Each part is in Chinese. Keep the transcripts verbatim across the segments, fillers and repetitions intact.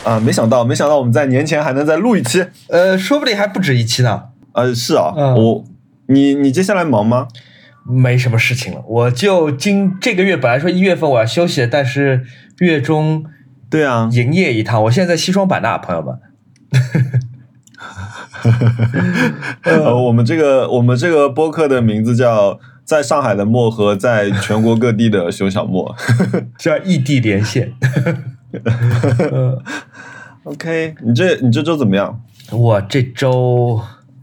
啊，没想到，没想到我们在年前还能再录一期， 呃，说不定还不止一期呢。 呃，是啊， 嗯、 我，你你接下来忙吗？ 没什么事情了，我就今这个月本来说一月份我要休息，但是月中对啊， 营业一趟，我现在在西双版纳，朋友们。 呃，我们这个我们这个播客的名字叫在上海的漠和在全国各地的熊小莫， 叫异地连线。 OK， 你这你这周怎么样？ 我这周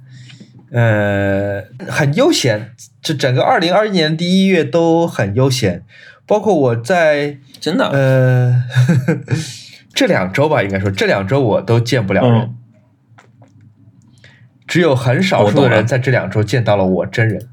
呃很悠闲，这整个二零二一年第一月都很悠闲，包括我在真的呃这两周吧，应该说这两周我都见不了人。嗯，只有很少数的人在这两周见到了我真人。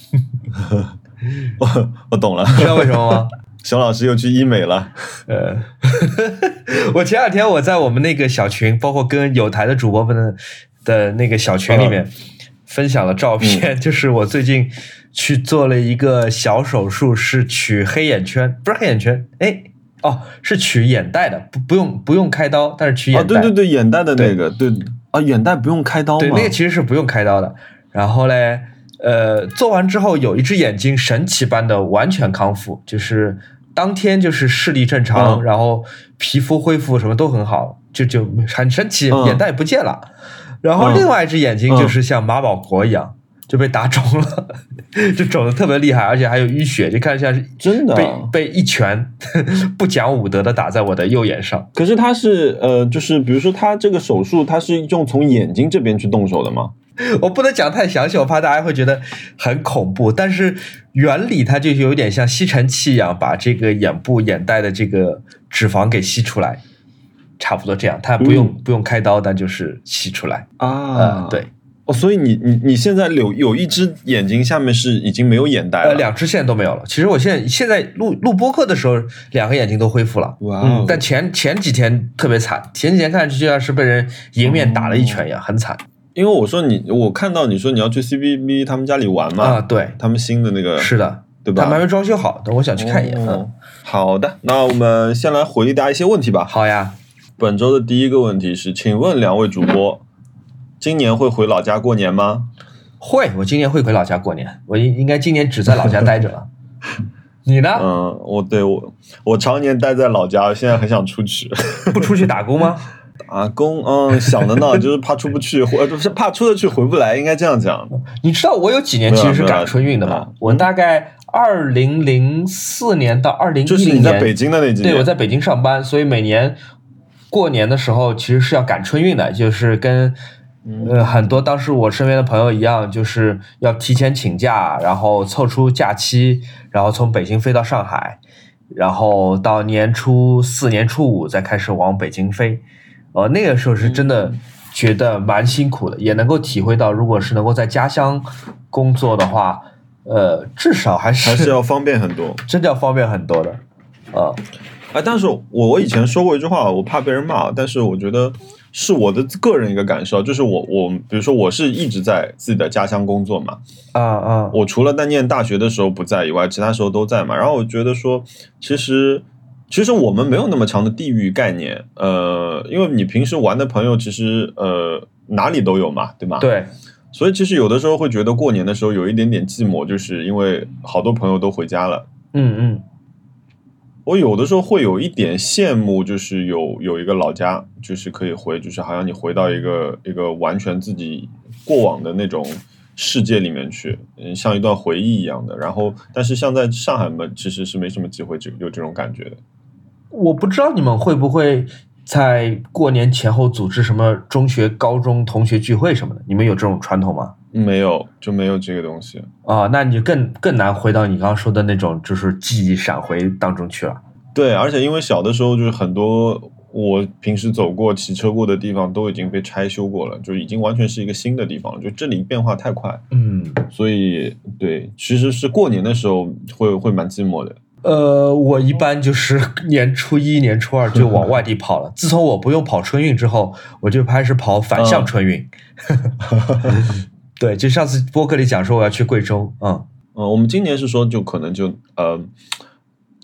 我我懂了， 你知道为什么吗？ 熊老师又去医美了。 呃，我前两天我在我们那个小群，包括跟有台的主播们的的那个小群里面、嗯、分享了照片、嗯，就是我最近去做了一个小手术，是取黑眼圈，不是黑眼圈，哎。哦，是取眼袋的，不不用不用开刀，但是取眼袋。 哦，对对对，眼袋的那个，对啊，眼袋不用开刀吗？ 对，那个其实是不用开刀的。然后嘞，呃，做完之后有一只眼睛神奇般的完全康复，就是当天就是视力正常，嗯、然后皮肤恢复什么都很好，就就很神奇，嗯、眼袋不见了。然后另外一只眼睛就是像马保国一样。嗯嗯就被打肿了，就肿得特别厉害，而且还有淤血，就看像是真的被被一拳不讲武德的打在我的右眼上。 可是他是呃，就是比如说他这个手术，他是用从眼睛这边去动手的吗？ 我不能讲太详细，我怕大家会觉得很恐怖。但是原理它就有点像吸尘器一样，把这个眼部眼袋的这个脂肪给吸出来，差不多这样。它不用、嗯、不用开刀，但就是吸出来啊、 呃。对。 哦，所以你你你现在有有一只眼睛下面是已经没有眼袋了， 呃，两只现在都没有了。其实我现在现在录录播客的时候，两个眼睛都恢复了。 哇、哦嗯！但前前几天特别惨，前几天看上去就像是被人迎面打了一拳一样，哦、很惨。 因为我说你，我看到你说你要去 C B B 他们家里玩嘛， 啊，对， 他们新的那个是的， 对吧？ 他们还没装修好，等我想去看一眼。 哦、嗯，好的，那我们先来回答一些问题吧。 好呀。 本周的第一个问题是，请问两位主播，今年会回老家过年吗？ 会，我今年会回老家过年。我应该今年只在老家待着了。你呢？ 嗯，我对我我常年待在老家，现在很想出去。 不出去打工吗？ 打工，嗯，想的呢，就是怕出不去，或者是怕出得去回不来，应该这样讲。 你知道我有几年其实是赶春运的吗？我大概二零零四年到二零一零年， 就是你在北京的那几年。 对，我在北京上班，所以每年过年的时候其实是要赶春运的，就是跟。呃，很多当时我身边的朋友一样，就是要提前请假，然后凑出假期，然后从北京飞到上海，然后到年初四、年初五再开始往北京飞。呃，那个时候是真的觉得蛮辛苦的，也能够体会到，如果是能够在家乡工作的话，呃，至少还是还是要方便很多， 真的要方便很多的。呃， 哎，但是我我以前说过一句话，我怕被人骂，但是我觉得。是我的个人一个感受，就是我我比如说我是一直在自己的家乡工作嘛， 啊啊， 我除了在念大学的时候不在以外，其他时候都在嘛。然后我觉得说，其实其实我们没有那么强的地域概念，呃，因为你平时玩的朋友其实呃哪里都有嘛，对吗？ 对， 所以其实有的时候会觉得过年的时候有一点点寂寞，就是因为好多朋友都回家了。 嗯嗯。 我有的时候会有一点羡慕，就是有有一个老家，就是可以回，就是好像你回到一个一个完全自己过往的那种世界里面去，嗯，像一段回忆一样的。然后，但是像在上海嘛，其实是没什么机会就有这种感觉的。 我不知道你们会不会在过年前后组织什么中学、高中同学聚会什么的？你们有这种传统吗？ 没有，就没有这个东西啊、哦，那你就更更难回到你刚刚说的那种就是记忆闪回当中去了。 对，而且因为小的时候就是很多我平时走过、骑车过的地方都已经被拆修过了，就已经完全是一个新的地方了。就这里变化太快， 嗯， 所以对，其实是过年的时候会会蛮寂寞的。 呃，我一般就是年初一、年初二就往外地跑了。自从我不用跑春运之后，我就开始跑反向春运。嗯对，就上次播客里讲说我要去贵州，嗯嗯，我们今年是说就可能就呃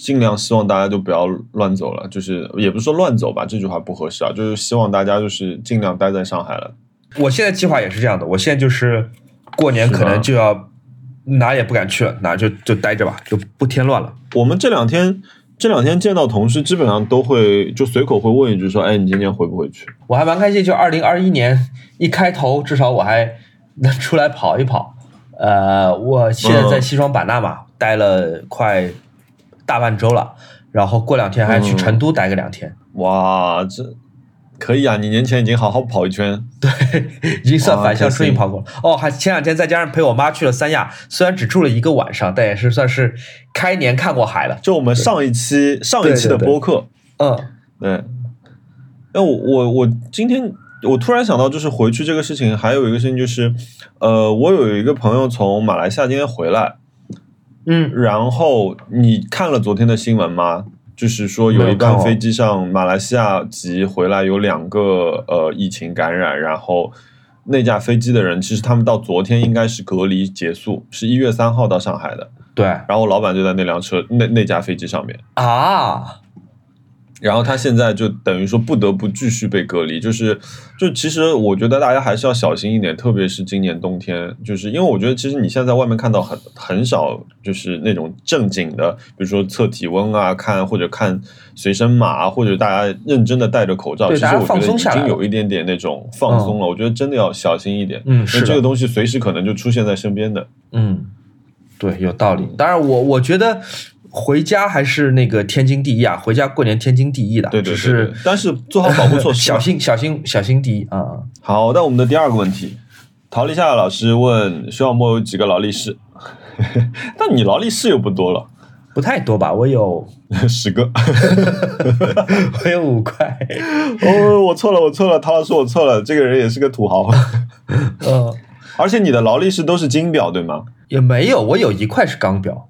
尽量希望大家就不要乱走了，就是也不是说乱走吧，这句话不合适啊，就是希望大家就是尽量待在上海了。 我现在计划也是这样的，我现在就是过年可能就要哪也不敢去了，哪就就待着吧，就不添乱了。 我们这两天这两天见到同事，基本上都会就随口会问一句说：“哎，你今年回不回去？” 我还蛮开心，就二零二一年一开头，至少我还能出来跑一跑。呃，我现在在西双版纳嘛，嗯、待了快大半周了，然后过两天还去成都待个两天。 嗯、哇，这可以啊！你年前已经好好跑一圈， 对，已经算反向顺应跑过了。哦，还前两天再加上陪我妈去了三亚，虽然只住了一个晚上，但也是算是开年看过海了。 就我们上一期上一期的播客， 嗯， 对。那我我我今天我突然想到，就是回去这个事情，还有一个事情就是，呃，我有一个朋友从马来西亚今天回来， 嗯， 然后你看了昨天的新闻吗？就是说有一班飞机上马来西亚籍回来有两个呃疫情感染，然后那架飞机的人其实他们到昨天应该是隔离结束，是一月三号到上海的。 对， 然后老板就在那辆车那那架飞机上面啊。 然后他现在就等于说不得不继续被隔离，就是就其实我觉得大家还是要小心一点，特别是今年冬天，就是因为我觉得其实你现在在外面看到很很少就是那种正经的，比如说测体温啊，看或者看随身码，或者大家认真的戴着口罩， 其实我觉得已经有一点点那种放松了。嗯、我觉得真的要小心一点， 嗯，是因为这个东西随时可能就出现在身边的。 嗯，对，有道理。当然我，我我觉得。回家还是那个天经地义啊，回家过年天经地义的， 对对对对， 只是但是做好保护措施， 小心小心小心第一啊。 好，那我们的第二个问题，陶立夏老师问徐小沫有几个劳力士？但你劳力士又不多了， 不太多吧？我有十个， 我有五块。 哦，我错了，我错了，陶老师我错了，这个人也是个土豪。 嗯， 而且你的劳力士都是金表对吗？ 也没有，我有一块是钢表。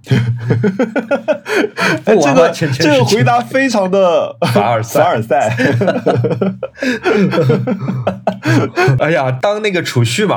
哎，这个这个回答非常的凡尔赛。 凡尔赛。 哎呀，当那个储蓄嘛。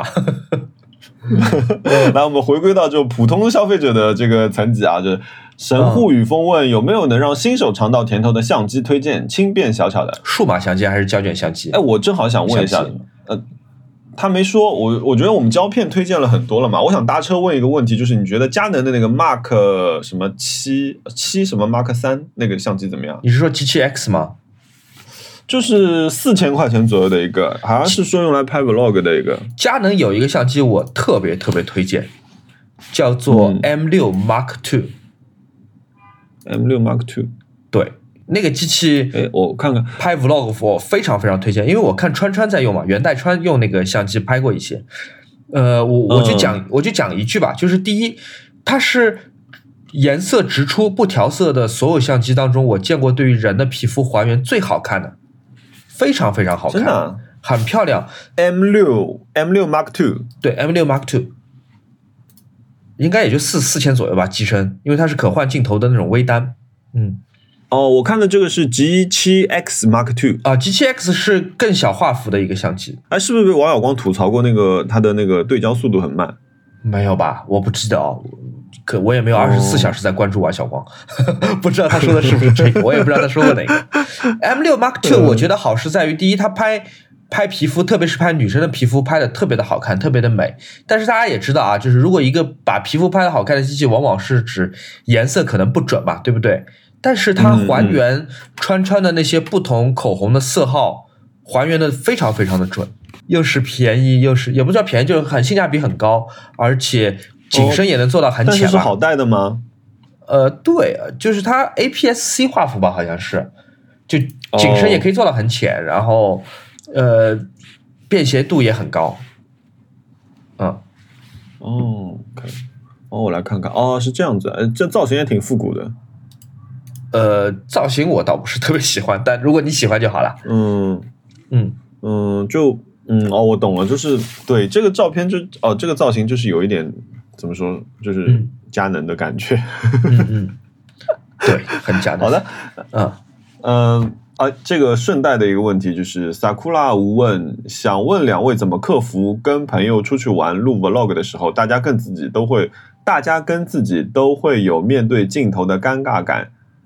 来，我们回归到就普通消费者的这个层级啊，就是神户雨风问、嗯、有没有能让新手尝到甜头的相机推荐，轻便小巧的， 数码相机还是胶卷相机？ 哎，我正好想问一下，呃。他没说，我我觉得我们胶片推荐了很多了嘛。我想搭车问一个问题，就是你觉得佳能的那个 Mark 什么七七什么 Mark 三那个相机怎么样？ 你是说 G 七 X 吗？ 就是四千块钱左右的一个，好像是说用来拍 vlog 的一个。 佳能有一个相机我特别特别推荐，叫做 M 六 Mark 二。 M 六 Mark 二， 对。那个机器， 哎，我看看拍 vlog 我非常非常推荐，因为我看川川在用嘛，元代川用那个相机拍过一些。呃，我我就讲、嗯、我就讲一句吧，就是第一，它是颜色直出不调色的所有相机当中，我见过对于人的皮肤还原最好看的，非常非常好看， 真的、啊、 很漂亮。 M 六 M 六 Mark 二， 对 M 六 Mark 二，应该也就四四千左右吧，机身，因为它是可换镜头的那种微单，嗯。 哦，我看的这个是 G 七 X Mark 二啊 ，G 七 X 是更小画幅的一个相机。 哎，是不是被王小光吐槽过那个它的那个对焦速度很慢？ 没有吧，我不知道，可我也没有二十四小时在关注王小光，哦、不知道他说的是不是这个，我也不知道他说过哪个。M 六 Mark 二我觉得好是在于，第一，它拍拍皮肤，特别是拍女生的皮肤，拍的特别的好看，特别的美。但是大家也知道啊，就是如果一个把皮肤拍的好看的机器，往往是指颜色可能不准嘛，对不对？但是它还原川川的那些不同口红的色号，还原的非常非常的准，又是便宜，又是也不叫便宜，就是很性价比很高，而且景深也能做到很浅吧。 但是是好带的吗？ 呃，对，就是它 A P S C 画幅吧，好像是，就景深也可以做到很浅，哦、然后呃，便携度也很高。嗯， 哦 ，OK， 哦，我来看看，哦，是这样子，呃，这造型也挺复古的。 呃，造型我倒不是特别喜欢，但如果你喜欢就好了。 嗯嗯嗯，就嗯哦，我懂了，就是对这个照片就哦，这个造型就是有一点怎么说，就是佳能的感觉。 嗯嗯, 嗯，对，很佳能。 好的， 嗯嗯啊，这个顺带的一个问题就是 Sakura 无问想问两位怎么克服跟朋友出去玩录 vlog 的时候，大家跟自己都会，大家跟自己都会有面对镜头的尴尬感。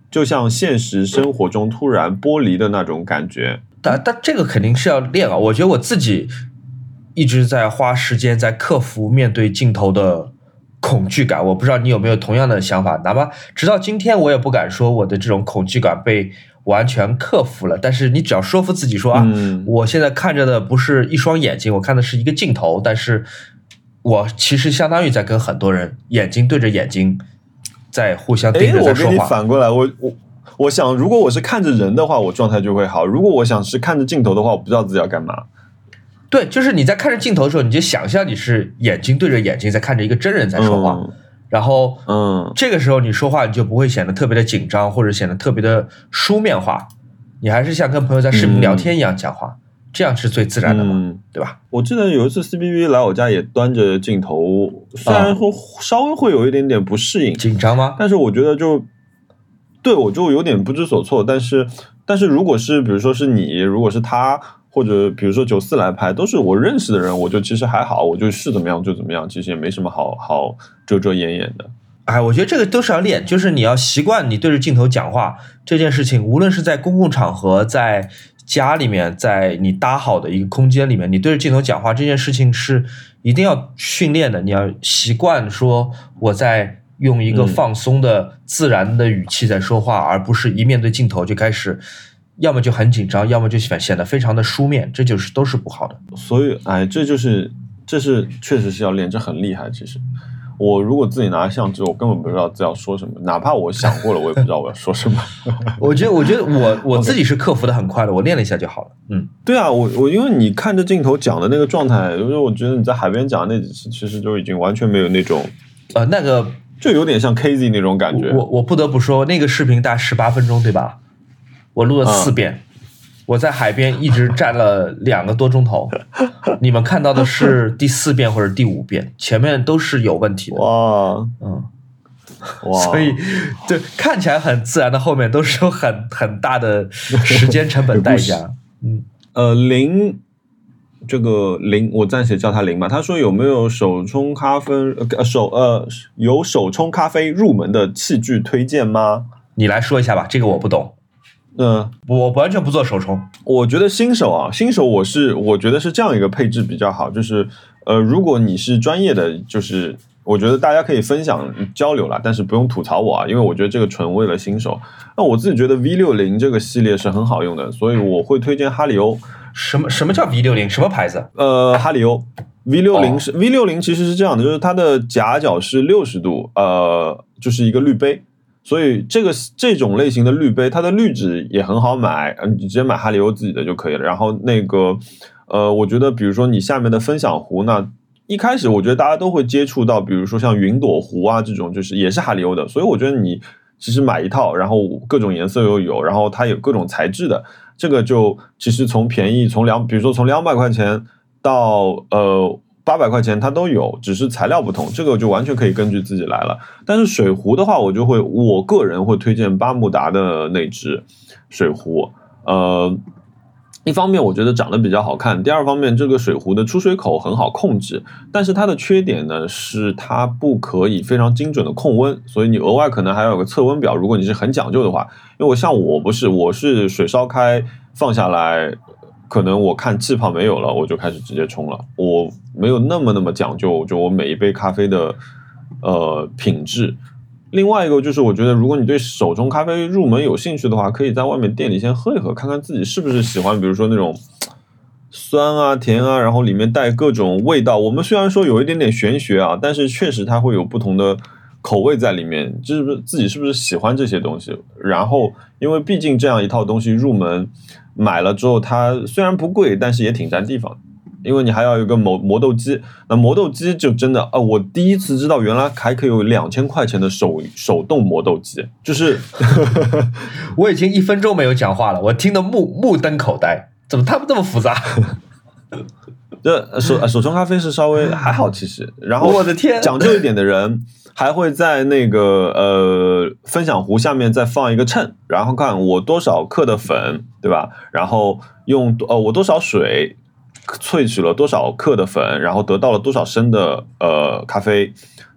就像现实生活中突然剥离的那种感觉。 但但这个肯定是要练啊！我觉得我自己一直在花时间在克服面对镜头的恐惧感，我不知道你有没有同样的想法。哪怕直到今天，我也不敢说我的这种恐惧感被完全克服了。但是你只要说服自己说啊， 嗯、 我现在看着的不是一双眼睛，我看的是一个镜头，但是我其实相当于在跟很多人眼睛对着眼睛在互相盯着在说话。 我跟你反过来，我我。我想，如果我是看着人的话，我状态就会好；如果我想是看着镜头的话，我不知道自己要干嘛。 对，就是你在看着镜头的时候，你就想象你是眼睛对着眼睛在看着一个真人在说话， 嗯、 然后， 嗯， 这个时候你说话你就不会显得特别的紧张，或者显得特别的书面化，你还是像跟朋友在视频聊天一样讲话，嗯、这样是最自然的嘛， 嗯、 对吧？ 我记得有一次 C B V 来我家也端着镜头，虽然说稍微会有一点点不适应， 紧张吗？ 但是我觉得就。对，我就有点不知所措，但是，但是如果是比如说是你，如果是他，或者比如说九四来拍，都是我认识的人，我就其实还好，我就是怎么样就怎么样，其实也没什么好好遮遮掩掩的。 哎，我觉得这个都是要练，就是你要习惯你对着镜头讲话这件事情，无论是在公共场合，在家里面，在你搭好的一个空间里面，你对着镜头讲话这件事情是一定要训练的，你要习惯说我在。用一个放松的自然的语气在说话，嗯、而不是一面对镜头就开始，要么就很紧张，要么就显得非常的书面，这就是都是不好的。 所以，哎，这就是这是确实是要练，这很厉害。其实，我如果自己拿相机，我根本不知道自己要说什么，哪怕我想过了，我也不知道我要说什么。 我觉得，我觉得我我自己是克服的很快的，我练了一下就好了。嗯， 对啊，我我因为你看着镜头讲的那个状态，因为我觉得你在海边讲的那几次，其实就已经完全没有那种呃那个。 就有点像 K Z 那种感觉。 我我不得不说，那个视频大十八分钟，对吧？我录了四遍，嗯、我在海边一直站了两个多钟头。你们看到的是第四遍或者第五遍，前面都是有问题的。 哇， 嗯， 哇， 所以对看起来很自然的后面都是有很很大的时间成本代价。嗯， 呃，零。这个零，我暂且叫他零吧。他说有没有手冲咖啡呃手呃有手冲咖啡入门的器具推荐吗？ 你来说一下吧，这个我不懂。 嗯， 我完全不做手冲。 我觉得新手啊，新手我是我觉得是这样一个配置比较好，就是呃，如果你是专业的，就是我觉得大家可以分享交流啦，但是不用吐槽我啊，因为我觉得这个纯为了新手。那我自己觉得 V 六十 这个系列是很好用的，所以我会推荐哈里欧。 什么什么叫 V 六十？ 什么牌子？ 呃，哈里欧 V 六十 是、哦、V 六十 其实是这样的，就是它的夹角是六十度，呃，就是一个滤杯，所以这个这种类型的滤杯，它的滤纸也很好买，你直接买哈里欧自己的就可以了。然后那个呃，我觉得比如说你下面的分享壶，那一开始我觉得大家都会接触到，比如说像云朵壶啊这种，就是也是哈里欧的，所以我觉得你其实买一套，然后各种颜色又有，然后它有各种材质的。这个就其实从便宜从两，比如说从两百块钱到呃八百块钱，它都有，只是材料不同。这个就完全可以根据自己来了。但是水壶的话，我就会我个人会推荐巴慕达的那只水壶。呃，一方面我觉得长得比较好看，第二方面这个水壶的出水口很好控制。但是它的缺点呢是它不可以非常精准的控温，所以你额外可能还要有个测温表。如果你是很讲究的话。因为我像我不是，我是水烧开放下来，可能我看气泡没有了，我就开始直接冲了。我没有那么那么讲究，就我每一杯咖啡的呃品质。另外一个就是，我觉得如果你对手冲咖啡入门有兴趣的话，可以在外面店里先喝一喝，看看自己是不是喜欢，比如说那种酸啊、甜啊，然后里面带各种味道。我们虽然说有一点点玄学啊，但是确实它会有不同的口味在里面，就是自己是不是喜欢这些东西。然后因为毕竟这样一套东西入门买了之后，它虽然不贵，但是也挺占地方，因为你还要有一个磨磨豆机。那磨豆机就真的啊、呃，我第一次知道原来还可以有两千块钱的手手动磨豆机，就是我已经一分钟没有讲话了，我听得目目瞪口呆，怎么他们这么复杂？ 这手手冲咖啡是稍微还好，其实，然后我的天， 讲究一点的人还会在那个呃分享壶下面再放一个秤，然后看我多少克的粉，对吧？然后用呃我多少水萃取了多少克的粉，然后得到了多少升的呃咖啡，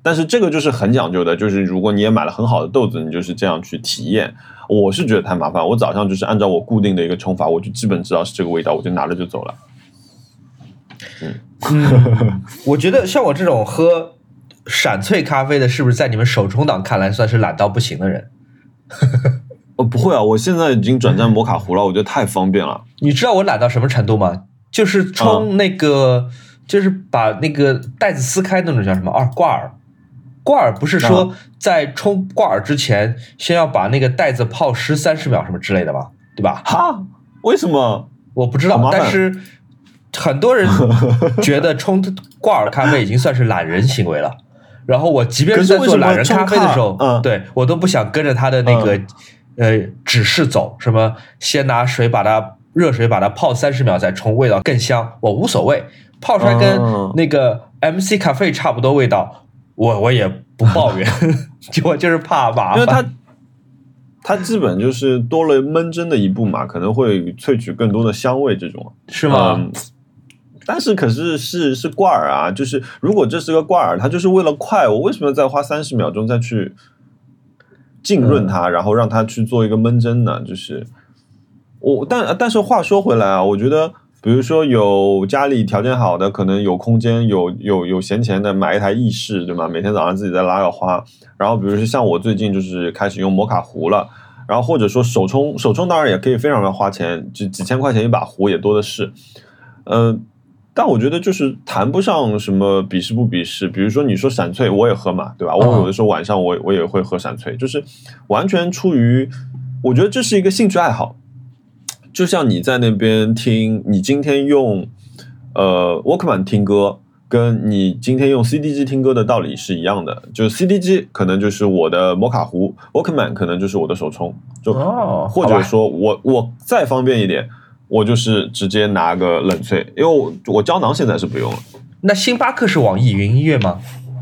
但是这个就是很讲究的，就是如果你也买了很好的豆子，你就是这样去体验。我是觉得太麻烦，我早上就是按照我固定的一个冲法，我就基本知道是这个味道，我就拿着就走了。 嗯嗯，我觉得像我这种喝闪萃咖啡的，是不是在你们手冲党看来算是懒到不行的人？ 哦，不会啊，我现在已经转战摩卡壶了，我觉得太方便了。 你知道我懒到什么程度吗？就是冲那个，嗯、就是把那个袋子撕开那种叫什么啊？挂耳。挂耳不是说在冲挂耳之前，先要把那个袋子泡湿三十秒什么之类的吗？对吧？ 哈，为什么？ 我不知道，但是很多人觉得冲挂耳咖啡已经算是懒人行为了。然后我即便是在做懒人咖啡的时候， 嗯、 对我都不想跟着他的那个、嗯、呃指示走，什么先拿水把它热水把它泡三十秒再冲，味道更香，我无所谓，泡出来跟那个 M C 咖啡差不多味道。我我也不抱怨，我就是怕麻烦， 因为它它基本就是多了焖蒸的一步嘛，可能会萃取更多的香味，这种是吗？ 嗯、但是可是是是挂耳啊，就是如果这是个挂耳，它就是为了快，我为什么再花三十秒钟再去浸润它，嗯、然后让它去做一个焖蒸呢？就是我但但是话说回来啊，我觉得。比如说有家里条件好的，可能有空间有有有闲钱的，买一台意式，对吗？每天早上自己再拉个花。然后比如说像我最近就是开始用摩卡壶了，然后或者说手冲，手冲当然也可以非常的花钱，就几千块钱一把壶也多的是。嗯、呃，但我觉得就是谈不上什么鄙视不鄙视。比如说你说闪萃，我也喝嘛，对吧？我有的时候晚上我我也会喝闪萃，就是完全出于我觉得这是一个兴趣爱好。就像你在那边听，你今天用呃 Walkman 听歌，跟你今天用 C D 机听歌的道理是一样的。就是 C D 机可能就是我的摩卡壶 ，Walkman 可能就是我的手冲，就、 哦、 或者说我我再方便一点，我就是直接拿个冷萃，因为我我胶囊现在是不用了。 那星巴克是网易云音乐吗？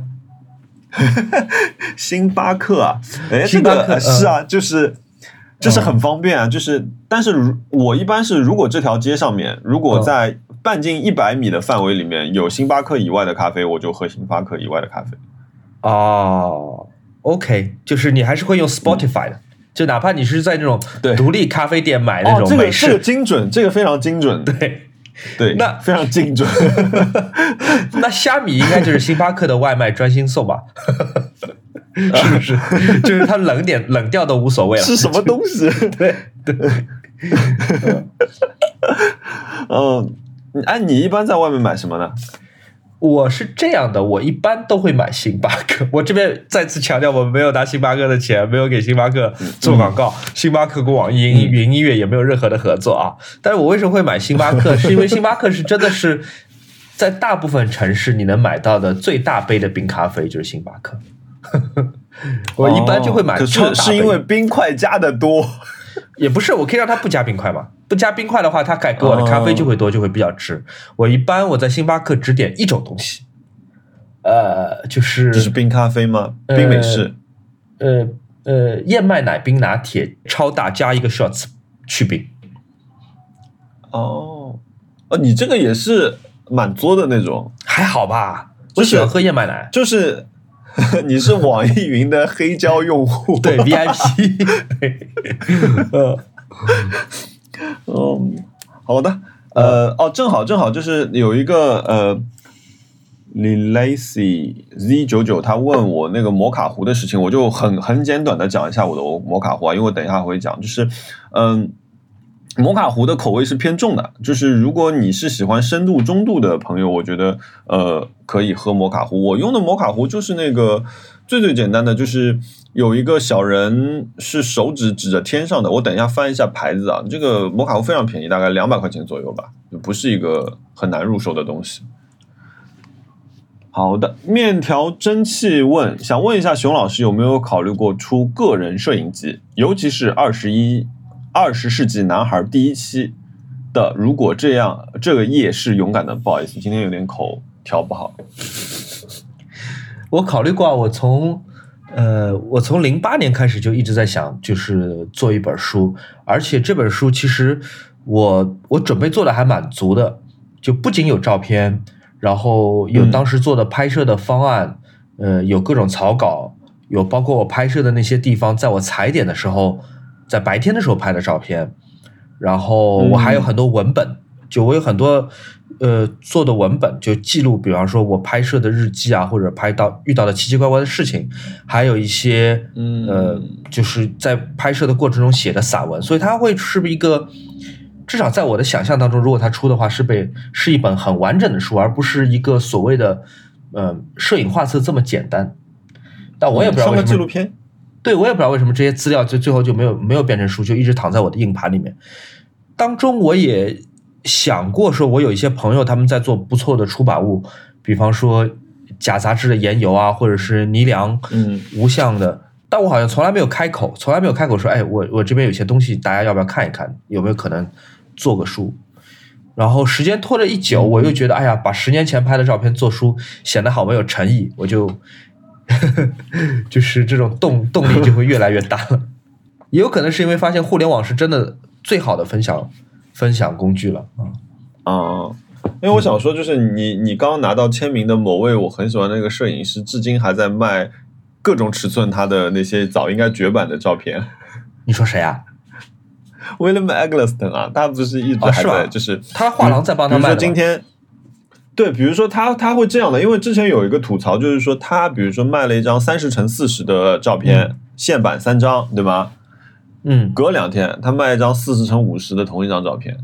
星巴克啊，哎，这个、呃、是啊，就是。就是很方便啊，就是但是我一般是如果这条街上面如果在半径一百米的范围里面有星巴克以外的咖啡，我就喝星巴克以外的咖啡。 哦 ，OK， 就是你还是会用 Spotify 的，嗯、就哪怕你是在那种独立咖啡店买那种美式， 哦、这个这个精准，这个非常精准， 对对， 那非常精准。 那虾米应该就是星巴克的外卖专心送吧？是不是？就是它冷点冷掉都无所谓了。 是什么东西？ 对对。 嗯，哎，你一般在外面买什么呢？ 我是这样的，我一般都会买星巴克。我这边再次强调，我没有拿星巴克的钱，没有给星巴克做广告。嗯、星巴克跟网易云云音乐也没有任何的合作啊。但是我为什么会买星巴克？是因为星巴克是真的是在大部分城市你能买到的最大杯的冰咖啡就是星巴克。我一般就会买超大杯、 哦、可是是因为冰块加的多， 也不是，我可以让它不加冰块嘛。不加冰块的话，它给我的咖啡就会多，就会比较值。我一般我在星巴克只点一种东西，呃，就是这是冰咖啡吗？冰美式？ 呃呃，燕麦奶冰拿铁超大加一个 shots 去冰。 哦哦，你这个也是蛮作的那种， 还好吧？ 就是、 我喜欢喝燕麦奶， 就是。你是网易云的黑胶用户， 对 V I P， 嗯，嗯，好的，呃，哦，正好正好就是有一个呃 ，Lacy Z 九九，他问我那个摩卡壶的事情，我就很很简短的讲一下我的摩卡壶啊，因为我等一下会讲，就是嗯。摩卡壶的口味是偏重的，就是如果你是喜欢深度中度的朋友，我觉得呃可以喝摩卡壶。我用的摩卡壶就是那个最最简单的，就是有一个小人是手指指着天上的。我等一下翻一下牌子啊，这个摩卡壶非常便宜，大概两百块钱左右吧，不是一个很难入手的东西。好的，面条蒸汽问，想问一下熊老师有没有考虑过出个人摄影集，尤其是二十一。二十世纪男孩第一期的，如果这样，这个夜是勇敢的。不好意思，今天有点口条不好。 我考虑过，我从呃，我从零八年开始就一直在想，就是做一本书，而且这本书其实我我准备做的还蛮足的，就不仅有照片，然后有当时做的拍摄的方案， 呃，有各种草稿，有包括我拍摄的那些地方，在我踩点的时候，在白天的时候拍的照片，然后我还有很多文本，嗯、就我有很多呃做的文本，就记录，比方说我拍摄的日记啊，或者拍到遇到的奇奇怪怪的事情，还有一些呃，就是在拍摄的过程中写的散文，所以它会是一个。至少在我的想象当中，如果它出的话，是被是一本很完整的书，而不是一个所谓的呃摄影画册这么简单。但我也不知道为什么、 嗯、像个纪录片， 对我也不知道为什么这些资料就最后就没有没有变成书，就一直躺在我的硬盘里面。当中我也想过说，我有一些朋友他们在做不错的出版物，比方说假杂志的研游啊，或者是倪良、 嗯无相的。但我好像从来没有开口，从来没有开口说，哎，我我这边有些东西，大家要不要看一看？有没有可能做个书？然后时间拖了一久，我又觉得，哎呀，把十年前拍的照片做书，显得好没有诚意，我就就是这种动动力就会越来越大了。也有可能是因为发现互联网是真的最好的分享分享工具了啊啊！因为我想说，就是你你刚刚拿到签名的某位我很喜欢的那个摄影师，至今还在卖。各种尺寸，他的那些早应该绝版的照片。 你说谁啊 ？William Eggleston 啊，他不是一直还在， 哦、 就是、 是他画廊在帮他卖的。 比如说今天，对，比如说他他会这样的，因为之前有一个吐槽，就是说他比如说卖了一张三十乘四十的照片，嗯、现版三张，对吗？ 嗯， 隔两天他卖一张四十乘五十的同一张照片。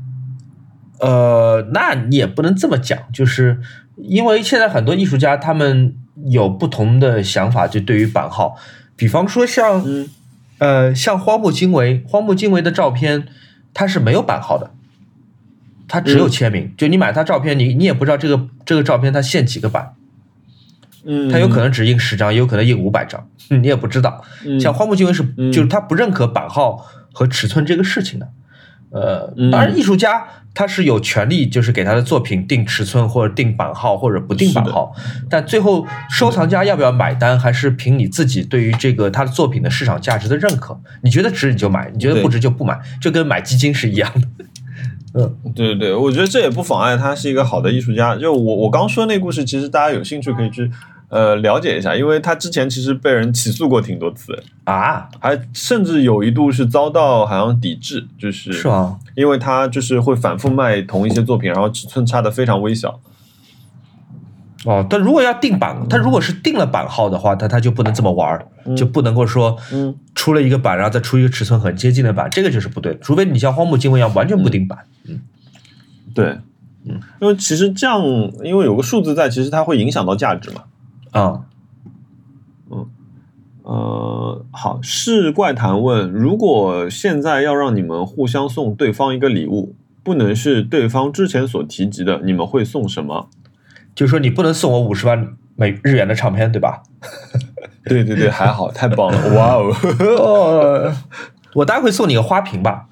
呃，那你也不能这么讲，就是因为现在很多艺术家他们。有不同的想法，就对于版号，比方说像， 嗯、 呃，像荒木经惟，荒木经惟的照片，它是没有版号的，它只有签名。嗯、就你买他照片，你你也不知道这个这个照片它限几个版， 嗯， 它有可能只印十张，也有可能印五百张，你也不知道。 嗯、 像荒木经惟是， 嗯、 就是他不认可版号和尺寸这个事情的。呃，当然，艺术家他是有权利，就是给他的作品定尺寸或者定版号或者不定版号，但最后收藏家要不要买单，还是凭你自己对于这个他的作品的市场价值的认可。你觉得值你就买，你觉得不值就不买，就跟买基金是一样的。 嗯，对对对，我觉得这也不妨碍他是一个好的艺术家。就我我刚说那故事，其实大家有兴趣可以去。呃，了解一下，因为他之前其实被人起诉过挺多次啊， 还甚至有一度是遭到好像抵制，就是是吗？ 因为他就是会反复卖同一些作品，然后尺寸差的非常微小。 哦，但如果要定版，他如果是定了版号的话，他他就不能这么玩，嗯、就不能够说， 嗯， 出了一个版，然后再出一个尺寸很接近的版，这个就是不对。除非你像荒木经惟一样完全不定版，嗯， 嗯对，嗯，因为其实这样，因为有个数字在，其实它会影响到价值嘛。 啊， 嗯，呃，好，是怪谈问，如果现在要让你们互相送对方一个礼物，不能是对方之前所提及的，你们会送什么？ 就是说你不能送我五十万美日元的唱片，对吧？ 对对对，还好，太棒了，哇哦！ 哦，我大概会送你个花瓶吧。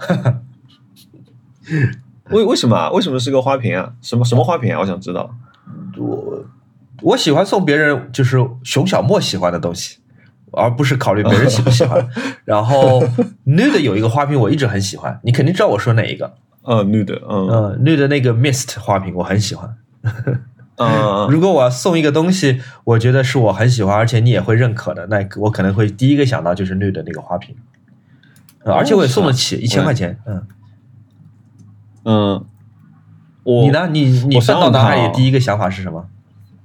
为为什么啊？为什么是个花瓶啊？什么什么花瓶啊？我想知道。 我。我喜欢送别人就是熊小莫喜欢的东西，而不是考虑别人喜不喜欢。然后 Nude 有一个花瓶我一直很喜欢，你肯定知道我说哪一个。 呃 Nude 嗯呃 Nude 那个 Mist 花瓶我很喜欢。 嗯， 如果我要送一个东西，我觉得是我很喜欢，而且你也会认可的，那我可能会第一个想到就是 Nude 那个花瓶。呃、而且我也送得起一千块钱。嗯嗯，我你呢？你你翻到脑海里第一个想法是什么？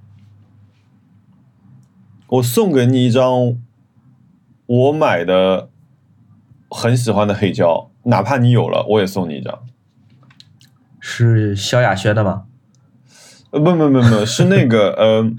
我送给你一张我买的很喜欢的黑胶，哪怕你有了，我也送你一张。 是萧亚轩的吗？ 呃，不不不不，是那个呃，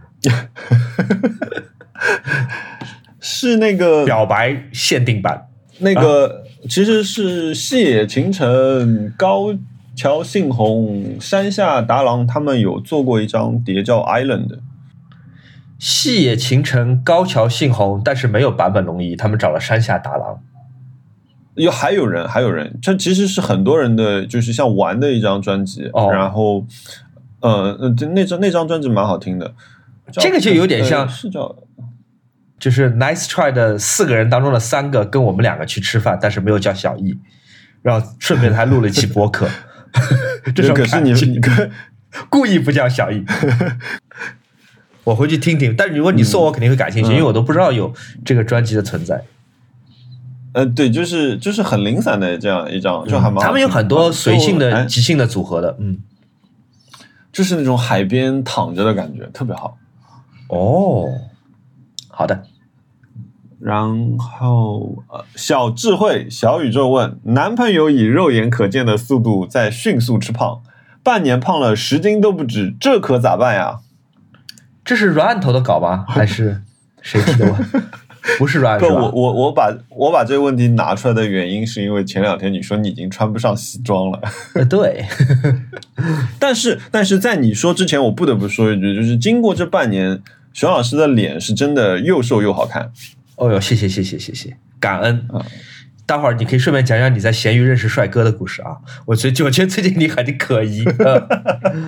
是那个表白限定版， 那个、啊、其实是细野晴臣、高桥幸宏、山下达郎他们有做过一张碟叫 Island。 细野晴臣、高桥幸宏，但是没有坂本龙一，他们找了山下达郎。 有还有人，还有人，这其实是很多人的，就是像玩的一张专辑。哦、然后，呃，那张那张专辑蛮好听的。 这个就有点像， 呃、是叫， 就是 Nice Try 的四个人当中的三个跟我们两个去吃饭，但是没有叫小易，然后顺便还录了一期播客。这种可是你你故意不叫小易。 我回去听听。但如果你送我，肯定会感兴趣， 嗯、 因为我都不知道有这个专辑的存在。 呃，对，就是就是很零散的这样一张，就还蛮好、嗯。 他们有很多随性的、即兴的组合的，嗯， 就是那种海边躺着的感觉，特别好。 哦，好的。 然后呃，小智慧小宇宙问：男朋友以肉眼可见的速度在迅速吃胖，半年胖了十斤都不止，这可咋办呀？ 这是软头的稿吗？还是谁提的问？不是软， 不，我我我把我把这个问题拿出来的原因，是因为前两天你说你已经穿不上西装了。 呃，对。 但是但是在你说之前，我不得不说一句，就是经过这半年，熊老师的脸是真的又瘦又好看。 哦哟，谢谢谢谢谢谢，感恩。嗯，待会儿你可以顺便讲讲你在闲鱼认识帅哥的故事啊。我觉得我觉得最近你很可疑。嗯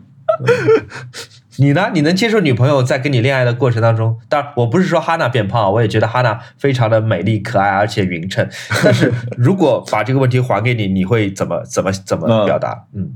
你呢？你能接受女朋友在跟你恋爱的过程当中？当然，我不是说哈娜变胖，我也觉得哈娜非常的美丽可爱，而且匀称。但是如果把这个问题还给你，你会怎么怎么怎么表达？嗯，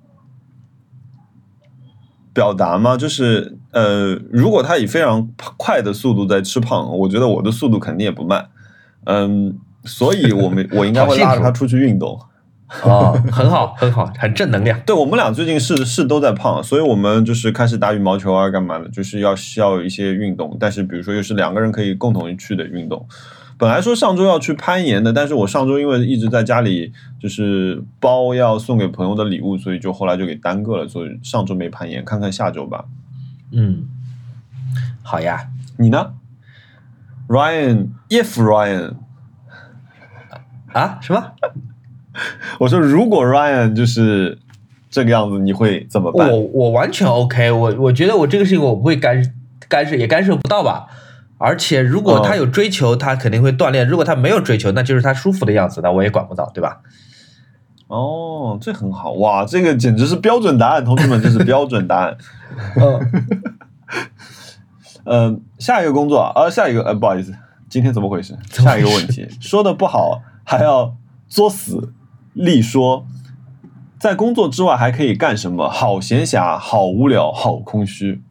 表达吗？就是呃，如果他以非常快的速度在吃胖，我觉得我的速度肯定也不慢。嗯，所以我们我应该会拉着他出去运动。 哦，很好，很好，很正能量。 对，我们俩最近是是都在胖，所以我们就是开始打羽毛球啊，干嘛的，就是要需要一些运动。但是比如说又是两个人可以共同去的运动。本来说上周要去攀岩的，但是我上周因为一直在家里就是包要送给朋友的礼物，所以就后来就给耽搁了，所以上周没攀岩，看看下周吧。 嗯，好呀。 你呢 ？Ryan if Ryan 啊？什么？ 我说如果 Ryan 就是这个样子，你会怎么办？ 我我完全 OK， 我我觉得我这个事情我不会干干涉，也干涉不到吧。而且如果他有追求，他肯定会锻炼；如果他没有追求，那就是他舒服的样子，那我也管不到，对吧？ 哦，这很好哇，这个简直是标准答案，同志们，这是标准答案。 嗯， 呃，下一个工作啊，呃，下一个呃，不好意思，今天怎么回事？下一个问题，说的不好还要作死。力说，在工作之外还可以干什么？好闲暇，好无聊，好空虚。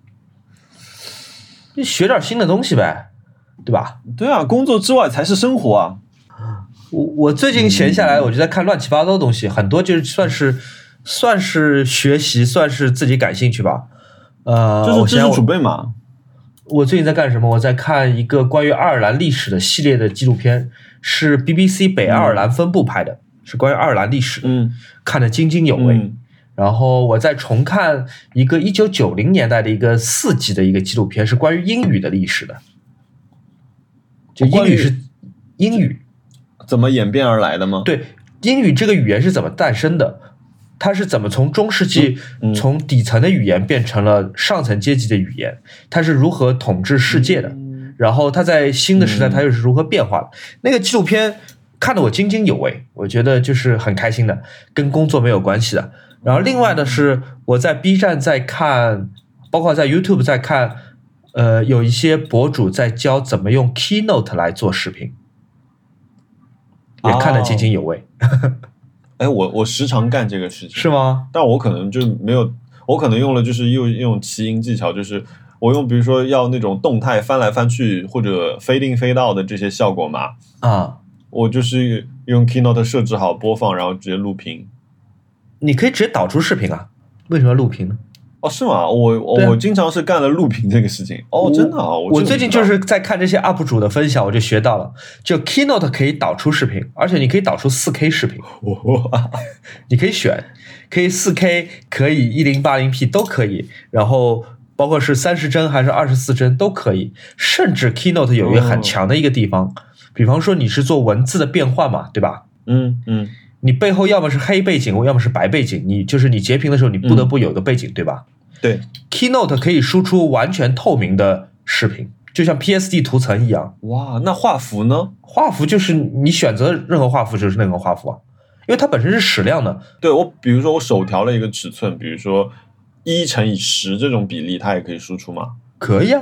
你学点新的东西呗，对吧？ 对啊，工作之外才是生活啊。 我我最近闲下来，我就在看乱七八糟的东西，很多就是算是算是学习，算是自己感兴趣吧。呃， 就是知识储备嘛。 我最近在干什么？我在看一个关于爱尔兰历史的系列的纪录片，是 B B C 北爱尔兰分部拍的。嗯，是关于爱尔兰历史， 嗯， 看得津津有味。 嗯， 然后我再重看一个一九九零年代的一个四集的一个纪录片，是关于英语的历史的。就英语是英语怎么演变而来的吗？ 对，英语这个语言是怎么诞生的？它是怎么从中世纪从底层的语言变成了上层阶级的语言？它是如何统治世界的？ 嗯， 然后它在新的时代它又是如何变化的？嗯，那个纪录片看得我津津有味，我觉得就是很开心的，跟工作没有关系的。然后另外的是我在 B 站在看，包括在 YouTube 在看，呃，有一些博主在教怎么用 Keynote 来做视频，也看得津津有味。 哎、哦，我我时常干这个事情， 是吗？ 但我可能就没有，我可能用了就是用用奇音技巧，就是我用比如说要那种动态翻来翻去或者 fade in fade out 的这些效果嘛， 啊。 我就是用 Keynote 设置好播放，然后直接录屏。 你可以直接导出视频啊，为什么要录屏呢？ 哦，是吗？我我、啊、我经常是干了录屏这个事情。哦，真的啊！我我最近就是在看这些 U P 主的分享，我就学到了，就 Keynote 可以导出视频，而且你可以导出 四 K 视频。你可以选，可以 四 K， 可以一零八零 P 都可以，然后包括是三十帧还是二十四帧都可以，甚至 Keynote 有一个很强的一个地方。哦，比方说你是做文字的变换嘛，对吧？ 嗯嗯， 你背后要么是黑背景，要么是白背景，你就是你截屏的时候，你不得不有个背景，嗯，对吧？ 对 ，Keynote 可以输出完全透明的视频，就像 P S D 图层一样。 哇，那画幅呢？ 画幅就是你选择任何画幅就是那个画幅啊，因为它本身是矢量的。 对，我比如说我手调了一个尺寸，比如说一乘以十这种比例，它也可以输出吗？ 可以啊，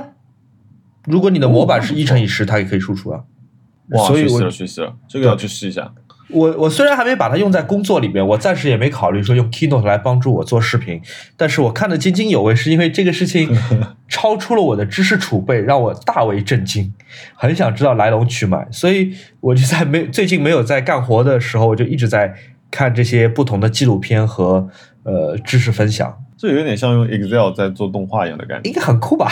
如果你的模板是一乘以十，它也可以输出啊。 哇，所以学习了学习了，这个要去试一下。 我我虽然还没把它用在工作里面，我暂时也没考虑说用 Keynote 来帮助我做视频，但是我看得津津有味，是因为这个事情超出了我的知识储备，让我大为震惊，很想知道来龙去脉，所以我就在没最近没有在干活的时候，我就一直在看这些不同的纪录片和呃知识分享。 这有点像用 Excel 在做动画一样的感觉， 应该很酷吧？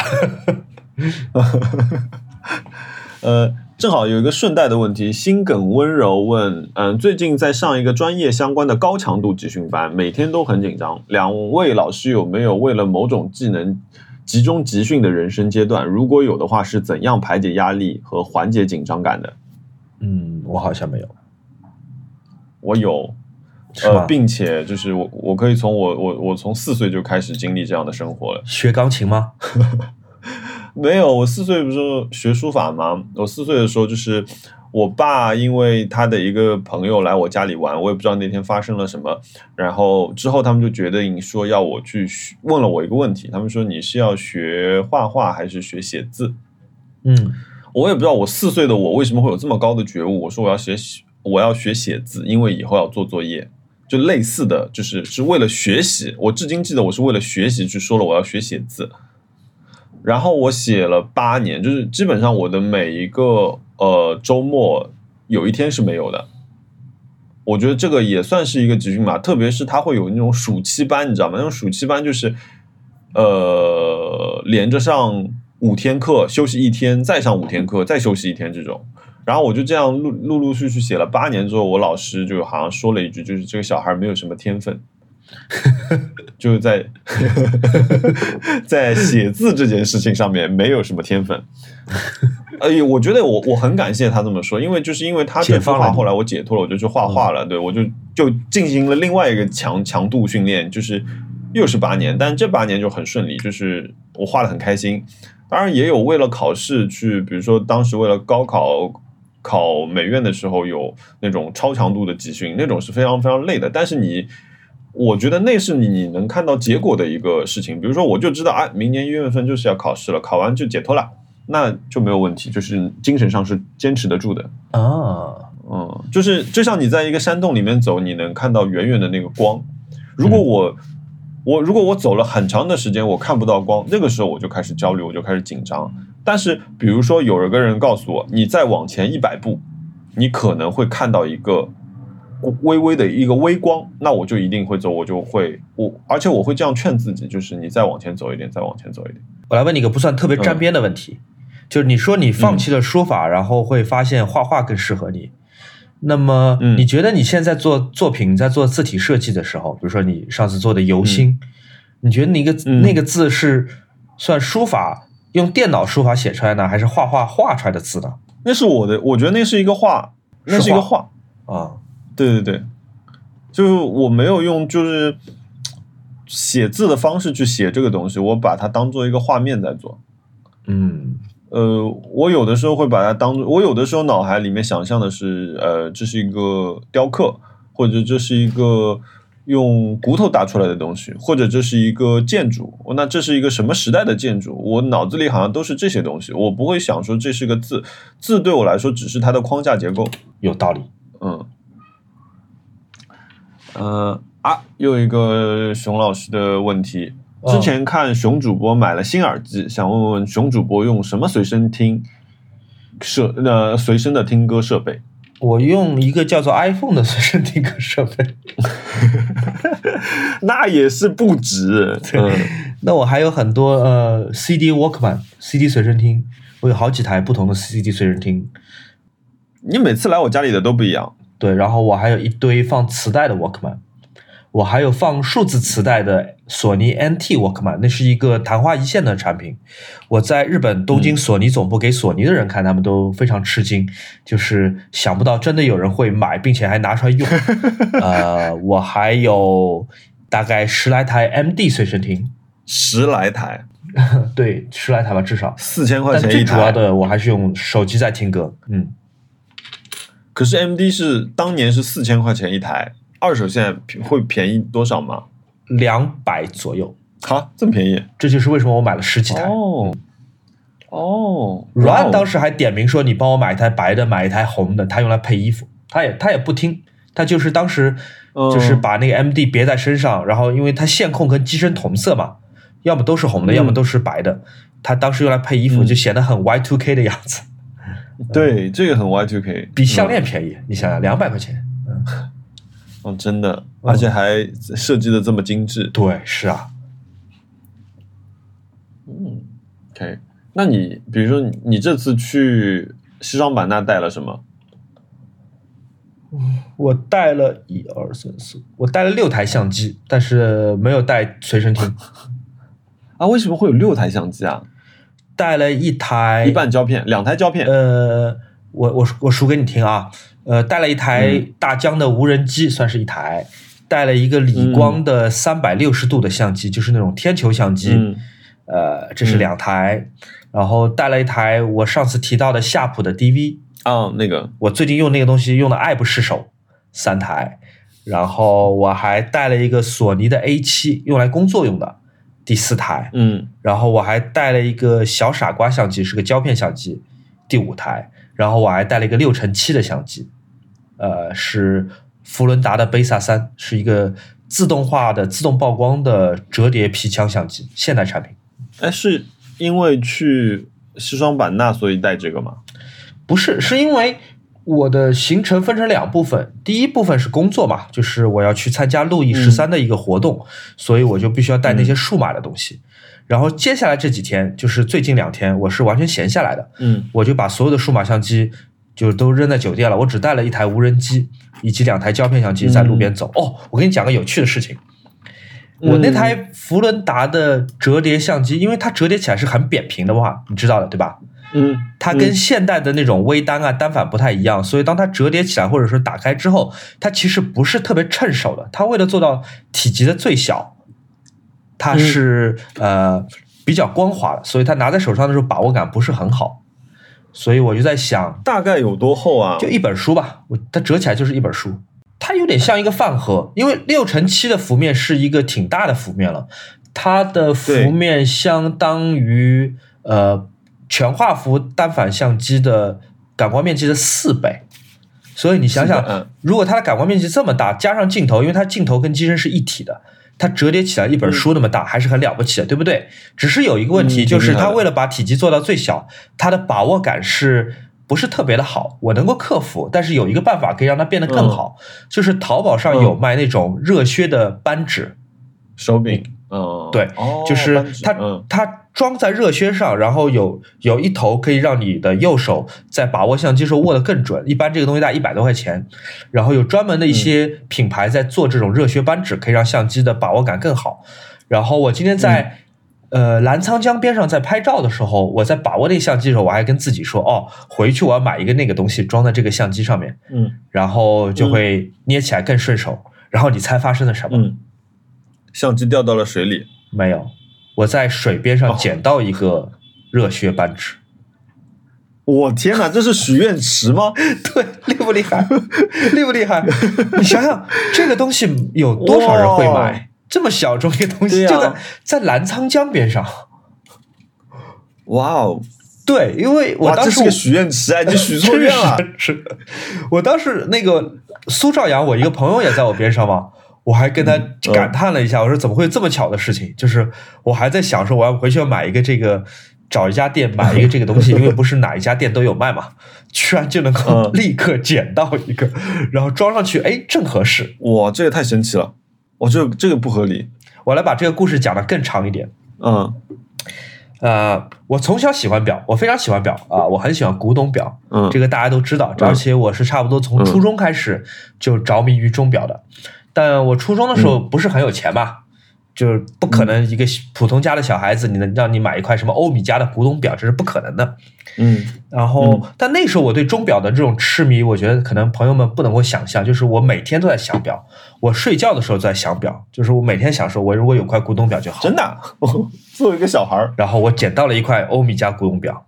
呃，正好有一个顺带的问题，心梗温柔问，嗯，最近在上一个专业相关的高强度集训班，每天都很紧张。两位老师有没有为了某种技能集中集训的人生阶段？如果有的话，是怎样排解压力和缓解紧张感的？ 嗯，我好像没有。 我有。呃，并且就是我，我可以从我我我从四岁就开始经历这样的生活了。 学钢琴吗？ 没有，我四岁不是学书法吗？我四岁的时候，就是我爸因为他的一个朋友来我家里玩，我也不知道那天发生了什么，然后之后他们就决定说要我去问了我一个问题，他们说你是要学画画还是学写字？ 嗯， 我也不知道我四岁的我为什么会有这么高的觉悟。我说我要学我要学写字，因为以后要做作业。就类似的就是是为了学习，我至今记得我是为了学习去说了我要学写字，然后我写了八年，就是基本上我的每一个呃周末有一天是没有的。我觉得这个也算是一个集训吧，特别是它会有那种暑期班，你知道吗？那种暑期班就是呃连着上五天课，休息一天，再上五天课，再休息一天这种。然后我就这样陆陆陆续续写了八年之后，我老师就好像说了一句，就是这个小孩没有什么天分，就是在在写字这件事情上面没有什么天分。哎，我觉得我我很感谢他这么说，因为就是因为他这句话，后来我解脱了，我就去画画了。对，我就就进行了另外一个强强度训练，就是又是八年，但这八年就很顺利，就是我画得很开心。当然也有为了考试去，比如说当时为了高考。考美院的时候有那种超强度的集训，那种是非常非常累的，但是你我觉得那是你能看到结果的一个事情。比如说我就知道啊，明年一月份就是要考试了，考完就解脱了，那就没有问题，就是精神上是坚持得住的啊。 嗯，就是就像你在一个山洞里面走，你能看到远远的那个光。如果我、嗯、我如果我走了很长的时间我看不到光，那个时候我就开始焦虑，我就开始紧张。但是比如说有一个人告诉我，你再往前一百步，你可能会看到一个微微的一个微光，那我就一定会走，我就会我而且我会这样劝自己，就是你再往前走一点，再往前走一点。 我来问你一个不算特别沾边的问题、嗯、就是你说你放弃了书法、嗯、然后会发现画画更适合你，那么你觉得你现在做作品在做字体设计的时候，比如说你上次做的游心、嗯、你觉得那个、嗯、那个字是算书法用电脑书法写出来呢，还是画画画出来的字呢？ 那是我的，我觉得那是一个画，那是一个画啊， 对对对，就是我没有用就是写字的方式去写这个东西，我把它当做一个画面在做。 嗯， 呃，我有的时候会把它当做，我有的时候脑海里面想象的是，呃，这是一个雕刻，或者这是一个用骨头打出来的东西，或者这是一个建筑，那这是一个什么时代的建筑，我脑子里好像都是这些东西，我不会想说这是个字，字对我来说只是它的框架结构。 有道理。 嗯，呃啊，又一个熊老师的问题，之前看熊主播买了新耳机、哦、想问问熊主播用什么随身听设呃随身的听歌设备。 我用一个叫做 iPhone 的随身听歌设备那也是不止、嗯、 那我还有很多呃 C D Walkman C D 随身听，我有好几台不同的 C D 随身听。 你每次来我家里的都不一样。 对，然后我还有一堆放磁带的 Walkman， 我还有放数字磁带的索尼 N T Walkman， 那是一个昙花一现的产品，我在日本东京索尼总部给索尼的人看、嗯、他们都非常吃惊，就是想不到真的有人会买并且还拿出来用呃，我还有大概十来台 M D 随身听。 十来台对，十来台吧，至少四千块钱一台。 但最主要的我还是用手机在听歌。嗯， 可是 M D 是当年是四千块钱一台，二手现在会便宜多少吗？ 两百左右。 哈，这么便宜？ 这就是为什么我买了十几台。 哦哦， 阮当时还点名说你帮我买一台白的，买一台红的，他用来配衣服，他也他也不听， 它就是当时就是把那个 M D 别在身上，然后因为它线控跟机身同色嘛，要么都是红的，要么都是白的。它当时用来配衣服，就显得很 Y 二 K 的样子。 对，这个很 Y 二 K， 比项链便宜，你想想，两百块钱。嗯， 哦，真的，而且还设计的这么精致。 对，是啊。 嗯 ，OK， 那你比如说你你这次去西双版纳带了什么？ 我带了一二三四，我带了六台相机，但是没有带随身听。 啊，为什么会有六台相机啊？ 带了一台， 一半胶片，两台胶片。 呃，我我我数给你听啊。呃，带了一台大疆的无人机，嗯、算是一台。带了一个理光的三百六十度的相机，嗯、就是那种天球相机。 嗯、 呃，这是两台。嗯、然后带了一台我上次提到的夏普的 D V。 哦，那个我最近用那个东西用的爱不释手，三台。然后我还带了一个索尼的 A 七，用来工作用的。第四台， 嗯， 然后我还带了一个小傻瓜相机，是个胶片相机，第五台，然后我还带了一个六乘七的相机，呃，是福伦达的贝萨三，是一个自动化的自动曝光的折叠皮枪相机，现代产品。 哎，是因为去西双版纳所以带这个吗？ 不是，是因为我的行程分成两部分，第一部分是工作嘛，就是我要去参加路易十三的一个活动，嗯、所以我就必须要带那些数码的东西。嗯、然后接下来这几天，就是最近两天，我是完全闲下来的， 嗯， 我就把所有的数码相机就都扔在酒店了，我只带了一台无人机以及两台胶片相机在路边走。嗯、哦，我跟你讲个有趣的事情，我那台福伦达的折叠相机，因为它折叠起来是很扁平的话，你知道的对吧？ 嗯， 它跟现代的那种微单啊单反不太一样，所以当它折叠起来或者说打开之后，它其实不是特别趁手的。它为了做到体积的最小，它是、嗯、呃比较光滑的，所以它拿在手上的时候把握感不是很好。所以我就在想， 大概有多厚啊？ 就一本书吧，我它折起来就是一本书。它有点像一个饭盒，因为六乘七的幅面是一个挺大的幅面了，它的幅面相当于呃。全画幅单反相机的感光面积的四倍，所以你想想，嗯、如果它的感光面积这么大，加上镜头，因为它镜头跟机身是一体的，它折叠起来一本书那么大，嗯、还是很了不起的，对不对？只是有一个问题，嗯、就是它为了把体积做到最小，它的把握感是不是特别的好？我能够克服，但是有一个办法可以让它变得更好，嗯、就是淘宝上有卖那种热靴的扳指手柄。嗯， 对， 哦、 就是它、 嗯、 它装在热靴上，然后有有一头可以让你的右手在把握相机时候握得更准。一般这个东西大概一百多块钱，然后有专门的一些品牌在做这种热靴扳指，可以让相机的把握感更好。然后我今天在、嗯、呃澜沧江边上在拍照的时候，我在把握那个相机的时候，我还跟自己说，哦，回去我要买一个那个东西装在这个相机上面， 嗯， 然后就会捏起来更顺手。嗯、然后你猜发生了什么？ 嗯，相机掉到了水里。 没有，我在水边上捡到一个热靴扳指。 我、哦、天哪，这是许愿池吗？ 对，厉不厉害？厉不厉害？你想想，这个东西有多少人会买？这么小众一个东西，啊、就在在澜沧江边上。 哇哦！ 对，因为我当时这是个许愿池啊，你许错愿了。 是，是我当时那个苏兆阳，我一个朋友也在我边上嘛。我还跟他感叹了一下，我说怎么会有这么巧的事情？就是我还在想说，我要回去要买一个这个，找一家店买一个这个东西，因为不是哪一家店都有卖嘛，居然就能够立刻捡到一个，然后装上去，哎，正合适。 哇，这个太神奇了！我这这个不合理。 我来把这个故事讲得更长一点。 嗯， 呃，我从小喜欢表，我非常喜欢表啊、呃，我很喜欢古董表， 嗯， 这个大家都知道， 嗯、 而且我是差不多从初中开始就着迷于钟表的。但我初中的时候不是很有钱嘛，嗯、就是不可能一个普通家的小孩子，你能让你买一块什么欧米茄的古董表，这是不可能的。 嗯， 然后， 嗯、 但那时候我对钟表的这种痴迷，我觉得可能朋友们不能够想象，就是我每天都在想表，我睡觉的时候在想表，就是我每天想说，我如果有块古董表就好。 真的、啊，作为一个小孩， 然后我捡到了一块欧米茄古董表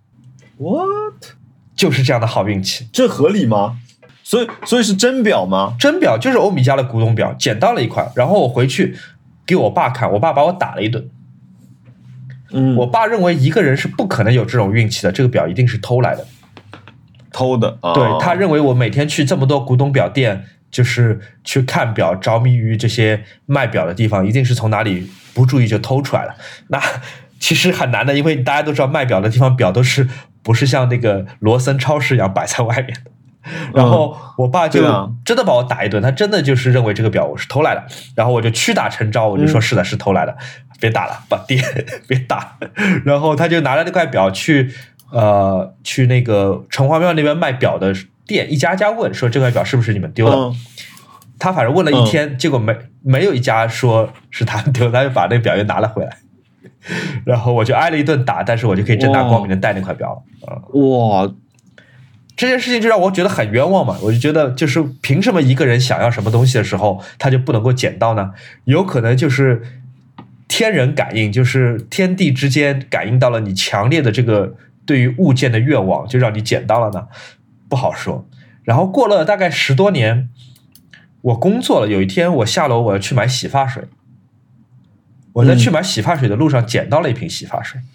，what？ 就是这样的好运气， 这合理吗？所以，所以是真表吗？ 真表就是欧米茄的古董表，捡到了一块，然后我回去给我爸看，我爸把我打了一顿。 嗯， 我爸认为一个人是不可能有这种运气的，这个表一定是偷来的。 偷的， 对，他认为我每天去这么多古董表店就是去看表，着迷于这些卖表的地方，一定是从哪里不注意就偷出来了。那其实很难的，因为大家都知道卖表的地方表都是不是像那个罗森超市一样摆在外面的。然后我爸就真的把我打一顿，他真的就是认为这个表我是偷来的，然后我就屈打成招，我就说是的，是偷来的，别打了，爸爹，别打。然后他就拿了那块表去呃去那个城隍庙那边卖表的店，一家家问说这块表是不是你们丢的。嗯、他反正问了一天，嗯、结果没没有一家说是他们丢的，他就把那表又拿了回来。然后我就挨了一顿打，但是我就可以正大光明的戴那块表了。 哇！嗯这件事情就让我觉得很冤枉嘛，我就觉得就是凭什么一个人想要什么东西的时候，他就不能够捡到呢？有可能就是天人感应，就是天地之间感应到了你强烈的这个对于物件的愿望，就让你捡到了呢？不好说。然后过了大概十多年，我工作了，有一天我下楼我要去买洗发水，我在去买洗发水的路上捡到了一瓶洗发水。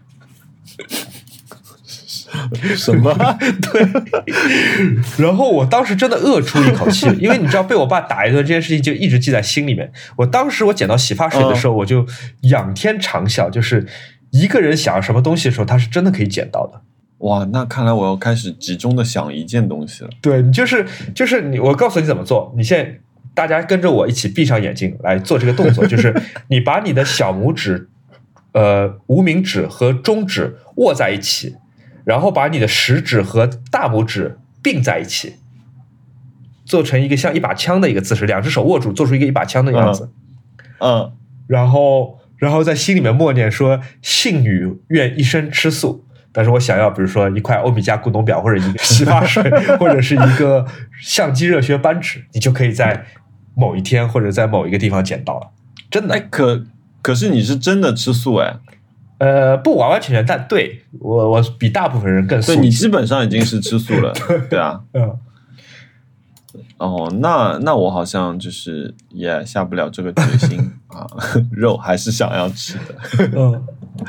什么？ 对，然后我当时真的饿出一口气，因为你知道被我爸打一顿这件事情就一直记在心里面。我当时我捡到洗发水的时候，我就仰天长啸，就是一个人想要什么东西的时候，他是真的可以捡到的。 哇，那看来我要开始集中的想一件东西了。 对，你就是就是你，我告诉你怎么做。你现在大家跟着我一起闭上眼睛来做这个动作，就是你把你的小拇指、呃无名指和中指握在一起。然后把你的食指和大拇指并在一起，做成一个像一把枪的一个姿势，两只手握住，做出一个一把枪的样子。 嗯，嗯然后然后在心里面默念说：“信女愿一生吃素。”但是我想要，比如说一块欧米茄古董表，或者一个洗发水，或者是一个相机热靴扳指，你就可以在某一天或者在某一个地方捡到了。真的？ 哎，可可是你是真的吃素哎。 呃，不完完全全，但对我我比大部分人更素。 对，你基本上已经是吃素了，对啊。 嗯。 哦，那那我好像就是也下不了这个决心啊，肉还是想要吃的。 嗯。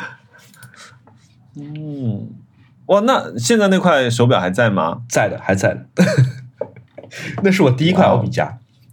嗯，哇，那现在那块手表还在吗？ 在的，还在的。那是我第一块欧米茄。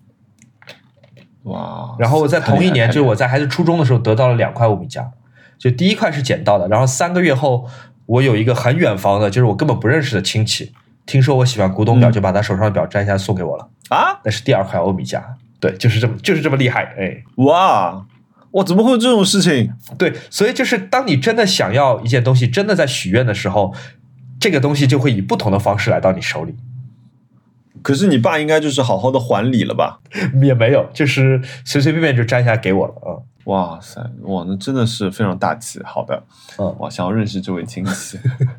哇！ 然后我在同一年，就是我在还是初中的时候得到了两块欧米茄。就第一块是捡到的，然后三个月后，我有一个很远房的，就是我根本不认识的亲戚，听说我喜欢古董表，嗯、就把他手上的表摘下来送给我了。啊，那是第二块欧米茄。对，就是这么，就是这么厉害。哎， 哇，哇，怎么会有这种事情？ 对，所以就是当你真的想要一件东西，真的在许愿的时候，这个东西就会以不同的方式来到你手里。 可是你爸应该就是好好的还礼了吧？ 也没有，就是随随便便就摘下来给我了啊。嗯哇塞，哇，那真的是非常大气。好的，嗯，我想要认识这位亲戚。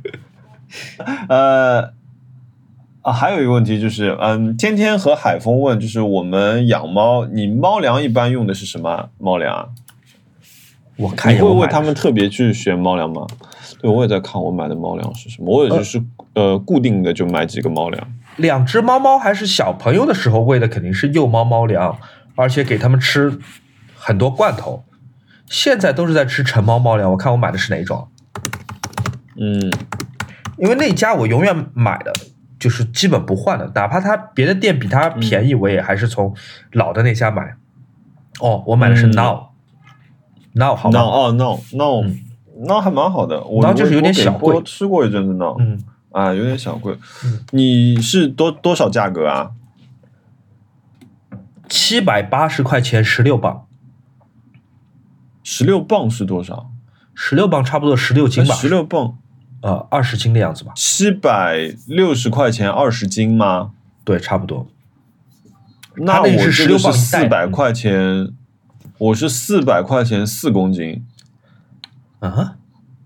呃，啊，还有一个问题就是，嗯，天天和海峰问，就是我们养猫，你猫粮一般用的是什么猫粮啊？ 我看你会为他们特别去选猫粮吗？对，我也在看我买的猫粮是什么，我也就是、呃、呃固定的就买几个猫粮。 两只猫猫还是小朋友的时候喂的肯定是幼猫猫粮，而且给他们吃很多罐头。现在都是在吃成猫猫粮，我看我买的是哪一种？ 嗯， 因为那家我永远买的就是基本不换的，哪怕它别的店比它便宜，我也还是从老的那家买。哦，我买的是 Now，Now、嗯、好吗 ？Now 哦 Now Now、嗯、Now 还蛮好的，我 Now 就是有点小贵， 吃过一阵子 Now， 嗯啊，有点小贵。 嗯、 你是多多少价格啊？ 七百八十块钱，十六磅。 十六磅是多少？ 十六磅差不多十六斤吧。 十六磅， 呃，二十斤的样子吧。 七百六十块钱二十斤吗？ 对，差不多。 那我这个是四百块钱，嗯、我是四百块钱四公斤。 啊？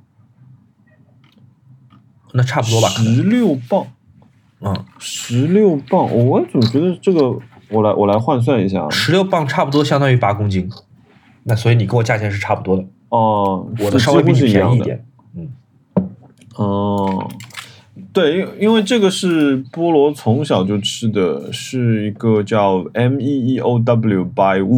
那差不多吧。 十六磅， 嗯， 十六磅，我总觉得这个，我来我来换算一下， 十六磅差不多相当于八公斤。那所以你跟我价钱是差不多的哦， 我的稍微比你便宜一点， 嗯，哦，对，因因为这个是菠萝从小就吃的，是一个叫 M E E O W by Wolf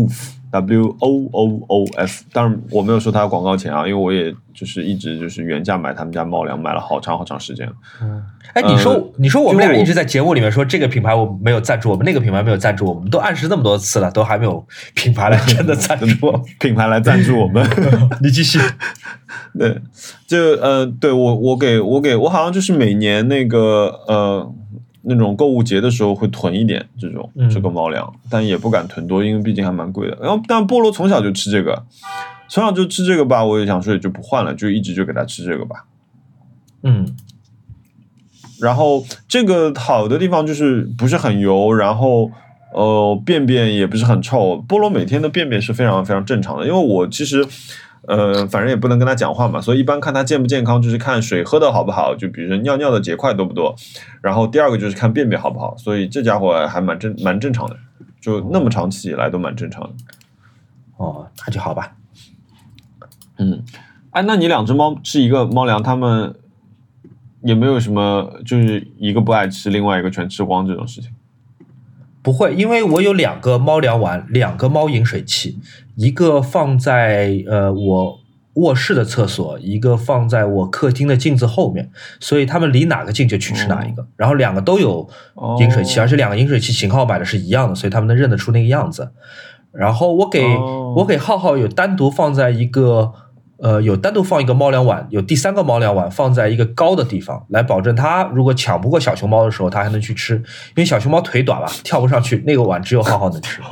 W O O O F， 当然我没有收他的广告钱啊，因为我也就是一直就是原价买他们家猫粮，买了好长好长时间了。 嗯，哎，你说、呃、你说我们俩我一直在节目里面说这个品牌我没有赞助，我们那个品牌没有赞助，我们都暗示那么多次了，都还没有品牌来真的赞助， 品牌来赞助我们。 你继续。 对，就呃，对我我给我给我好像就是每年那个呃。那种购物节的时候会囤一点这种这个猫粮、嗯，但也不敢囤多，因为毕竟还蛮贵的。然后，但菠萝从小就吃这个，从小就吃这个吧，我也想说也就不换了，就一直就给他吃这个吧。 嗯。 然后这个好的地方就是不是很油，然后呃便便也不是很臭。菠萝每天的便便是非常非常正常的，因为我其实。呃，反正也不能跟他讲话嘛，所以一般看他健不健康，就是看水喝的好不好，就比如说尿尿的结块多不多，然后第二个就是看便便好不好，所以这家伙还蛮正蛮正常的，就那么长期以来都蛮正常的。 哦，那就好吧。 嗯，哎，那你两只猫吃一个猫粮，它们也没有什么，就是一个不爱吃，另外一个全吃光这种事情？ 不会，因为我有两个猫粮丸，两个猫饮水器，一个放在呃我卧室的厕所，一个放在我客厅的镜子后面，所以他们离哪个近就去吃哪一个。哦、然后两个都有饮水器、哦，而且两个饮水器型号买的是一样的，所以他们能认得出那个样子。然后我给、哦、我给浩浩有单独放在一个。呃，有单独放一个猫粮碗，有第三个猫粮碗放在一个高的地方，来保证它如果抢不过小熊猫的时候，它还能去吃。因为小熊猫腿短吧，跳不上去，那个碗只有浩浩能吃。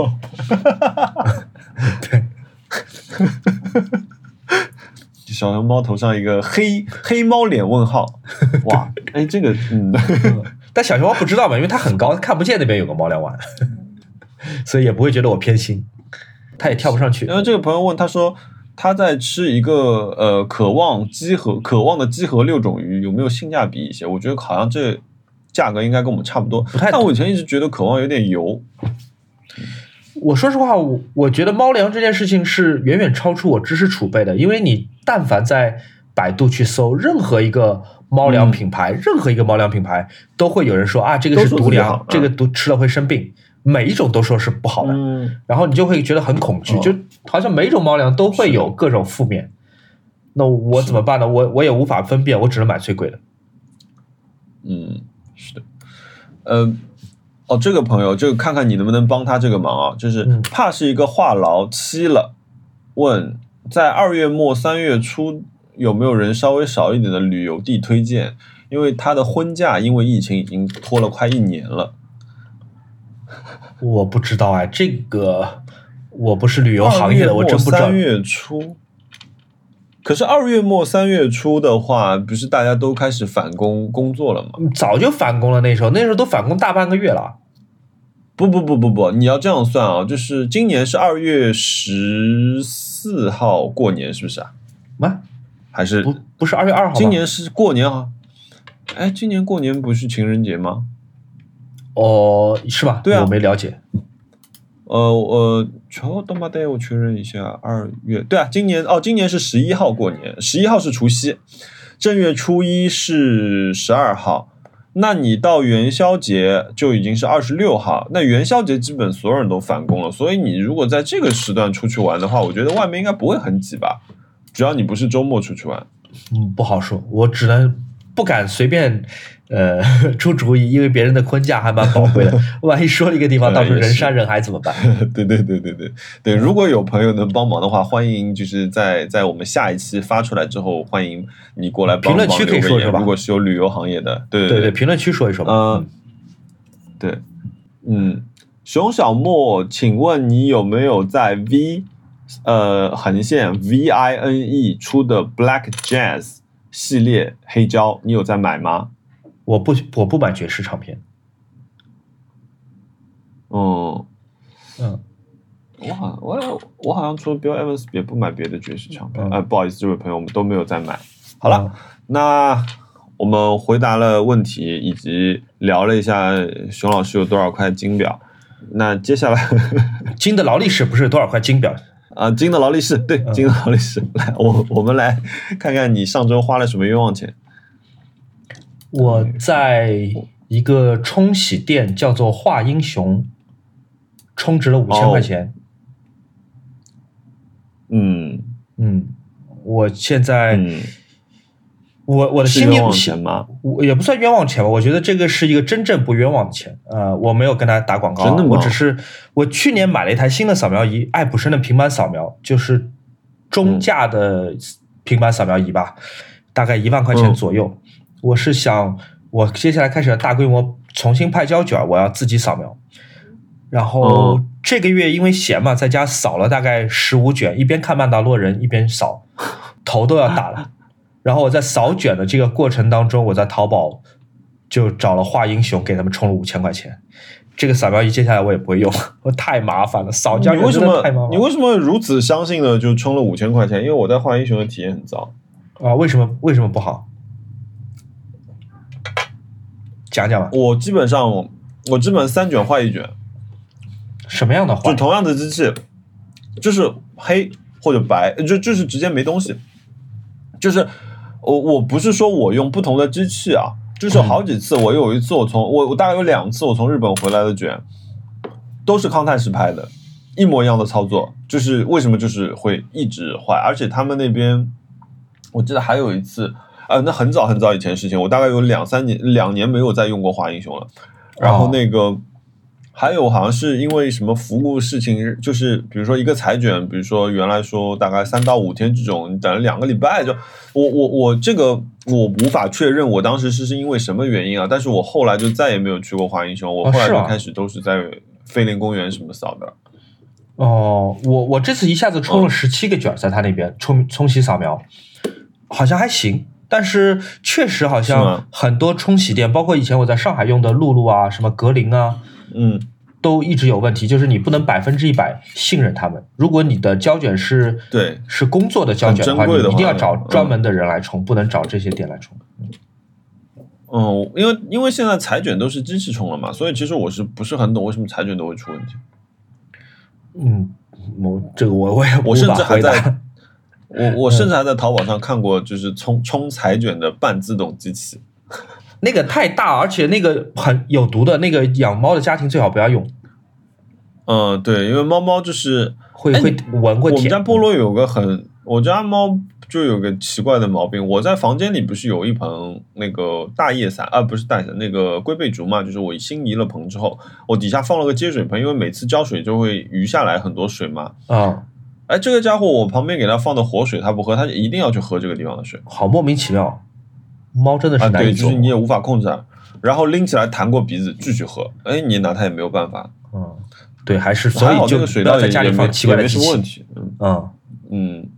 对， 小熊猫头上一个黑黑猫脸问号，哇，哎，这个嗯， 但小熊猫不知道嘛，因为它很高，它看不见那边有个猫粮碗，所以也不会觉得我偏心，它也跳不上去。 然后这个朋友问他说。他在吃一个呃，渴望鸡和渴望的鸡和六种鱼，有没有性价比一些？我觉得好像这价格应该跟我们差不多， 不太。 但我以前一直觉得渴望有点油。 我说实话，我我觉得猫粮这件事情是远远超出我知识储备的，因为你但凡在百度去搜任何一个猫粮品牌，嗯、任何一个猫粮品牌都会有人说啊，这个是毒粮，嗯、这个毒吃了会生病。每一种都说是不好的、嗯，然后你就会觉得很恐惧、哦，就好像每一种猫粮都会有各种负面。那我怎么办呢？我我也无法分辨，我只能买最贵的。 嗯，是的。呃，哦，这个朋友，就看看你能不能帮他这个忙啊。就是怕是一个话痨期了，问在二月末三月初有没有人稍微少一点的旅游地推荐？因为他的婚假因为疫情已经拖了快一年了。 我不知道哎，这个我不是旅游行业的，我真不知道。 三月初，可是二月末三月初的话，不是大家都开始返工工作了吗？ 早就返工了，那时候那时候都返工大半个月了。 不不不不不，你要这样算啊，就是今年是二月十四号过年，是不是啊？ 啊？ 还是不不是二月二号？ 今年是过年啊？哎，今年过年不是情人节吗？ 哦，是吧？ 对啊， 我没了解。 呃呃，chờ等吧，带我确认一下。二月，对啊，今年哦，今年是十一号过年，十一号是除夕，正月初一是十二号。那你到元宵节就已经是二十六号，那元宵节基本所有人都返工了，所以你如果在这个时段出去玩的话，我觉得外面应该不会很挤吧？只要你不是周末出去玩。 嗯，不好说，我只能不敢随便。呃，出主意，因为别人的婚假还蛮宝贵的，万一说了一个地方，到时候人山人海怎么办？ 对对对对对对，如果有朋友能帮忙的话，欢迎就是在在我们下一期发出来之后，欢迎你过来帮忙。 评论区可以说一说吧。 如果是有旅游行业的，对对对对，评论区说一说吧。 嗯，对，嗯，熊小莫，请问你有没有在 V 呃横线 V I N E 出的 Black Jazz 系列黑胶？你有在买吗？ 我不我不买爵士唱片。 嗯嗯， 我好我我好像除了 Bill Evans 也不买别的爵士唱片。嗯、呃，不好意思，这位朋友，我们都没有在买。好了，嗯、那我们回答了问题，以及聊了一下熊老师有多少块金表。那接下来金的劳力士不是多少块金表啊？金的劳力士，对，嗯、金的劳力士。来，我我们来看看你上周花了什么冤枉钱。 我在一个冲洗店叫做华英雄，充值了五千块钱。 嗯嗯，我现在。 嗯我我的心里是冤枉钱吗？ 我也不算冤枉钱吧，我觉得这个是一个真正不冤枉的钱。呃，我没有跟他打广告， 真的吗？ 我只是我去年买了一台新的扫描仪，爱普生的平板扫描，就是中价的平板扫描仪吧，嗯、大概一万块钱左右。嗯、我是想，我接下来开始大规模重新派胶卷，我要自己扫描。然后这个月因为闲嘛，在家扫了大概十五卷，一边看曼达洛人一边扫，头都要打了。然后我在扫卷的这个过程当中，我在淘宝就找了华英雄，给他们充了五千块钱。这个扫描仪接下来我也不会用，我太麻烦了，扫胶卷真的太麻烦了。 你为什么如此相信的就充了五千块钱？因为我在华英雄的体验很糟啊，为什么为什么不好？讲讲吧。 我基本上我基本三卷换一卷。 什么样的换？ 就同样的机器，就是黑或者白，就就是直接没东西，就是。我我不是说我用不同的机器啊，就是好几次，我有一次我从我我大概有两次我从日本回来的卷，都是康泰时拍的，一模一样的操作，就是为什么就是会一直坏，而且他们那边我记得还有一次，呃，那很早很早以前的事情，我大概有两三年两年没有再用过华英雄了，然后那个。哦还有好像是因为什么服务事情，就是比如说一个裁卷，比如说原来说大概三到五天这种，你等了两个礼拜就，我我我这个我无法确认我当时是是因为什么原因啊，但是我后来就再也没有去过华英雄，我后来就开始都是在飞林公园什么扫的。 哦，我我这次一下子充了十七个卷，在他那边冲冲洗扫描，好像还行。但是确实好像很多冲洗店，包括以前我在上海用的露露啊、什么格林啊， 嗯， 都一直有问题，就是你不能百分之一百信任他们。如果你的胶卷是对是工作的胶卷的话，你一定要找专门的人来冲，嗯、不能找这些店来冲。 嗯，因为因为现在裁卷都是机器冲了嘛，所以其实我是不是很懂为什么裁卷都会出问题。 嗯，我这个我我也我甚至还在。我我甚至还在淘宝上看过，就是冲冲裁卷的半自动机器， 那个太大，而且那个很有毒的，那个养猫的家庭最好不要用。 嗯，对，因为猫猫就是会会闻会舔。 我们家菠萝有个很，我家猫就有个奇怪的毛病。我在房间里不是有一盆那个大叶伞啊，不是大叶伞，那个龟背竹嘛，就是我新移了棚之后，我底下放了个接水盆，因为每次浇水就会余下来很多水嘛。 啊。 哎，这个家伙，我旁边给他放的活水，他不喝，他一定要去喝这个地方的水， 好莫名其妙。猫真的是难以做， 啊、对，就是你也无法控制啊。然后拎起来弹过鼻子继续喝，哎，你拿它也没有办法。 嗯，对，还是所以就不要在家里放奇怪的机器， 也没什么问题。 嗯嗯，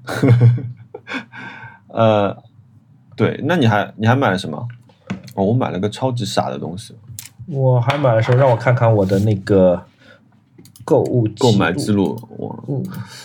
呃，对，那你还你还买了什么？哦，我买了个超级傻的东西。 我还买了什么？让我看看我的那个购物购买记录。我嗯。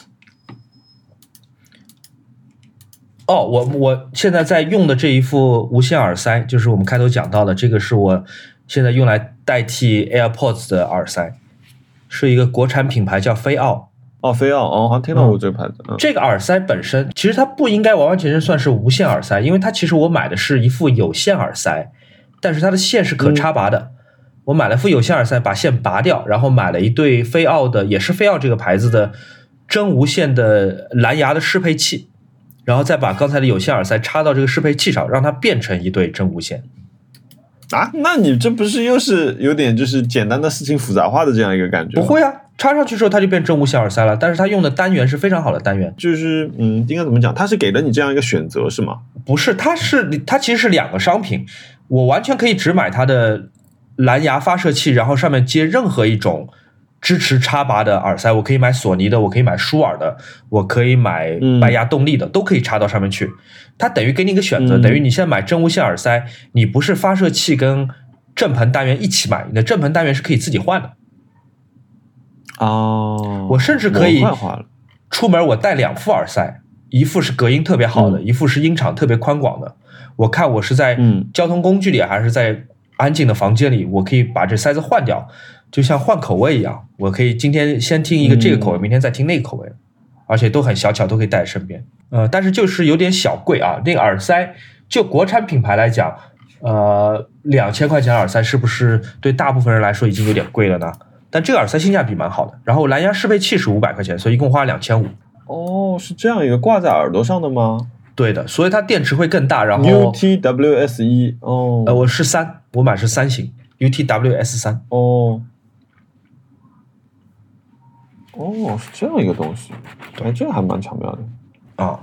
哦，我我现在在用的这一副无线耳塞，就是我们开头讲到的，这个是我现在用来代替 AirPods 的耳塞，是一个国产品牌叫飞奥。 哦，飞奥，哦，好像听到过这个牌子。嗯、 这个耳塞本身其实它不应该完完全全算是无线耳塞，因为它其实我买的是一副有线耳塞，但是它的线是可插拔的。嗯、我买了副有线耳塞，把线拔掉，然后买了一对飞奥的，也是飞奥这个牌子的真无线的蓝牙的适配器。然后再把刚才的有线耳塞插到这个适配器上，让它变成一对真无线。 啊，那你这不是又是有点就是简单的事情复杂化的这样一个感觉？ 不会啊，插上去之后它就变真无线耳塞了，但是它用的单元是非常好的单元。 就是嗯，应该怎么讲？它是给了你这样一个选择是吗？ 不是，它是它其实是两个商品，我完全可以只买它的蓝牙发射器，然后上面接任何一种支持插拔的耳塞，我可以买索尼的，我可以买舒尔的，我可以买白牙动力的，嗯、都可以插到上面去。它等于给你一个选择，嗯、等于你现在买真无线耳塞，你不是发射器跟正盆单元一起买，你的正盆单元是可以自己换的。 哦， 我甚至可以出门我带两副耳塞，一副是隔音特别好的，嗯、一副是音场特别宽广的。我看我是在交通工具里还是在安静的房间里，我可以把这塞子换掉。就像换口味一样，我可以今天先听一个这个口味，嗯、明天再听那个口味，而且都很小巧，都可以带在身边。呃，但是就是有点小贵啊。那个耳塞，就国产品牌来讲，呃，两千块钱的耳塞是不是对大部分人来说已经有点贵了呢？但这个耳塞性价比蛮好的。然后蓝牙适配器是五百块钱，所以一共花两千五。 哦，是这样一个挂在耳朵上的吗？ 对的，所以它电池会更大。然后 U T W S 一哦， 呃，我是三，我买是三型 U T W S 三。 哦，哦，是这样一个东西，哎，这个还蛮巧妙的啊。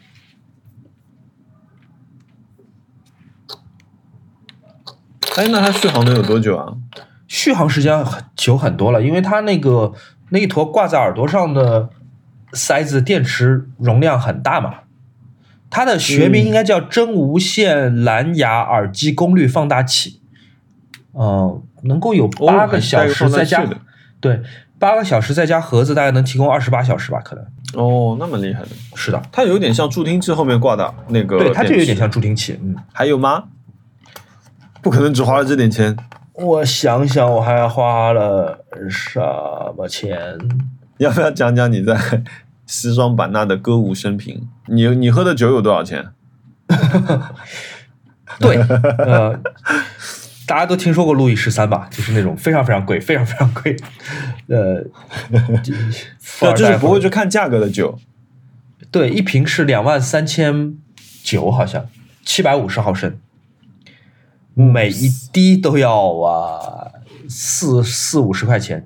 哎，那它续航能有多久啊？ 续航时间很久很多了，因为它那个那一坨挂在耳朵上的塞子电池容量很大嘛。它的学名应该叫真无线蓝牙耳机功率放大器，嗯、呃，能够有八个小时再加， 哦、 对，八个小时再加盒子，大概能提供二十八小时吧，可能。 哦，那么厉害的。 是的， 它有点像助听器后面挂的那个， 对，它就有点像助听器。嗯， 还有吗？不可能只花了这点钱。 我想想，我还花了什么钱？ 要不要讲讲你在西双版纳的歌舞生平？你你喝的酒有多少钱？ 对，呃，大家都听说过路易十三吧？就是那种非常非常贵、非常非常贵，呃， 对，就是不会去看价格的酒。 对，一瓶是两万三千九，好像七百五十毫升。每一滴都要啊四四五十块钱。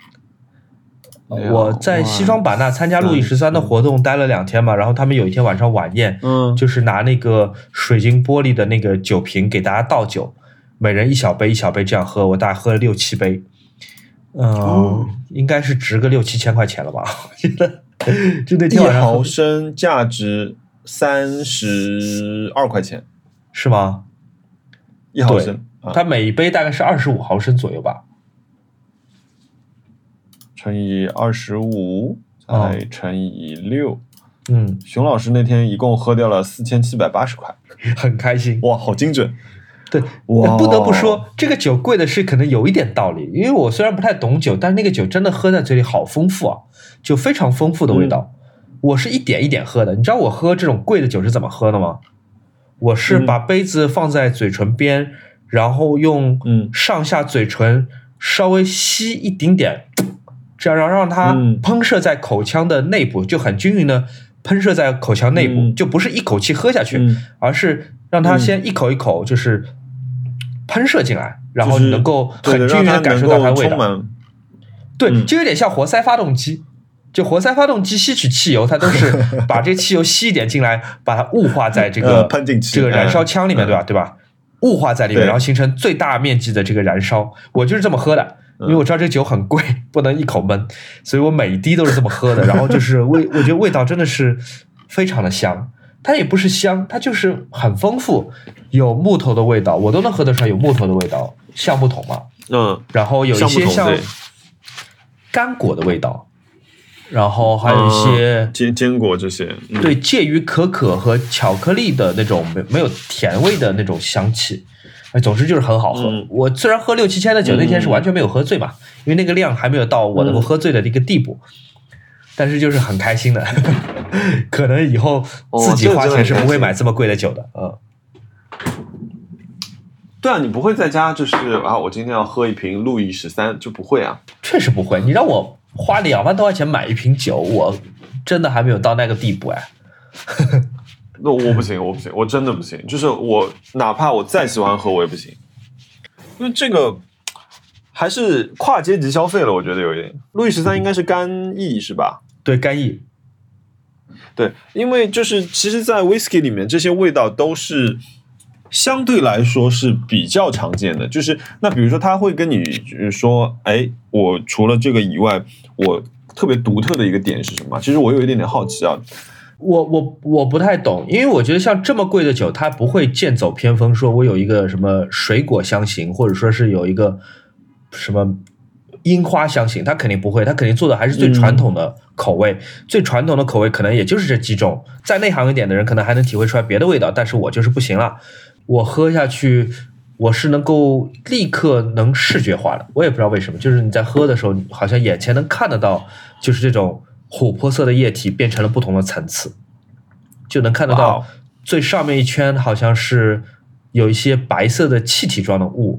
我在西双版纳参加路易十三的活动待了两天嘛，然后他们有一天晚上晚宴， 嗯， 就是拿那个水晶玻璃的那个酒瓶给大家倒酒，每人一小杯一小杯这样喝，我大概喝了六七杯，嗯、呃哦，应该是值个六七千块钱了吧？我觉得就那天晚上， 一毫升价值三十二块钱， 是吗？ 一毫升， 啊、它每一杯大概是二十五毫升左右吧， 乘以二十五，再乘以六， 嗯， 熊老师那天一共喝掉了四千七百八十块， 很开心， 哇，好精准。 对，我不得不说，这个酒贵的是可能有一点道理，因为我虽然不太懂酒，但是那个酒真的喝在嘴里好丰富啊，就非常丰富的味道。嗯、我是一点一点喝的，你知道我喝这种贵的酒是怎么喝的吗？我是把杯子放在嘴唇边，嗯、然后用上下嘴唇稍微吸一丁点，这样让让它喷射在口腔的内部，就很均匀的喷射在口腔内部， 嗯、 就不是一口气喝下去， 嗯、 而是让它先一口一口就是喷射进来，然后能够很均匀的感受到它的味道。对， 嗯、 就有点像活塞发动机。就活塞发动机吸取汽油，它都是把这汽油吸一点进来，把它雾化在这个、 呃、喷进去这个燃烧枪里面， 嗯、 对吧？对吧？雾化在里面，然后形成最大面积的这个燃烧。我就是这么喝的，因为我知道这个酒很贵，不能一口闷，所以我每一滴都是这么喝的。然后就是味，我觉得味道真的是非常的香。它也不是香，它就是很丰富，有木头的味道，我都能喝得出来有木头的味道，橡木桶嘛。 嗯， 然后有一些像干果的味道。然后还有一些坚坚果这些， 嗯、对，介于可可和巧克力的那种没没有甜味的那种香气，哎，总之就是很好喝。 嗯、 我虽然喝六七千的酒，嗯、那天是完全没有喝醉嘛，因为那个量还没有到我能够喝醉的一个地步，嗯、但是就是很开心的，可能以后自己花钱是不会买这么贵的酒的， 哦、嗯。对啊，你不会在家就是啊，我今天要喝一瓶路易十三，就不会啊， 确实不会。你让我花两万多块钱买一瓶酒，我真的还没有到那个地步哎。 那我不行，我不行，我真的不行。就是我哪怕我再喜欢喝，我也不行，因为这个还是跨阶级消费了，我觉得有一点。路易十三应该是干邑是吧？ 对，干邑。 对，因为就是其实，在 whisky 里面这些味道都是相对来说是比较常见的。就是那比如说他会跟你说，哎，我除了这个以外，我特别独特的一个点是什么？其实我有一点点好奇啊。 我我我不太懂，因为我觉得像这么贵的酒，它不会剑走偏锋，说我有一个什么水果香型，或者说是有一个什么樱花香型，它肯定不会，它肯定做的还是最传统的口味，嗯、最传统的口味可能也就是这几种。再内行一点的人可能还能体会出来别的味道，但是我就是不行了。我喝下去，我是能够立刻能视觉化的，我也不知道为什么，就是你在喝的时候，好像眼前能看得到，就是这种琥珀色的液体变成了不同的层次，就能看得到最上面一圈好像是有一些白色的气体状的雾，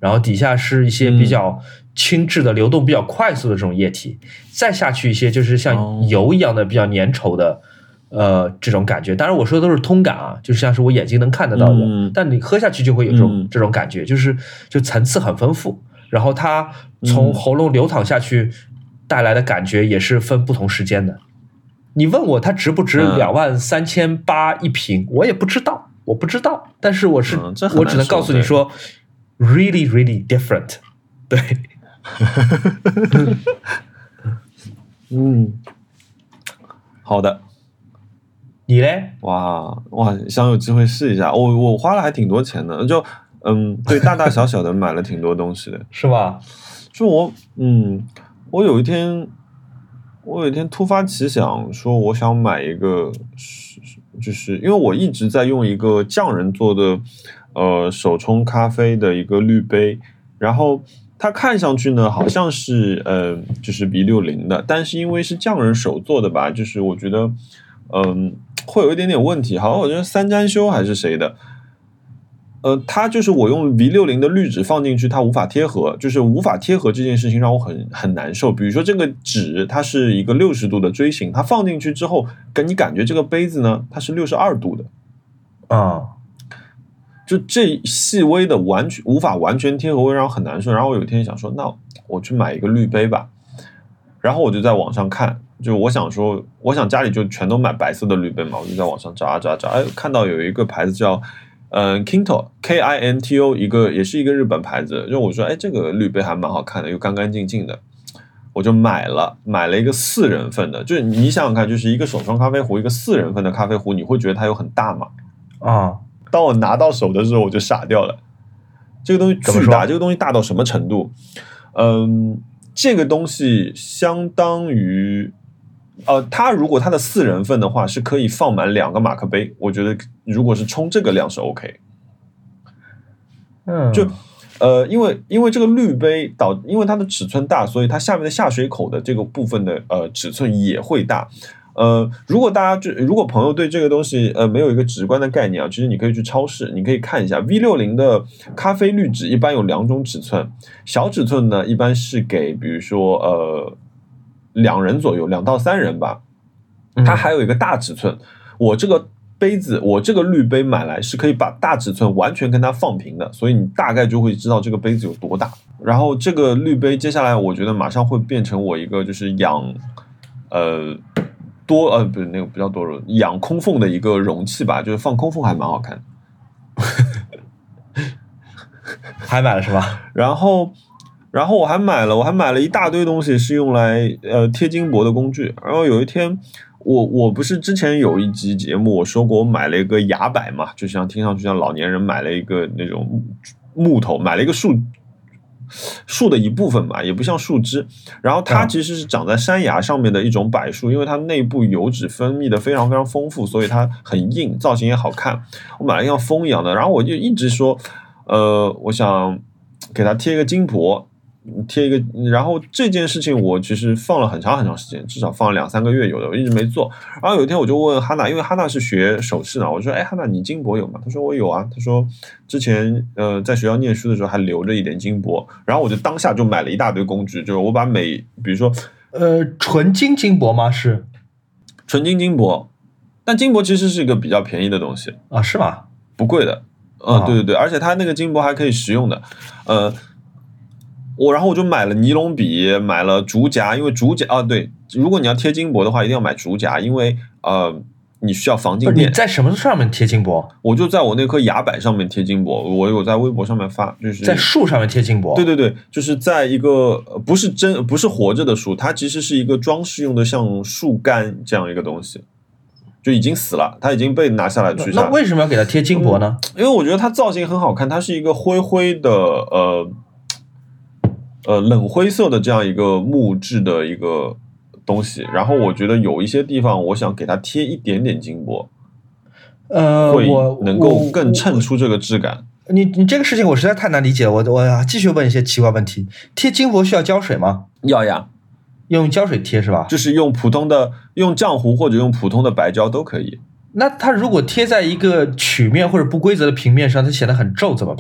然后底下是一些比较轻质的、流动比较快速的这种液体，再下去一些就是像油一样的比较粘稠的。呃，这种感觉，当然我说的都是通感啊，就像是我眼睛能看得到的，嗯、但你喝下去就会有这种、嗯、这种感觉，就是就层次很丰富，然后它从喉咙流淌下去带来的感觉也是分不同时间的。你问我它值不值两万三千八一瓶，我也不知道，我不知道，但是我是、嗯、我只能告诉你说 ，really really different， 对， 嗯，好的。 你嘞？ 哇哇，想有机会试一下。我我花了还挺多钱的，就嗯，对，大大小小的买了挺多东西的， 是吧？ 就我嗯，我有一天，我有一天突发奇想，说我想买一个，就是因为我一直在用一个匠人做的呃手冲咖啡的一个滤杯，然后它看上去呢好像是呃就是 B 六十 的，但是因为是匠人手做的吧，就是我觉得嗯。会有一点点问题，好像我觉得三詹修还是谁的，呃，它就是我用 V 六十 的滤纸放进去，它无法贴合，就是无法贴合这件事情让我很很难受。比如说这个纸它是一个六十度的锥形，它放进去之后，跟你感觉这个杯子呢它是六十二度的， 啊、嗯， 就这细微的完全无法完全贴合，会让我很难受。然后我有一天想说，那我去买一个滤杯吧，然后我就在网上看。就我想说，我想家里就全都买白色的滤杯嘛，我就在网上找啊找啊找，哎，看到有一个牌子叫嗯、呃、Kinto K I N T O， 一个也是一个日本牌子，就我说哎这个滤杯还蛮好看的，又干干净净的，我就买了，买了一个四人份的，就是你想想看，就是一个手冲咖啡壶，一个四人份的咖啡壶，你会觉得它有很大吗？ 啊， 当我拿到手的时候，我就傻掉了，这个东西巨大，这个东西大到什么程度？嗯，这个东西相当于。呃，它如果它的四人份的话，是可以放满两个马克杯。我觉得如果是冲这个量是 OK。 嗯， 就呃，因为因为这个滤杯导，因为它的尺寸大，所以它下面的下水口的这个部分的呃尺寸也会大。呃，如果大家就如果朋友对这个东西呃没有一个直观的概念啊，其实你可以去超市，你可以看一下 V 六十 的咖啡滤纸，一般有两种尺寸，小尺寸呢一般是给比如说呃。两人左右，两到三人吧。它还有一个大尺寸，我这个杯子，我这个滤杯买来是可以把大尺寸完全跟它放平的，所以你大概就会知道这个杯子有多大。然后这个滤杯接下来我觉得马上会变成我一个就是养呃多呃不是那个不叫多容养空缝的一个容器吧，就是放空缝还蛮好看还买了是吧？ 然后。然后我还买了，我还买了一大堆东西，是用来呃贴金箔的工具。然后有一天，我我不是之前有一集节目我说过，我买了一个牙摆嘛，就像听上去像老年人买了一个那种木头，买了一个树树的一部分吧，也不像树枝。然后它其实是长在山崖上面的一种柏树，因为它内部油脂分泌的非常非常丰富，所以它很硬，造型也好看。我买了像风一样的，然后我就一直说，呃，我想给它贴一个金箔。贴一个，然后这件事情我其实放了很长很长时间，至少放了两三个月有的，我一直没做。然后有一天我就问哈娜，因为哈娜是学首饰的，我说哎哈娜你金箔有吗？她说我有啊，她说之前呃在学校念书的时候还留着一点金箔，然后我就当下就买了一大堆工具，就是我把每比如说呃纯金金箔吗？是纯金金箔，但金箔其实是一个比较便宜的东西啊，是吗？ 不贵的，嗯、呃啊、对对对，而且它那个金箔还可以食用的，呃。我然后我就买了尼龙笔，买了竹夹，因为竹夹啊，对，如果你要贴金箔的话，一定要买竹夹，因为呃，你需要防静电。 你在什么上面贴金箔？ 我就在我那棵崖柏上面贴金箔，我有在微博上面发，就是在树上面贴金箔。 对对对，就是在一个不是真不是活着的树，它其实是一个装饰用的，像树干这样一个东西。就已经死了，它已经被拿下来取下。 那为什么要给它贴金箔呢？ 嗯，因为我觉得它造型很好看，它是一个灰灰的呃。呃，冷灰色的这样一个木质的一个东西，然后我觉得有一些地方，我想给它贴一点点金箔， 呃， 会能够更衬出这个质感。 你你这个事情我实在太难理解了，我我继续问一些奇怪问题。贴金箔需要胶水吗？ 要呀， 用胶水贴是吧？ 就是用普通的用浆糊或者用普通的白胶都可以。 那它如果贴在一个曲面或者不规则的平面上，它显得很皱怎么办？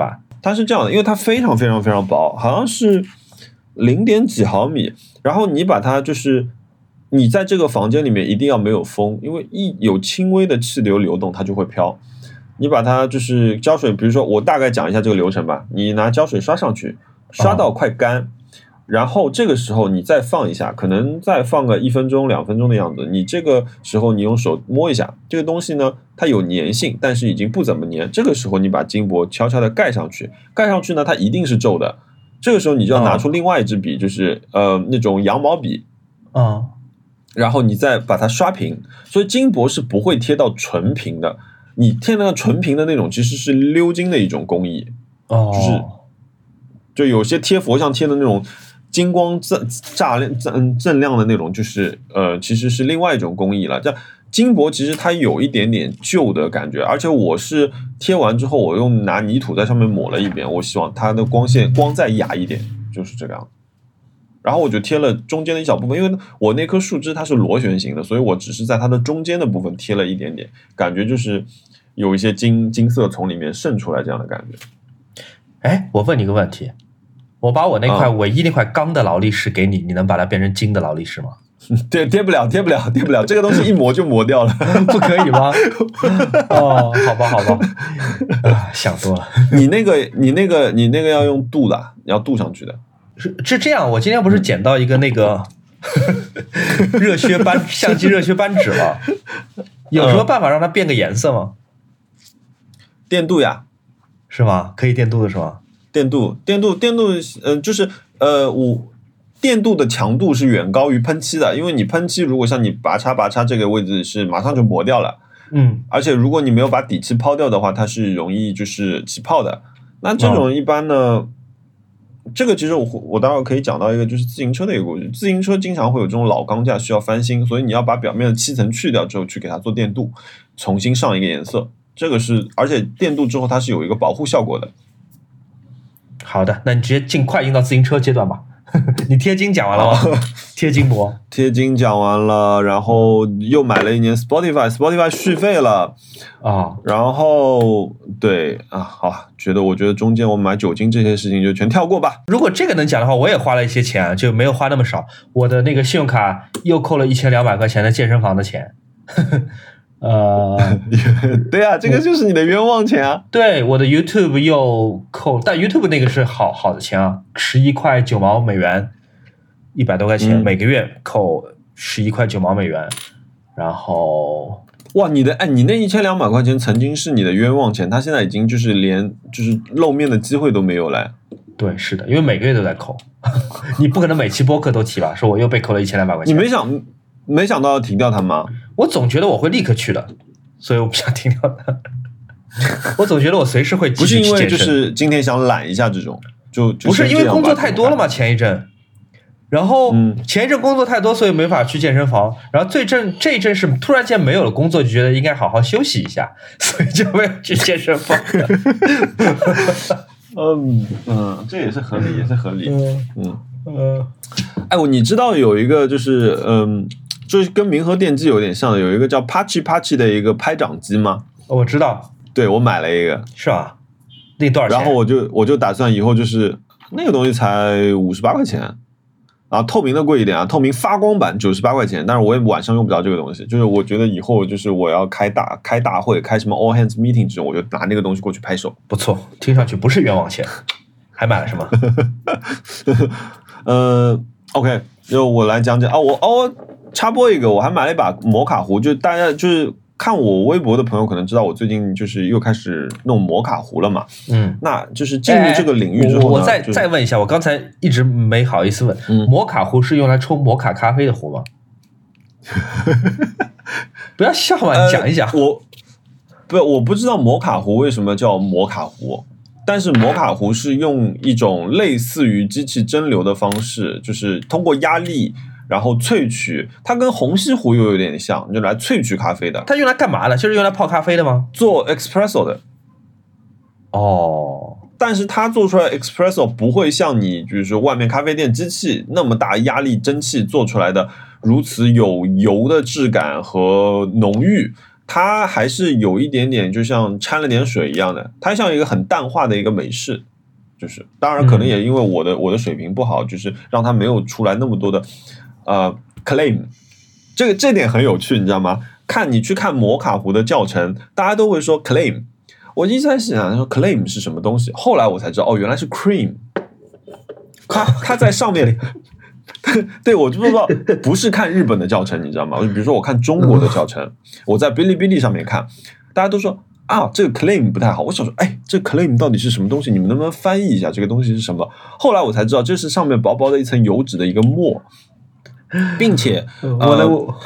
它是这样的，因为它非常非常非常薄，好像是零点几毫米，然后你把它就是你在这个房间里面一定要没有风，因为一有轻微的气流流动它就会飘。你把它就是胶水，比如说我大概讲一下这个流程吧，你拿胶水刷上去，刷到快干。哦，然后这个时候你再放一下，可能再放个一分钟两分钟的样子，你这个时候你用手摸一下这个东西呢，它有粘性，但是已经不怎么粘，这个时候你把金箔悄悄的盖上去，盖上去呢它一定是皱的，这个时候你就要拿出另外一支笔，就是呃那种羊毛笔， 嗯， 然后你再把它刷平，所以金箔是不会贴到纯平的，你贴那个纯平的那种其实是鎏金的一种工艺， 哦， 就是就有些贴佛像贴的那种金光锃炸亮锃锃亮的那种，就是呃，其实是另外一种工艺了。这金箔其实它有一点点旧的感觉，而且我是贴完之后，我用拿泥土在上面抹了一遍，我希望它的光线光再雅一点，就是这个样子。然后我就贴了中间的一小部分，因为我那棵树枝它是螺旋形的，所以我只是在它的中间的部分贴了一点点，感觉就是有一些金金色从里面渗出来这样的感觉。 哎，我问你个问题。我把我那块唯一那块钢的劳力士给你，嗯、你能把它变成金的劳力士吗？ 对，贴不了，贴不了，贴不了，这个东西一磨就磨掉了， 不可以吗？哦，好吧，好吧，啊，想多了。 你那个，你那个，你那个要用镀的，你要镀上去的。 是是这样，我今天不是捡到一个那个热靴扳相机热靴扳指吗？有什么办法让它变个颜色吗？ 电镀呀， 是吗？可以电镀的是吗？ 电镀，电镀，电镀，呃，就是呃，我电镀的强度是远高于喷漆的，因为你喷漆如果像你拔插拔插这个位置是马上就磨掉了， 嗯， 而且如果你没有把底漆抛掉的话，它是容易就是起泡的。那这种一般呢，哦、这个其实我我待会可以讲到一个就是自行车的一个故事，自行车经常会有这种老钢架需要翻新，所以你要把表面的漆层去掉之后去给它做电镀，重新上一个颜色，这个是而且电镀之后它是有一个保护效果的。 好的，那你直接尽快用到自行车阶段吧。你贴金讲完了吗？贴金箔， 贴金讲完了，然后又买了一年 Spotify，Spotify 续费了啊、哦， 然后对啊，好，觉得我觉得中间我买酒精这些事情就全跳过吧。 如果这个能讲的话，我也花了一些钱，就没有花那么少。我的那个信用卡又扣了一千两百块钱的健身房的钱。呃， 对啊，这个就是你的冤枉钱啊。 对，我的 YouTube 又扣，但 YouTube 那个是好好的钱啊，十一块九毛美元，一百多块钱、嗯，每个月扣十一块九毛美元。然后， 哇，你的哎，你那一千两百块钱曾经是你的冤枉钱，他现在已经就是连就是露面的机会都没有了。 对，是的，因为每个月都在扣，你不可能每期播客都提吧？说我又被扣了一千两百块钱， 你没想没想到要停掉它吗？ 我总觉得我会立刻去的，所以我不想停掉它。我总觉得我随时会继续去健身。 不是因为就是今天想懒一下这种，就, 就不是因为工作太多了嘛，前一阵，然后前一阵工作太多，所以没法去健身房。然后最阵这一阵是突然间没有了工作，就觉得应该好好休息一下，所以就没有去健身房。 嗯嗯，这也是合理，也是合理。 嗯嗯嗯， 哎，我你知道有一个就是嗯。就是跟明和电机有点像的，有一个叫 Pachi Pachi 的一个拍掌机吗？ 我知道， 对，我买了一个， 是吧？那多少钱？ 然后我就我就打算以后就是那个东西才五十八块钱，然后透明的贵一点啊，透明发光版九十八块钱，但是我也晚上用不着这个东西，就是我觉得以后就是我要开大开大会，开什么 all hands meeting 这种，我就拿那个东西过去拍手。 不错，听上去不是冤枉钱，还买了什么？ 呃 ，OK， 就我来讲讲啊，我哦。插播一个，我还买了一把摩卡壶，就大家就是看我微博的朋友可能知道，我最近就是又开始弄摩卡壶了嘛。 嗯， 那就是进入这个领域之后呢， 我, 我再、 就是、 再问一下，我刚才一直没好意思问， 嗯、 摩卡壶是用来冲摩卡咖啡的壶吗？不要笑嘛，你讲一讲。 呃、我不，我不知道摩卡壶为什么叫摩卡壶。但是摩卡壶是用一种类似于机器蒸馏的方式，就是通过压力然后萃取，它跟虹吸壶又有点像，就来萃取咖啡的。 它用来干嘛的？就是用来泡咖啡的吗？ 做 espresso 的。 哦， 但是它做出来 espresso 不会像你就是说外面咖啡店机器那么大压力蒸汽做出来的如此有油的质感和浓郁，它还是有一点点就像掺了点水一样的，它像一个很淡化的一个美式。 就是当然可能也因为我的、嗯、我的水平不好，就是让它没有出来那么多的呃 claim。这个这点很有趣，你知道吗？看你去看摩卡壶的教程，大家都会说 claim。我一直在想说 claim 是什么东西，后来我才知道，哦，原来是 cream。它它在上面，对，我就不知道，不是看日本的教程，你知道吗？比如说我看中国的教程，我在哔哩哔哩上面看，大家都说啊，这个 claim 不太好。我想说，哎，这个 claim 到底是什么东西？你们能不能翻译一下这个东西是什么？后来我才知道，这是上面薄薄的一层油脂的一个沫。并且， 我能、呃、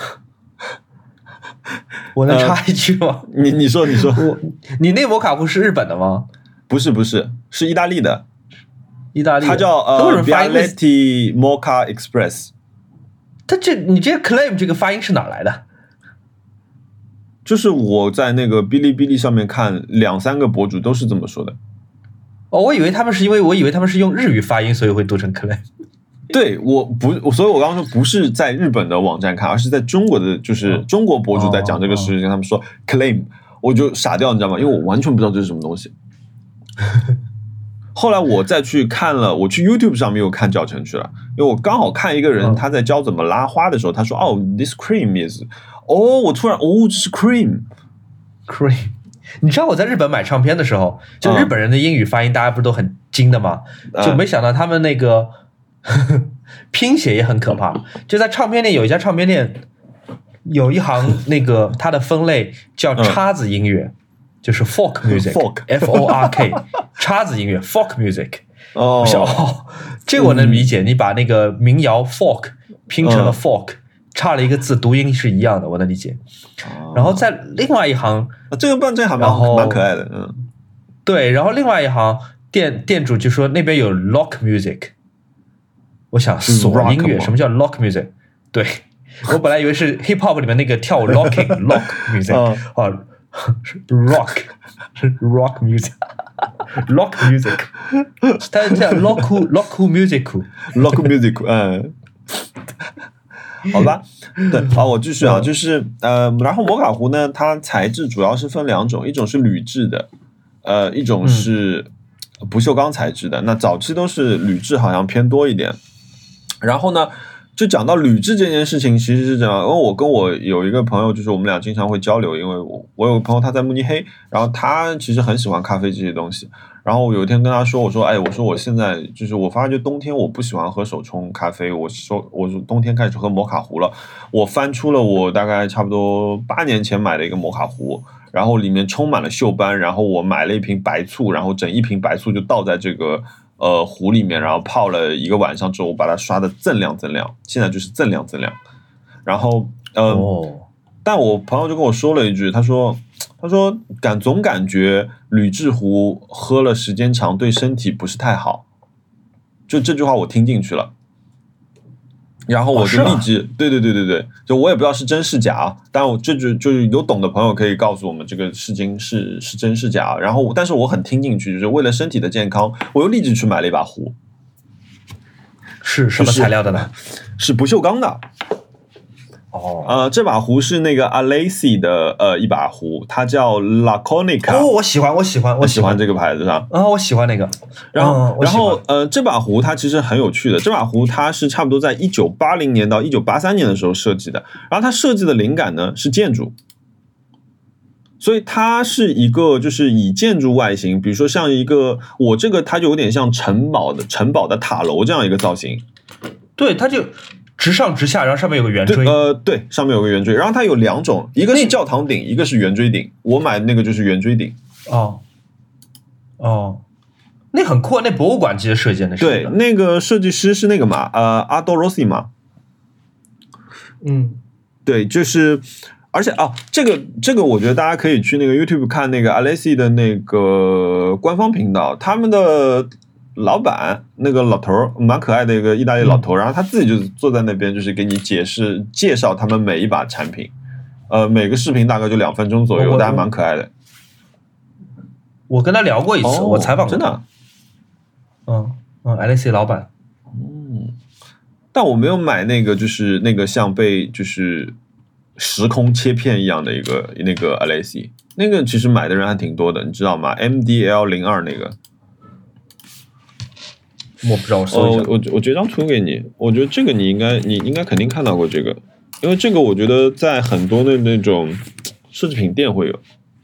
我能插一句吗？ 呃、你你说你说， 我你那摩卡壶是日本的吗？ 不是不是，是意大利的， 意大利的， 它叫呃 Bialetti Mocha Express。 它这你这个 claim 这个发音是哪来的？ 就是我在那个哔哩哔哩上面看，两三个博主都是这么说的。 哦，我以为他们是因为我以为他们是用日语发音，所以会读成 claim。 对，我不，所以我刚刚说不是在日本的网站看，而是在中国的，就是中国博主在讲这个事情，哦、他们说 claim， 我就傻掉，你知道吗？因为我完全不知道这是什么东西。后来我再去看了，我去 YouTube 上面又看教程去了，因为我刚好看一个人他在教怎么拉花的时候，他说哦 ，this cream is， 哦，我突然哦，这是 cream，cream。 你知道我在日本买唱片的时候，就日本人的英语发音大家不是都很精的吗？嗯、就没想到他们那个。拼写也很可怕，就在唱片店有一家唱片店，有一行那个它的分类叫叉子音乐，嗯、就是 folk music，F O R K， 叉子音乐 folk music。哦，哦，这个我能理解，嗯、你把那个民谣 folk 拼成了 folk，、嗯、差了一个字，读音是一样的，我能理解。哦、然后在另外一行， 啊、这个这还蛮蛮可爱的，嗯， 对，然后另外一行店店主就说那边有 rock music。我想锁音乐，什么叫 rock music？ 对，我本来以为是 hip hop 里面那个跳舞 locking rock music， 啊、哦、，rock 是 rock music，rock music， 它叫 rock rock music rock music， 嗯，好吧，对，好，我继续啊，就是呃，然后摩卡壶呢，它材质主要是分两种，一种是铝制的，呃，一种是不锈钢材质的。那早期都是铝制，好像偏多一点。然后呢，就讲到铝制这件事情，其实是这样，因为我跟我有一个朋友，就是我们俩经常会交流，因为我我有个朋友他在慕尼黑，然后他其实很喜欢咖啡这些东西。然后我有一天跟他说，我说，哎，我说我现在就是我发觉冬天我不喜欢喝手冲咖啡，我说我说冬天开始喝摩卡壶了。我翻出了我大概差不多八年前买的一个摩卡壶，然后里面充满了锈斑，然后我买了一瓶白醋，然后整一瓶白醋就倒在这个。呃，壶里面，然后泡了一个晚上之后，我把它刷的锃亮锃亮，现在就是锃亮锃亮。然后，嗯、呃哦，但我朋友就跟我说了一句，他说，他说感总感觉铝制壶喝了时间长对身体不是太好，就这句话我听进去了。然后我就立即，哦啊、对对对对对，就我也不知道是真是假，但我这就就是有懂的朋友可以告诉我们这个事情是是真是假。然后，但是我很听进去，就是为了身体的健康，我又立即去买了一把壶。 是什么材料的呢？ 是不锈钢的。哦，呃，这把壶是那个 Alessi 的呃一把壶，它叫 Laconica。 哦，我喜欢，我喜欢，我喜欢这个牌子上。 啊、哦，我喜欢那个。 然后， 嗯、 然后呃，这把壶它其实很有趣的。这把壶它是差不多在一九八零年到一九八三年的时候设计的。然后它设计的灵感呢是建筑，所以它是一个就是以建筑外形，比如说像一个我这个它就有点像城堡的城堡的塔楼这样一个造型。 对，它就。直上直下，然后上面有个圆锥。 呃，对，上面有个圆锥。然后它有两种，一个是教堂顶，一个是圆锥顶。我买的那个就是圆锥顶。 哦，哦，那很酷，那博物馆级的设计那是。 对，那个设计师是那个嘛，呃，阿多罗西嘛。 嗯， 对，就是，而且啊，这个这个，我觉得大家可以去那个 YouTube 看那个 Alessi 的那个官方频道，他们的。老板那个老头蛮可爱的一个意大利老头，然后他自己就坐在那边，就是给你解释介绍他们每一把产品，呃，每个视频大概就两分钟左右，但还蛮可爱的。 我跟他聊过一次，哦、我采访过真的。 嗯嗯 ，Alessi 老板。 嗯，但我没有买那个，就是那个像被就是时空切片一样的一个那个 Alessi， 那个其实买的人还挺多的，你知道吗 ？M D L 零二 那个。 我不知道，我搜一下。 哦、我我截张图给你，我觉得这个你应该你应该肯定看到过这个，因为这个我觉得在很多的那种奢侈品店会有。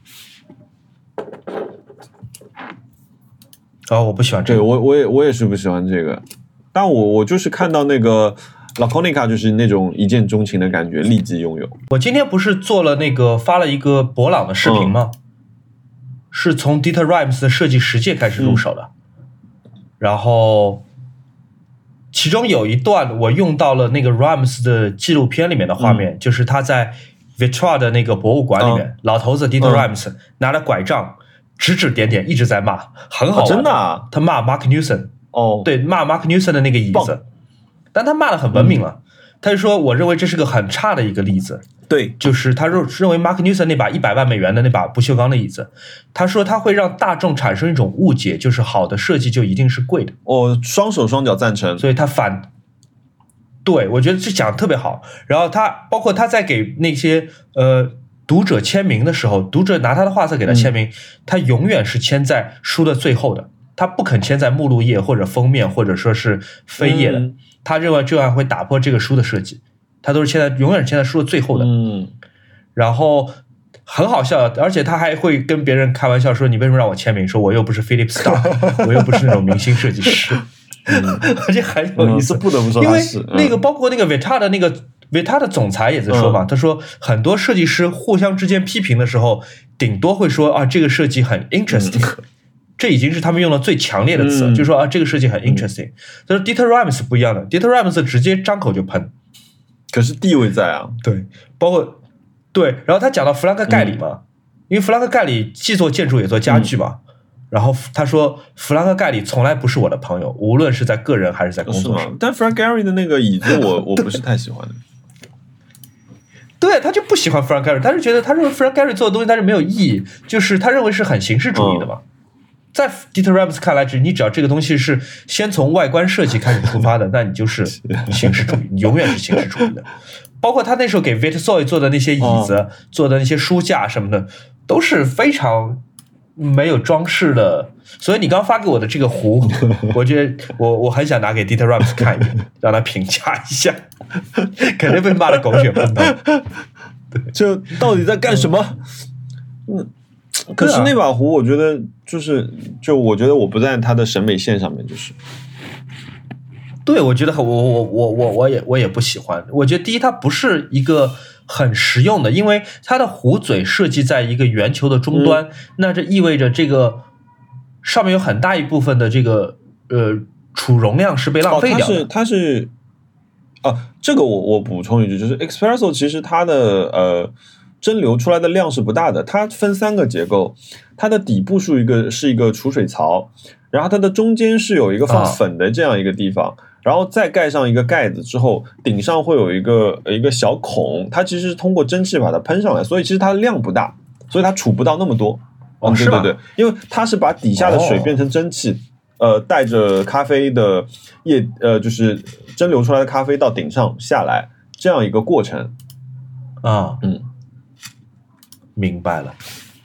哦，我不喜欢这个， 对我我也我也是不喜欢这个，但我我就是看到那个 Laconica 就是那种一见钟情的感觉，立即拥有。 我今天不是做了那个发了一个博朗的视频吗？嗯、是从 Dieter Rams 的设计实践开始入手的，嗯、然后其中有一段我用到了那个 Rams 的纪录片里面的画面，嗯、就是他在 Vitra 的那个博物馆里面，嗯、老头子 Dieter Rams、嗯、拿着拐杖指指点点一直在骂，很好玩、哦、 真的、啊， 他骂 Mark Newson 哦， 对，骂 Mark Newson 的那个椅子，但他骂得很文明了。嗯他就说，我认为这是个很差的一个例子。 对， 就是他认认为 Mark Newson 那把一百万美元的那把不锈钢的椅子，他说他会让大众产生一种误解，就是好的设计就一定是贵的。 哦，双手双脚赞成。 所以他反，对，我觉得这讲得特别好。然后他包括他在给那些呃读者签名的时候，读者拿他的画册给他签名，嗯、他永远是签在书的最后的，他不肯签在目录页或者封面或者说是扉页的。嗯他认为这样会打破这个书的设计，他都是签在永远是签在书的最后的。 嗯， 然后很好笑，而且他还会跟别人开玩笑说：“你为什么让我签名？说我又不是 Philip Stark， 我又不是那种明星设计师。”嗯，而且很有意思， 嗯、不得不说他是， 因为那个、嗯、包括那个 Vita 的那个 Vita 的总裁也在说嘛，嗯、他说很多设计师互相之间批评的时候，顶多会说啊这个设计很 interesting。嗯这已经是他们用了最强烈的词，嗯、就是说啊，这个设计很 interesting。但是 Dieter Rams 不一样的 ，Dieter Rams 直接张口就喷。 可是地位在啊， 对，包括对，然后他讲到弗兰克盖里嘛，嗯、因为弗兰克盖里既做建筑也做家具嘛，嗯、然后他说弗兰克盖里从来不是我的朋友，无论是在个人还是在工作上。 但 Frank Gehry 的那个椅子我，我我不是太喜欢的。 对，他就不喜欢 Frank Gehry， 他是觉得他认为 Frank Gehry 做的东西但是没有意义，就是他认为是很形式主义的嘛。嗯在 Dieter Rams 看来，你只要这个东西是先从外观设计开始出发的，那你就是形式主义，你永远是形式主义的。包括他那时候给 Vitsoy 做的那些椅子、哦、做的那些书架什么的，都是非常没有装饰的。所以你刚发给我的这个壶，我觉得我我很想拿给 Dieter Rams 看一眼，让他评价一下，肯定被骂的狗血喷头。 这到底在干什么？嗯。可是那把壶，我觉得就是，就我觉得我不在他的审美线上面，就是。 对，我觉得我我我我我也我也不喜欢。我觉得第一，它不是一个很实用的，因为它的壶嘴设计在一个圆球的终端，嗯、那这意味着这个上面有很大一部分的这个呃储容量是被浪费掉的。 哦、它是它是啊，这个我我补充一句，就是 Espresso 其实它的呃。蒸馏出来的量是不大的，它分三个结构，它的底部是一个是一个储水槽，然后它的中间是有一个放粉的这样一个地方，啊、然后再盖上一个盖子之后，顶上会有一个一个小孔，它其实是通过蒸汽把它喷上来，所以其实它的量不大，所以它储不到那么多。 哦， 嗯、对对对，因为它是把底下的水变成蒸汽，哦、呃，带着咖啡的液，呃，就是蒸馏出来的咖啡到顶上下来这样一个过程。 啊， 嗯。 明白了，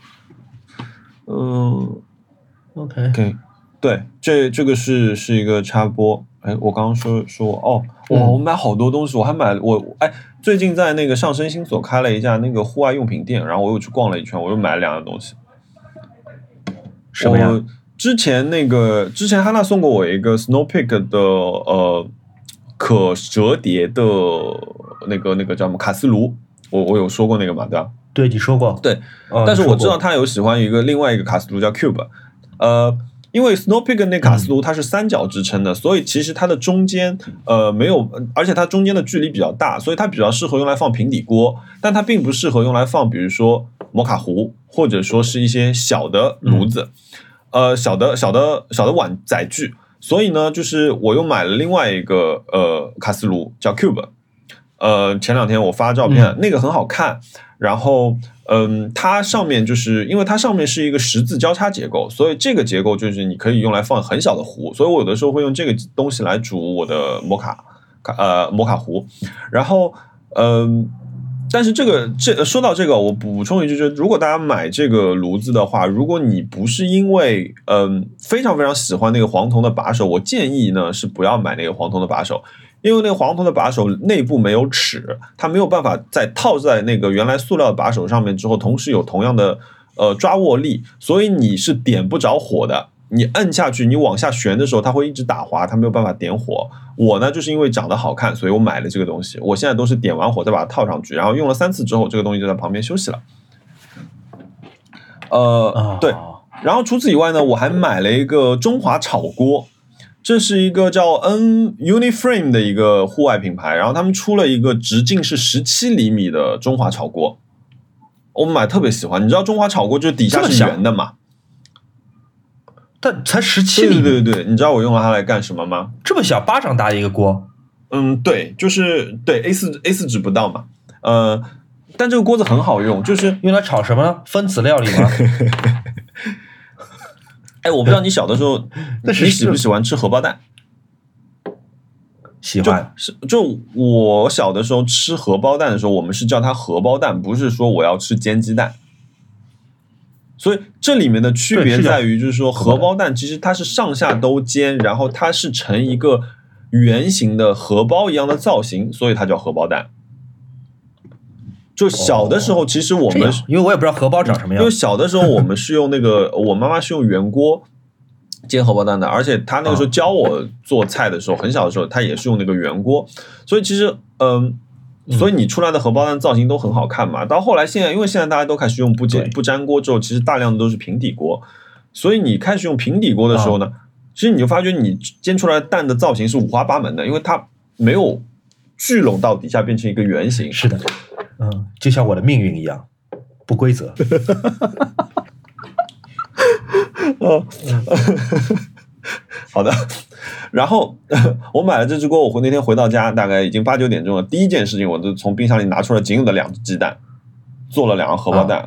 嗯 ，OK OK， 对，这这个是是一个插播。哎，我刚刚说说哦，我、嗯、我买好多东西，我还买我哎，最近在那个上升星所开了一家那个户外用品店，然后我又去逛了一圈，我又买了两样东西。 什么呀？ 之前那个之前汉娜送过我一个 Snow Peak 的呃可折叠的那个那个叫什么卡斯炉，我我有说过那个嘛，对吧？ 对，你说过。 对，哦、但是我知道他有喜欢一个另外一个卡斯炉叫 Cube， 呃，因为 Snow Peak 那卡斯炉它是三角支撑的，嗯、所以其实它的中间呃没有，而且它中间的距离比较大，所以它比较适合用来放平底锅，但它并不适合用来放，比如说摩卡壶，或者说是一些小的炉子，嗯、呃，小的小的小的碗载具。所以呢，就是我又买了另外一个呃卡斯炉叫 Cube， 呃，前两天我发照片，嗯、那个很好看。然后，嗯，它上面就是因为它上面是一个十字交叉结构，所以这个结构就是你可以用来放很小的壶，所以我有的时候会用这个东西来煮我的摩卡，呃，摩卡壶。然后，嗯， 但是这个这说到这个，我补充一句，就是如果大家买这个炉子的话，如果你不是因为嗯非常非常喜欢那个黄铜的把手，我建议呢是不要买那个黄铜的把手，因为那个黄铜的把手内部没有齿，它没有办法在套在那个原来塑料的把手上面之后，同时有同样的呃抓握力，所以你是点不着火的。你摁下去，你往下旋的时候，它会一直打滑，它没有办法点火。我呢，就是因为长得好看，所以我买了这个东西。我现在都是点完火再把它套上去，然后用了三次之后，这个东西就在旁边休息了。呃，对。然后除此以外呢，我还买了一个中华炒锅，这是一个叫 N Uniframe 的一个户外品牌，然后他们出了一个直径是十七厘米的中华炒锅，我们买特别喜欢。你知道中华炒锅就是底下是圆的嘛？ 但才十七厘米， 对对对，你知道我用了它来干什么吗？ 这么小，巴掌大的一个锅。 嗯，对，就是对 A 四 A 四纸不到嘛。呃，但这个锅子很好用，就是用来炒什么呢？分子料理吗？ 哎，我不知道你小的时候，你喜不喜欢吃荷包蛋？ 喜欢。 是就我小的时候吃荷包蛋的时候，我们是叫它荷包蛋，不是说我要吃煎鸡蛋。所以这里面的区别在于，就是说荷包蛋其实它是上下都煎，然后它是呈一个圆形的荷包一样的造型，所以它叫荷包蛋。就小的时候，其实我们、哦、 因为我也不知道荷包长什么样， 因为小的时候我们是用那个我妈妈是用圆锅煎荷包蛋的，而且她那个时候教我做菜的时候，很小的时候她也是用那个圆锅，所以其实嗯。所以你出来的荷包蛋造型都很好看嘛。到后来现在，因为现在大家都开始用不煎不粘锅之后，其实大量的都是平底锅。所以你开始用平底锅的时候呢，哦、其实你就发觉你煎出来的蛋的造型是五花八门的，因为它没有聚拢到底下变成一个圆形。 是的，嗯，就像我的命运一样，不规则。 哦，好的。然后我买了这只锅，我那天回到家大概已经八九点钟了，第一件事情我就从冰箱里拿出了仅有的两只鸡蛋，做了两个荷包蛋、啊、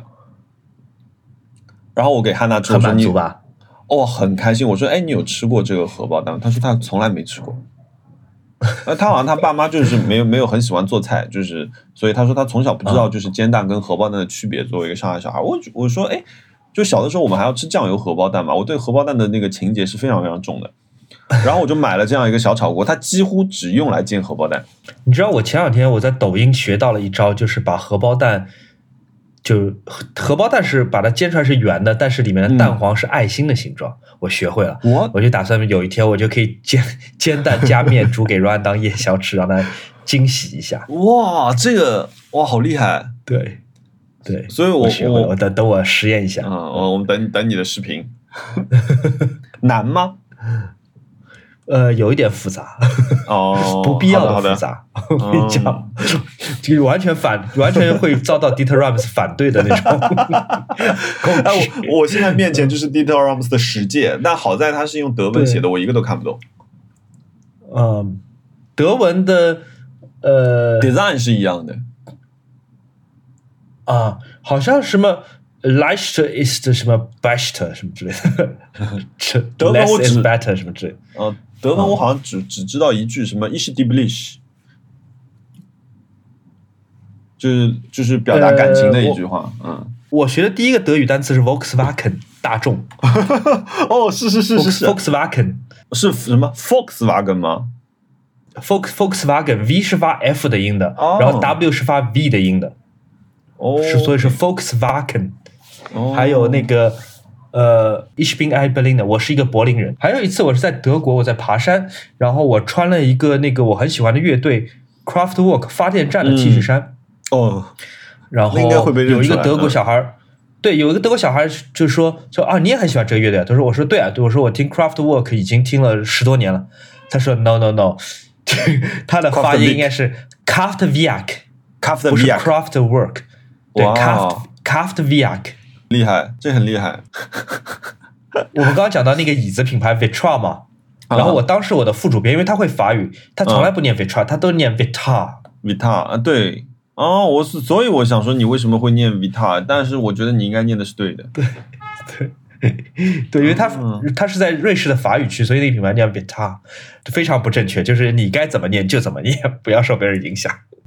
然后我给汉娜吃， 很满足吧？ 哦，很开心。我说哎，你有吃过这个荷包蛋？他说他从来没吃过。他好像他爸妈就是没有没有很喜欢做菜，就是所以他说他从小不知道就是煎蛋跟荷包蛋的区别。作为一个上海小孩，我我说哎，就小的时候我们还要吃酱油荷包蛋嘛，我对荷包蛋的那个情节是非常非常重的。然后我就买了这样一个小炒锅，它几乎只用来煎荷包蛋。 你知道我前两天我在抖音学到了一招，就是把荷包蛋，就荷包蛋是把它煎出来是圆的，但是里面的蛋黄是爱心的形状。嗯、我学会了，我我就打算有一天我就可以煎煎蛋加面煮给 Ryan 当夜宵吃，让他惊喜一下。 哇，这个哇好厉害！ 对对， 所以我我学会了，我等等我实验一下。 嗯，我我们等等你的视频。难吗？ 呃，有一点复杂哦， 不必要的复杂。我跟你讲，这、嗯、完全反，完全会遭到 Dieter Rams 反对的那种。 哎，我我现在面前就是 Dieter Rams 的十诫，但好在他是用德文写的，我一个都看不懂。 嗯，德文的呃 design 是一样的啊，好像什么。Leichter ist 什么 Best 什么之类的， 德文我只 better 什么之类的。 呃，德文我好像只、嗯、只知道一句什么 Ich liebe dich， 就是就是表达感情的一句话。 呃、 嗯， 我学的第一个德语单词是 Volkswagen 大众。 哦，是是是是是 Volkswagen 是什么 Volkswagen 吗 ？Volks Volkswagen V 是发 F 的音的， 哦、 然后 W 是发 V 的音的。 哦， 是所以是 Volkswagen。哦、还有那个呃 Ich bin ein Berliner， 我是一个柏林人。还有一次我是在德国，我在爬山，然后我穿了一个那个我很喜欢的乐队 Kraftwerk 发电站的 T 恤衫。 嗯、哦， 然后有一个德国小孩，嗯、对，有一个德国小孩就说说啊，你也很喜欢这个乐队啊？他说，我说对啊，对，我说我听 Kraftwerk 已经听了十多年了。他说 No No No， 他的发音应该是 Kraftwerk， 不是 Kraftwerk。对 ，Kraft Kraftwerk 厉害，这很厉害。 我们刚刚讲到那个椅子品牌 Vitra 嘛， 啊、 然后我当时我的副主编，因为他会法语，他从来不念 Vitra，、啊、他都念 Vita。 Vita 啊，对，哦，我是，所以我想说你为什么会念 Vita， 但是我觉得你应该念的是对的。 对对对，因为他、嗯、他是在瑞士的法语区，所以那个品牌念 Vita， 非常不正确，就是你该怎么念就怎么念，不要受别人影响。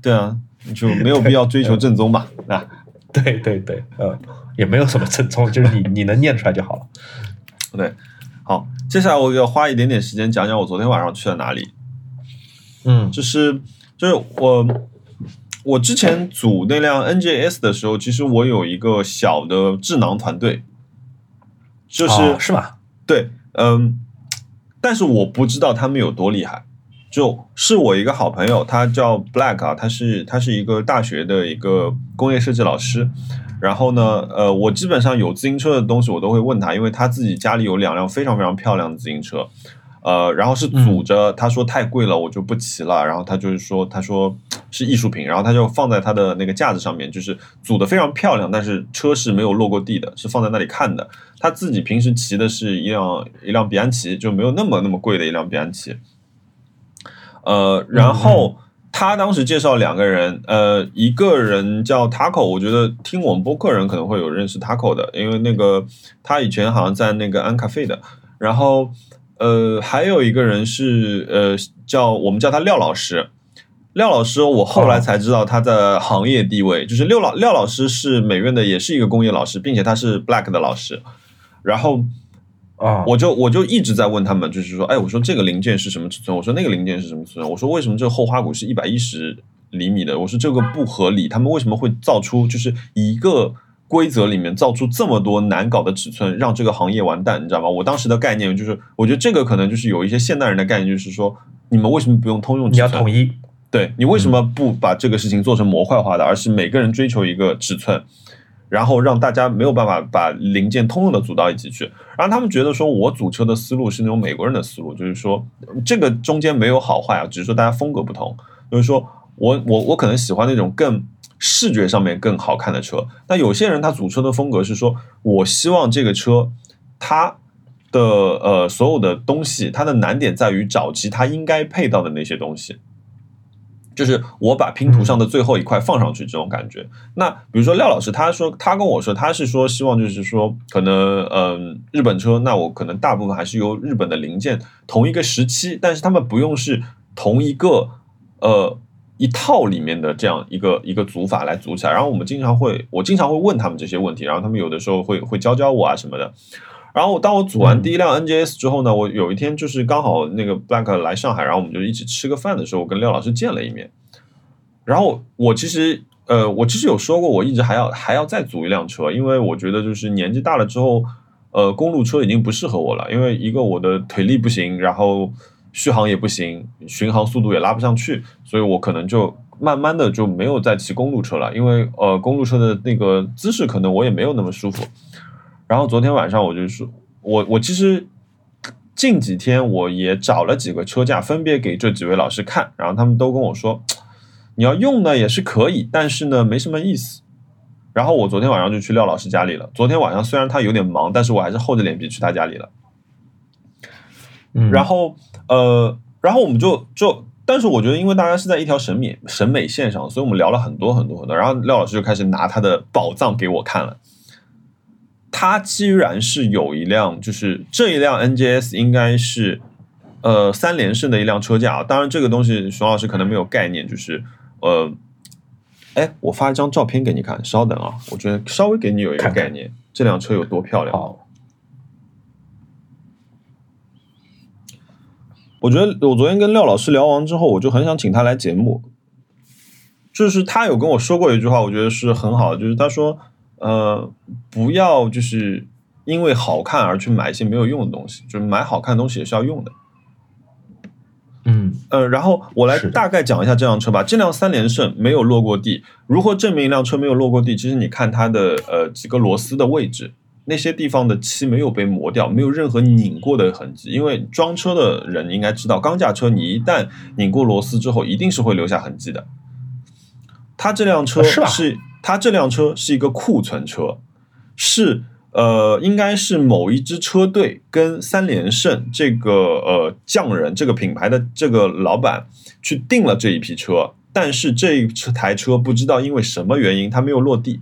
对啊，就没有必要追求正宗嘛，啊， 对对对，嗯，也没有什么正宗，就是你你能念出来就好了。 对，好，接下来我要花一点点时间讲讲我昨天晚上去了哪里。 嗯， 就是就是我我之前组那辆 N J S 的时候，其实我有一个小的智囊团队，就是、 哦、是吗？ 对，嗯，但是我不知道他们有多厉害。就是我一个好朋友，他叫 Black 啊，他是他是一个大学的一个工业设计老师。然后呢，呃，我基本上有自行车的东西我都会问他，因为他自己家里有两辆非常非常漂亮的自行车，呃，然后是组着，他说太贵了，我就不骑了。然后他就是说，他说是艺术品，然后他就放在他的那个架子上面，就是组的非常漂亮，但是车是没有落过地的，是放在那里看的。他自己平时骑的是一辆一辆比安奇，就没有那么那么贵的一辆比安奇。呃，然后他当时介绍两个人，呃，一个人叫 Taco， 我觉得听我们播客人可能会有认识 Taco 的，因为那个他以前好像在那个安咖啡的。然后呃，还有一个人是呃叫我们叫他廖老师，廖老师我后来才知道他的行业地位，就是廖老廖老师是美院的，也是一个工业老师，并且他是 Black 的老师。然后啊， 我就我就一直在问他们，就是说，哎，我说这个零件是什么尺寸？我说那个零件是什么尺寸？我说为什么这个后花鼓是一百一十厘米的？我说这个不合理，他们为什么会造出就是一个规则里面造出这么多难搞的尺寸，让这个行业完蛋，你知道吗？我当时的概念就是，我觉得这个可能就是有一些现代人的概念，就是说，你们为什么不用通用尺寸？ 你要统一， 对，你为什么不把这个事情做成模块化的，而是每个人追求一个尺寸？然后让大家没有办法把零件通用的组到一起去，然后他们觉得说我组车的思路是那种美国人的思路，就是说这个中间没有好坏啊，只是说大家风格不同，就是说我我我可能喜欢那种更视觉上面更好看的车，那有些人他组车的风格是说我希望这个车它的呃所有的东西，它的难点在于找齐它应该配到的那些东西。就是我把拼图上的最后一块放上去这种感觉。嗯、那比如说廖老师，他说他跟我说，他是说希望就是说，可能嗯、呃、日本车，那我可能大部分还是由日本的零件同一个时期，但是他们不用是同一个呃一套里面的这样一个一个组法来组起来。然后我们经常会，我经常会问他们这些问题，然后他们有的时候会会教教我啊什么的。然后当我组完第一辆 N J S 之后呢，我有一天就是刚好那个 Black 来上海，然后我们就一起吃个饭的时候，我跟廖老师见了一面。然后我其实呃，我其实有说过，我一直还要还要再组一辆车，因为我觉得就是年纪大了之后，呃，公路车已经不适合我了，因为一个我的腿力不行，然后续航也不行，巡航速度也拉不上去，所以我可能就慢慢的就没有再骑公路车了，因为呃，公路车的那个姿势可能我也没有那么舒服。然后昨天晚上我就说，我我其实近几天我也找了几个车架，分别给这几位老师看，然后他们都跟我说，你要用呢也是可以，但是呢没什么意思。然后我昨天晚上就去廖老师家里了。昨天晚上虽然他有点忙，但是我还是厚着脸皮去他家里了。 嗯， 然后呃，然后我们就就，但是我觉得因为大家是在一条审美审美线上，所以我们聊了很多很多很多。然后廖老师就开始拿他的宝藏给我看了。他居然是有一辆，就是这一辆 N J S 应该是呃三连胜的一辆车架。当然这个东西熊老师可能没有概念，就是呃，哎，我发一张照片给你看，稍等啊，我觉得稍微给你有一个概念，看看这辆车有多漂亮。 好， 我觉得我昨天跟廖老师聊完之后，我就很想请他来节目。就是他有跟我说过一句话，我觉得是很好的，就是他说。呃，不要就是因为好看而去买一些没有用的东西，就是买好看的东西也是要用的。 嗯， 呃，然后我来大概讲一下这辆车吧。这辆三连胜没有落过地，如何证明一辆车没有落过地？其实你看它的呃几个螺丝的位置，那些地方的漆没有被磨掉，没有任何拧过的痕迹。因为装车的人应该知道，钢架车你一旦拧过螺丝之后，一定是会留下痕迹的。它这辆车是。是它这辆车是一个库存车，是呃，应该是某一支车队跟三连胜这个呃匠人这个品牌的这个老板去订了这一批车，但是这一台车不知道因为什么原因它没有落地，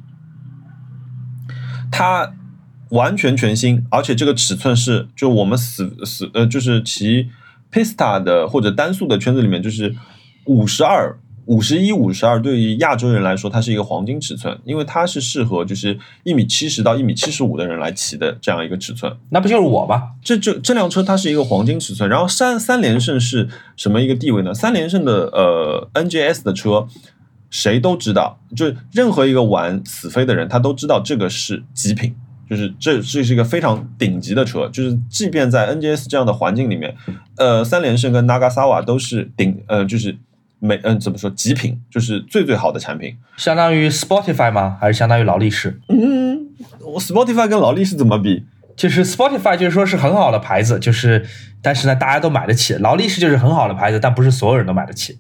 它完全全新，而且这个尺寸是就我们死死呃就是骑 Pista 的或者单速的圈子里面就是五十二五十一、五十二对于亚洲人来说，它是一个黄金尺寸，因为它是适合就是一米七十到一米七十五的人来骑的这样一个尺寸。 那不就是我吗？ 这这这辆车它是一个黄金尺寸，然后三三连胜是什么一个地位呢？三连胜的呃 N J S 的车，谁都知道，就是任何一个玩死飞的人，他都知道这个是极品。就是这这是一个非常顶级的车，就是即便在 N J S 这样的环境里面，呃，三连胜跟 Nagasawa 都是顶呃，就是美嗯、呃、怎么说极品，就是最最好的产品。 相当于 Spotify 吗？还是相当于劳力士？ 嗯，我 Spotify 跟劳力士怎么比？ 就是 Spotify 就是说是很好的牌子，就是但是呢大家都买得起。劳力士就是很好的牌子，但不是所有人都买得起。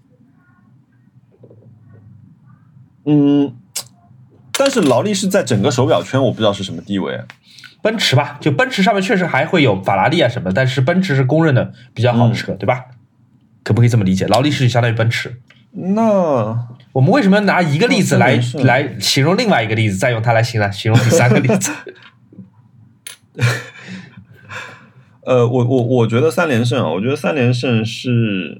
嗯。但是劳力士在整个手表圈我不知道是什么地位。 奔驰吧，就奔驰上面确实还会有法拉利啊什么，但是奔驰是公认的比较好的车、嗯、对吧？可不可以这么理解？劳力士相当于奔驰。 那我们为什么要拿一个例子来来形容另外一个例子，再用它来形容形容第三个例子？ 呃，我我我觉得三连胜啊，我觉得三连胜是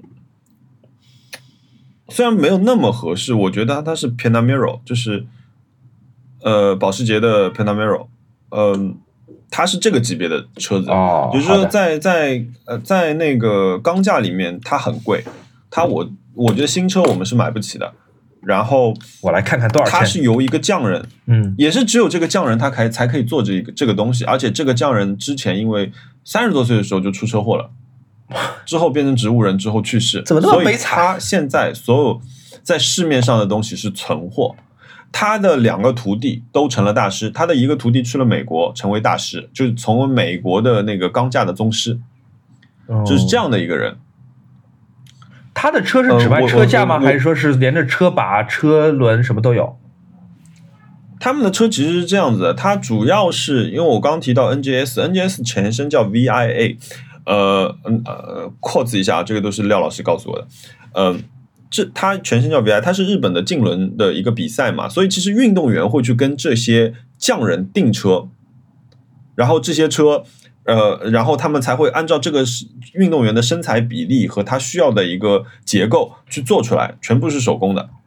虽然没有那么合适，我觉得它是 Panamera， 就是呃保时捷的 Panamera， 嗯、呃，它是这个级别的车子， 哦、 就是说在在呃在那个钢架里面它很贵，它我我觉得新车我们是买不起的。然后我来看看多少钱。 他是由一个匠人， 嗯， 也是只有这个匠人他才才可以做这个这个东西，而且这个匠人之前因为三十多岁的时候就出车祸了，之后变成植物人之后去世， 怎么那么悲惨？ 所以他现在所有在市面上的东西是存货。他的两个徒弟都成了大师，他的一个徒弟去了美国成为大师，就是从美国的那个钢架的宗师， 哦、 就是这样的一个人。 他的车是只卖车架吗？还是说是连着车把、车轮什么都有？ 他们的车其实是这样子的，它主要是因为我刚刚提到 N J S，N J S 前身叫 V I A， 呃呃，括字一下，这个都是廖老师告诉我的。呃，这它全身叫 V I A， 它是日本的竞轮的一个比赛嘛，所以其实运动员会去跟这些匠人订车，然后这些车。呃，然后他们才会按照这个运动员的身材比例和他需要的一个结构去做出来，全部是手工的。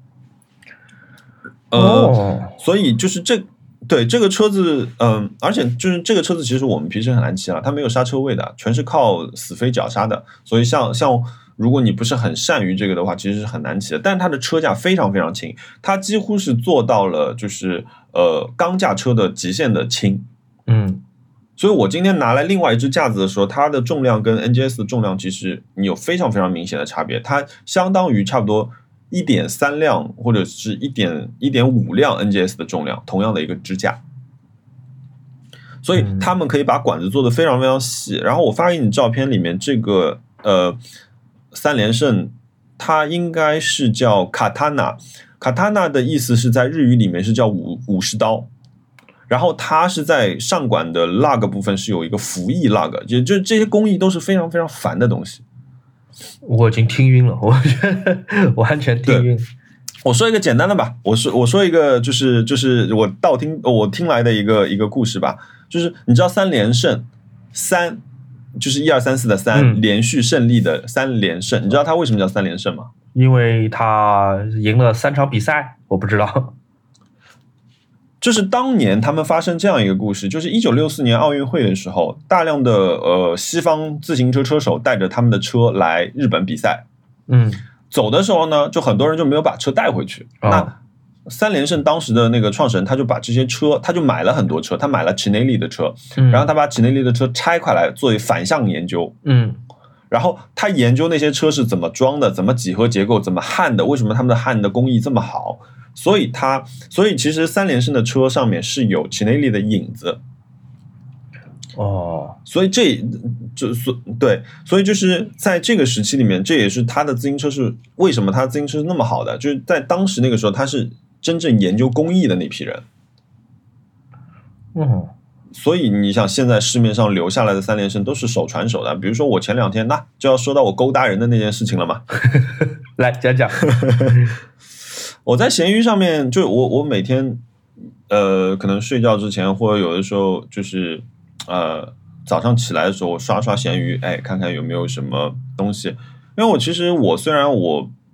呃， 哦、 所以就是这对这个车子，嗯、呃，而且就是这个车子其实我们平时很难骑啊，它没有刹车位的，全是靠死飞脚刹的，所以像像如果你不是很善于这个的话，其实是很难骑的。但是它的车架非常非常轻，它几乎是做到了就是呃钢架车的极限的轻， 嗯。 所以我今天拿来另外一支架子的时候，它的重量跟 N J S 的重量其实你有非常非常明显的差别，它相当于差不多 一点三 辆或者是 一点五 辆 N J S 的重量，同样的一个支架。所以他们可以把管子做得非常非常细。然后我发给你照片里面这个呃三连胜，它应该是叫 Katana，Katana 的意思是在日语里面是叫武武士刀。然后它是在上管的 lug 部分是有一个服役 lug， 也就是这些工艺都是非常非常烦的东西。 我已经听晕了，我觉得完全听晕。 我说一个简单的吧，我说我说一个就是就是我道听我听来的一个一个故事吧，就是你知道三连胜三就是一二三四的三、嗯、连续胜利的三连胜，你知道它为什么叫三连胜吗？ 因为他赢了三场比赛，我不知道。 就是当年他们发生这样一个故事，就是一九六四年奥运会的时候，大量的呃西方自行车车手带着他们的车来日本比赛， 嗯， 走的时候呢，就很多人就没有把车带回去。哦、那三连胜当时的那个创始人，他就把这些车，他就买了很多车，他买了 Cinelli 的车， 嗯、 然后他把 Cinelli 的车拆开来作为反向研究， 嗯， 然后他研究那些车是怎么装的，怎么几何结构，怎么焊的，为什么他们的焊的工艺这么好。所以它，所以其实三连胜的车上面是有 Cinelli 的影子， 哦， 所以这就是对，所以就是在这个时期里面，这也是他的自行车是为什么他的自行车是那么好的，就是在当时那个时候，他是真正研究工艺的那批人， 嗯， 所以你想现在市面上留下来的三连胜都是手传手的，比如说我前两天那就要说到我勾搭人的那件事情了嘛， 来讲讲。 我在闲鱼上面，就我我每天，呃，可能睡觉之前，或者有的时候就是，呃，早上起来的时候，我刷刷闲鱼，哎，看看有没有什么东西。因为我其实我虽然我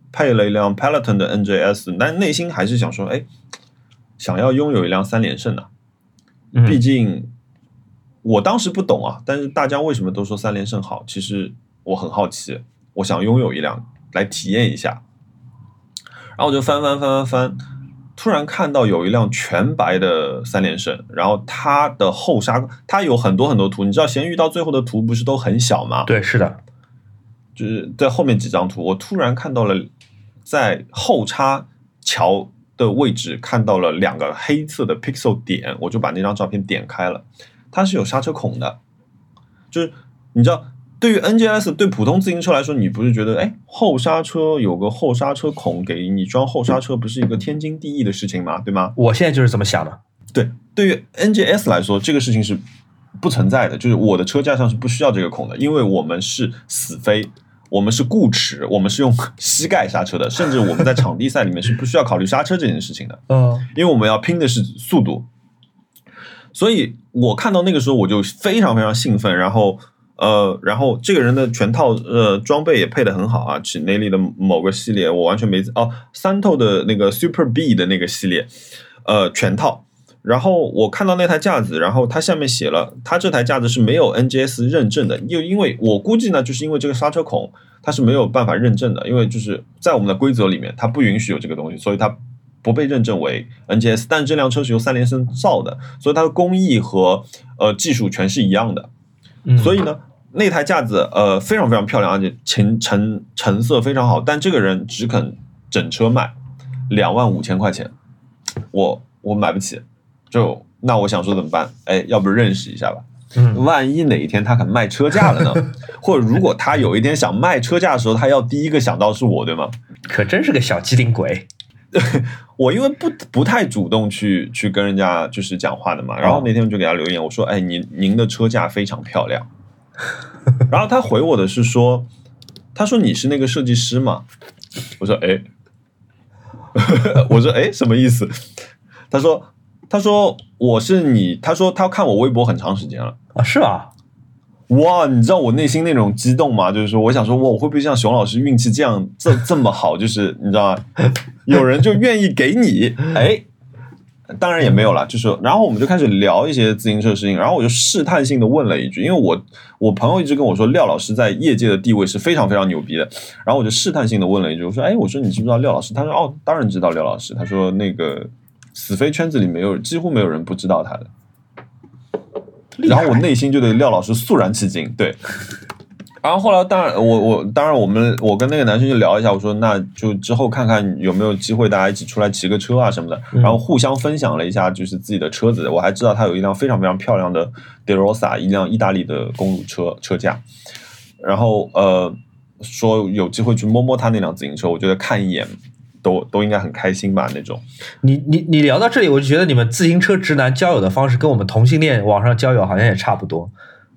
配了一辆 Peloton 的 N J S， 但内心还是想说，哎，想要拥有一辆三连胜啊。 嗯、 毕竟我当时不懂啊，但是大家为什么都说三连胜好？其实我很好奇，我想拥有一辆来体验一下。然后我就翻翻翻翻翻，突然看到有一辆全白的三连胜，然后它的后刹，它有很多很多图，你知道闲鱼到最后的图不是都很小吗？ 对，是的， 就是在后面几张图，我突然看到了在后叉桥的位置看到了两个黑色的 pixel 点，我就把那张照片点开了，它是有刹车孔的，就是你知道。对于 N J S 对普通自行车来说，你不是觉得哎后刹车有个后刹车孔给你装后刹车不是一个天经地义的事情吗？对吗？ 我现在就是这么想的。 对，对于 N J S 来说，这个事情是不存在的，就是我的车架上是不需要这个孔的，因为我们是死飞，我们是固齿，我们是用膝盖刹车的，甚至我们在场地赛里面是不需要考虑刹车这件事情的。 嗯， 因为我们要拼的是速度，所以我看到那个时候我就非常非常兴奋，然后。呃，然后这个人的全套呃装备也配得很好啊，是内力的某个系列我完全没哦，三透的那个 Super B 的那个系列，呃全套。然后我看到那台架子，然后它下面写了，它这台架子是没有 N J S 认证的，又因为我估计呢，就是因为这个刹车孔它是没有办法认证的，因为就是在我们的规则里面它不允许有这个东西，所以它不被认证为 N J S。但这辆车是由三连胜造的，所以它的工艺和呃技术全是一样的。所以呢，那台架子呃非常非常漂亮，而且成成成色非常好，但这个人只肯整车卖两万五千块钱，我我买不起，就那我想说怎么办？哎，要不认识一下吧。嗯，万一哪一天他肯卖车架了呢？或者如果他有一天想卖车架的时候，他要第一个想到是我，对吗？ 可真是个小机灵鬼。 我因为不不太主动去去跟人家就是讲话的嘛，然后那天就给他留言，我说：“哎，您您的车架非常漂亮。”然后他回我的是说：“他说你是那个设计师吗？”我说：“哎，我说哎，什么意思？”他说：“他说我是你，他说他看我微博很长时间了啊，是啊。” 哇，你知道我内心那种激动吗？就是说，我想说，哇，我会不会像熊老师运气这样这这么好？就是你知道吗？有人就愿意给你，哎，当然也没有了。就是，然后我们就开始聊一些自行车的事情，然后我就试探性的问了一句，因为我我朋友一直跟我说廖老师在业界的地位是非常非常牛逼的，然后我就试探性的问了一句，我说，哎，我说你知不知道廖老师？他说，哦，当然知道廖老师。他说那个死飞圈子里没有几乎没有人不知道他的。然后我内心就对廖老师肃然起敬，对。然后后来当然我我当然我们我跟那个男生就聊一下，我说那就之后看看有没有机会大家一起出来骑个车啊什么的，然后互相分享了一下就是自己的车子。我还知道他有一辆非常非常漂亮的 De Rosa， 一辆意大利的公路车车架。然后呃说有机会去摸摸他那辆自行车，我觉得看一眼都都应该很开心吧那种。 你你你聊到这里，我就觉得你们自行车直男交友的方式跟我们同性恋网上交友好像也差不多。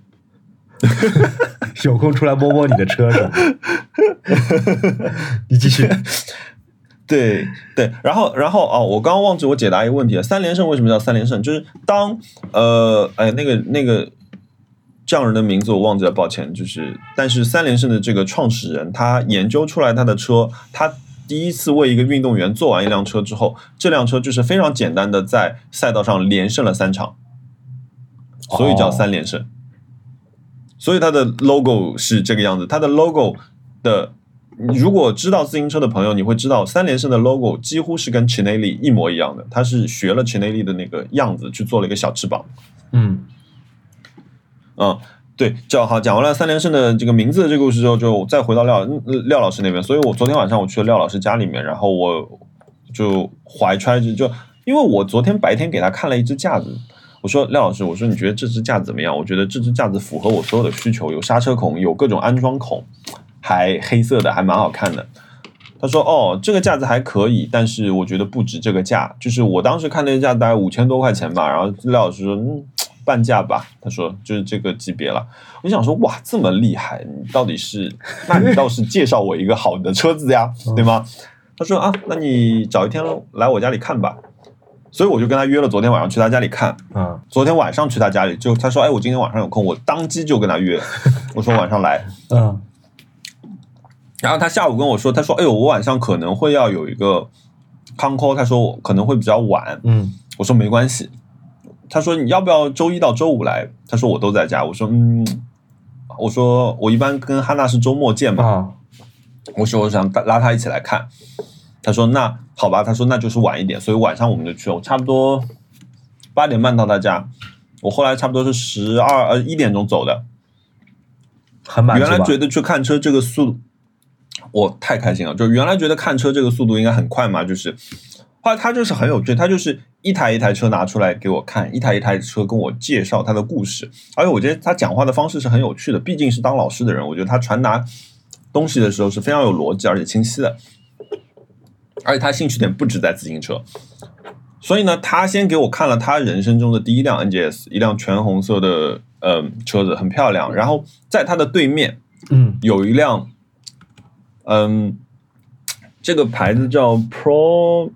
有空出来摸摸你的车是吧？你继续。 对对，然后然后哦，我刚刚忘记我解答一个问题了。三连胜为什么叫三连胜？就是当呃哎那个那个匠人的名字我忘记了，抱歉。就是但是三连胜的这个创始人，他研究出来他的车，他第一次为一个运动员做完一辆车之后，这辆车就是非常简单的在赛道上连胜了三场，所以叫三连胜。哦，所以它的 logo 是这个样子，它的 logo 的，如果知道自行车的朋友，你会知道三连胜的 logo 几乎是跟 Cinelli 一模一样的，它是学了 Cinelli 的那个样子去做了一个小翅膀。 嗯， 嗯，对，叫好讲完了三连胜的这个名字的这个故事之后，就再回到廖廖老师那边。所以我昨天晚上我去了廖老师家里面，然后我就怀揣着，就因为我昨天白天给他看了一支架子。我说廖老师，我说你觉得这支架子怎么样？我觉得这支架子符合我所有的需求，有刹车孔，有各种安装孔，还黑色的，还蛮好看的。他说哦，这个架子还可以，但是我觉得不值这个价。就是我当时看那个架大概五千多块钱吧，然后廖老师说嗯半价吧，他说就是这个级别了。我想说哇这么厉害，你到底是那你倒是介绍我一个好的车子呀，对吗？他说啊，那你找一天来我家里看吧。所以我就跟他约了昨天晚上去他家里看。 嗯， 昨天晚上去他家里，就他说哎我今天晚上有空，我当即就跟他约。我说晚上来。 嗯， 然后他下午跟我说，他说：“哎呦，我晚上可能会要有一个康 call， 他说可能会比较晚。” 嗯， 我说没关系。他说你要不要周一到周五来？他说我都在家。我说嗯，我说我一般跟哈娜是周末见嘛。 啊， 我说我想拉他一起来看。他说那好吧，他说那就是晚一点，所以晚上我们就去了。我差不多八点半到他家，我后来差不多是十二呃一点钟走的。 很满足吧。 原来觉得去看车这个速度。我太开心了，就原来觉得看车这个速度应该很快嘛，就是后来他就是很有趣，他就是一台一台车拿出来给我看，一台一台车跟我介绍他的故事，而且我觉得他讲话的方式是很有趣的，毕竟是当老师的人，我觉得他传达东西的时候是非常有逻辑而且清晰的，而且他兴趣点不止在自行车，所以呢，他先给我看了他人生中的第一辆 N G S， 一辆全红色的呃车子，很漂亮，然后在他的对面， 嗯， 有一辆。嗯，这个牌子叫 Pro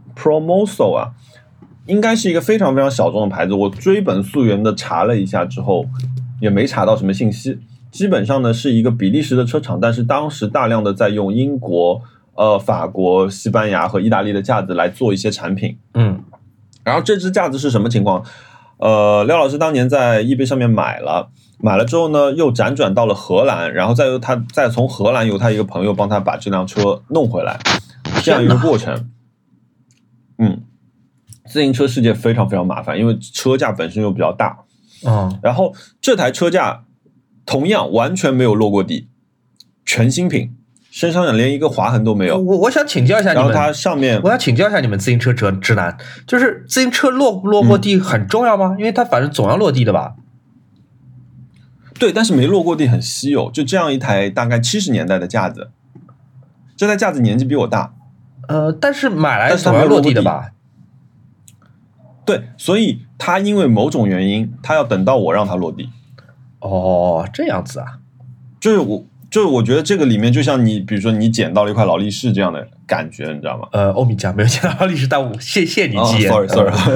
Promoso 啊，应该是一个非常非常小众的牌子。我追本溯源的查了一下之后，也没查到什么信息。基本上呢是一个比利时的车厂，但是当时大量的在用英国、呃法国、西班牙和意大利的架子来做一些产品。 嗯， 然后这支架子是什么情况？呃，廖老师当年在eBay上面买了。买了之后呢，又辗转到了荷兰，然后再由他再从荷兰由他一个朋友帮他把这辆车弄回来，这样一个过程。嗯，自行车世界非常非常麻烦，因为车架本身又比较大。 嗯， 然后这台车架同样完全没有落过地，全新品，身上连一个划痕都没有。 我我想请教一下你们， 然后它上面， 我想请教一下你们自行车直直男，就是自行车落不落过地很重要吗？嗯、因为它反正总要落地的吧。 对，但是没落过地很稀有，就这样一台大概七十年代的架子，这台架子年纪比我大， 呃，但是买来总要落地的吧？ 对，所以他因为某种原因，他要等到我让他落地。 哦，这样子啊， 就是我，就是我觉得这个里面就像你，比如说你捡到了一块劳力士这样的感觉，你知道吗？ 呃，欧米茄没有捡到劳力士，但我谢谢你吉言。 哦、sorry sorry。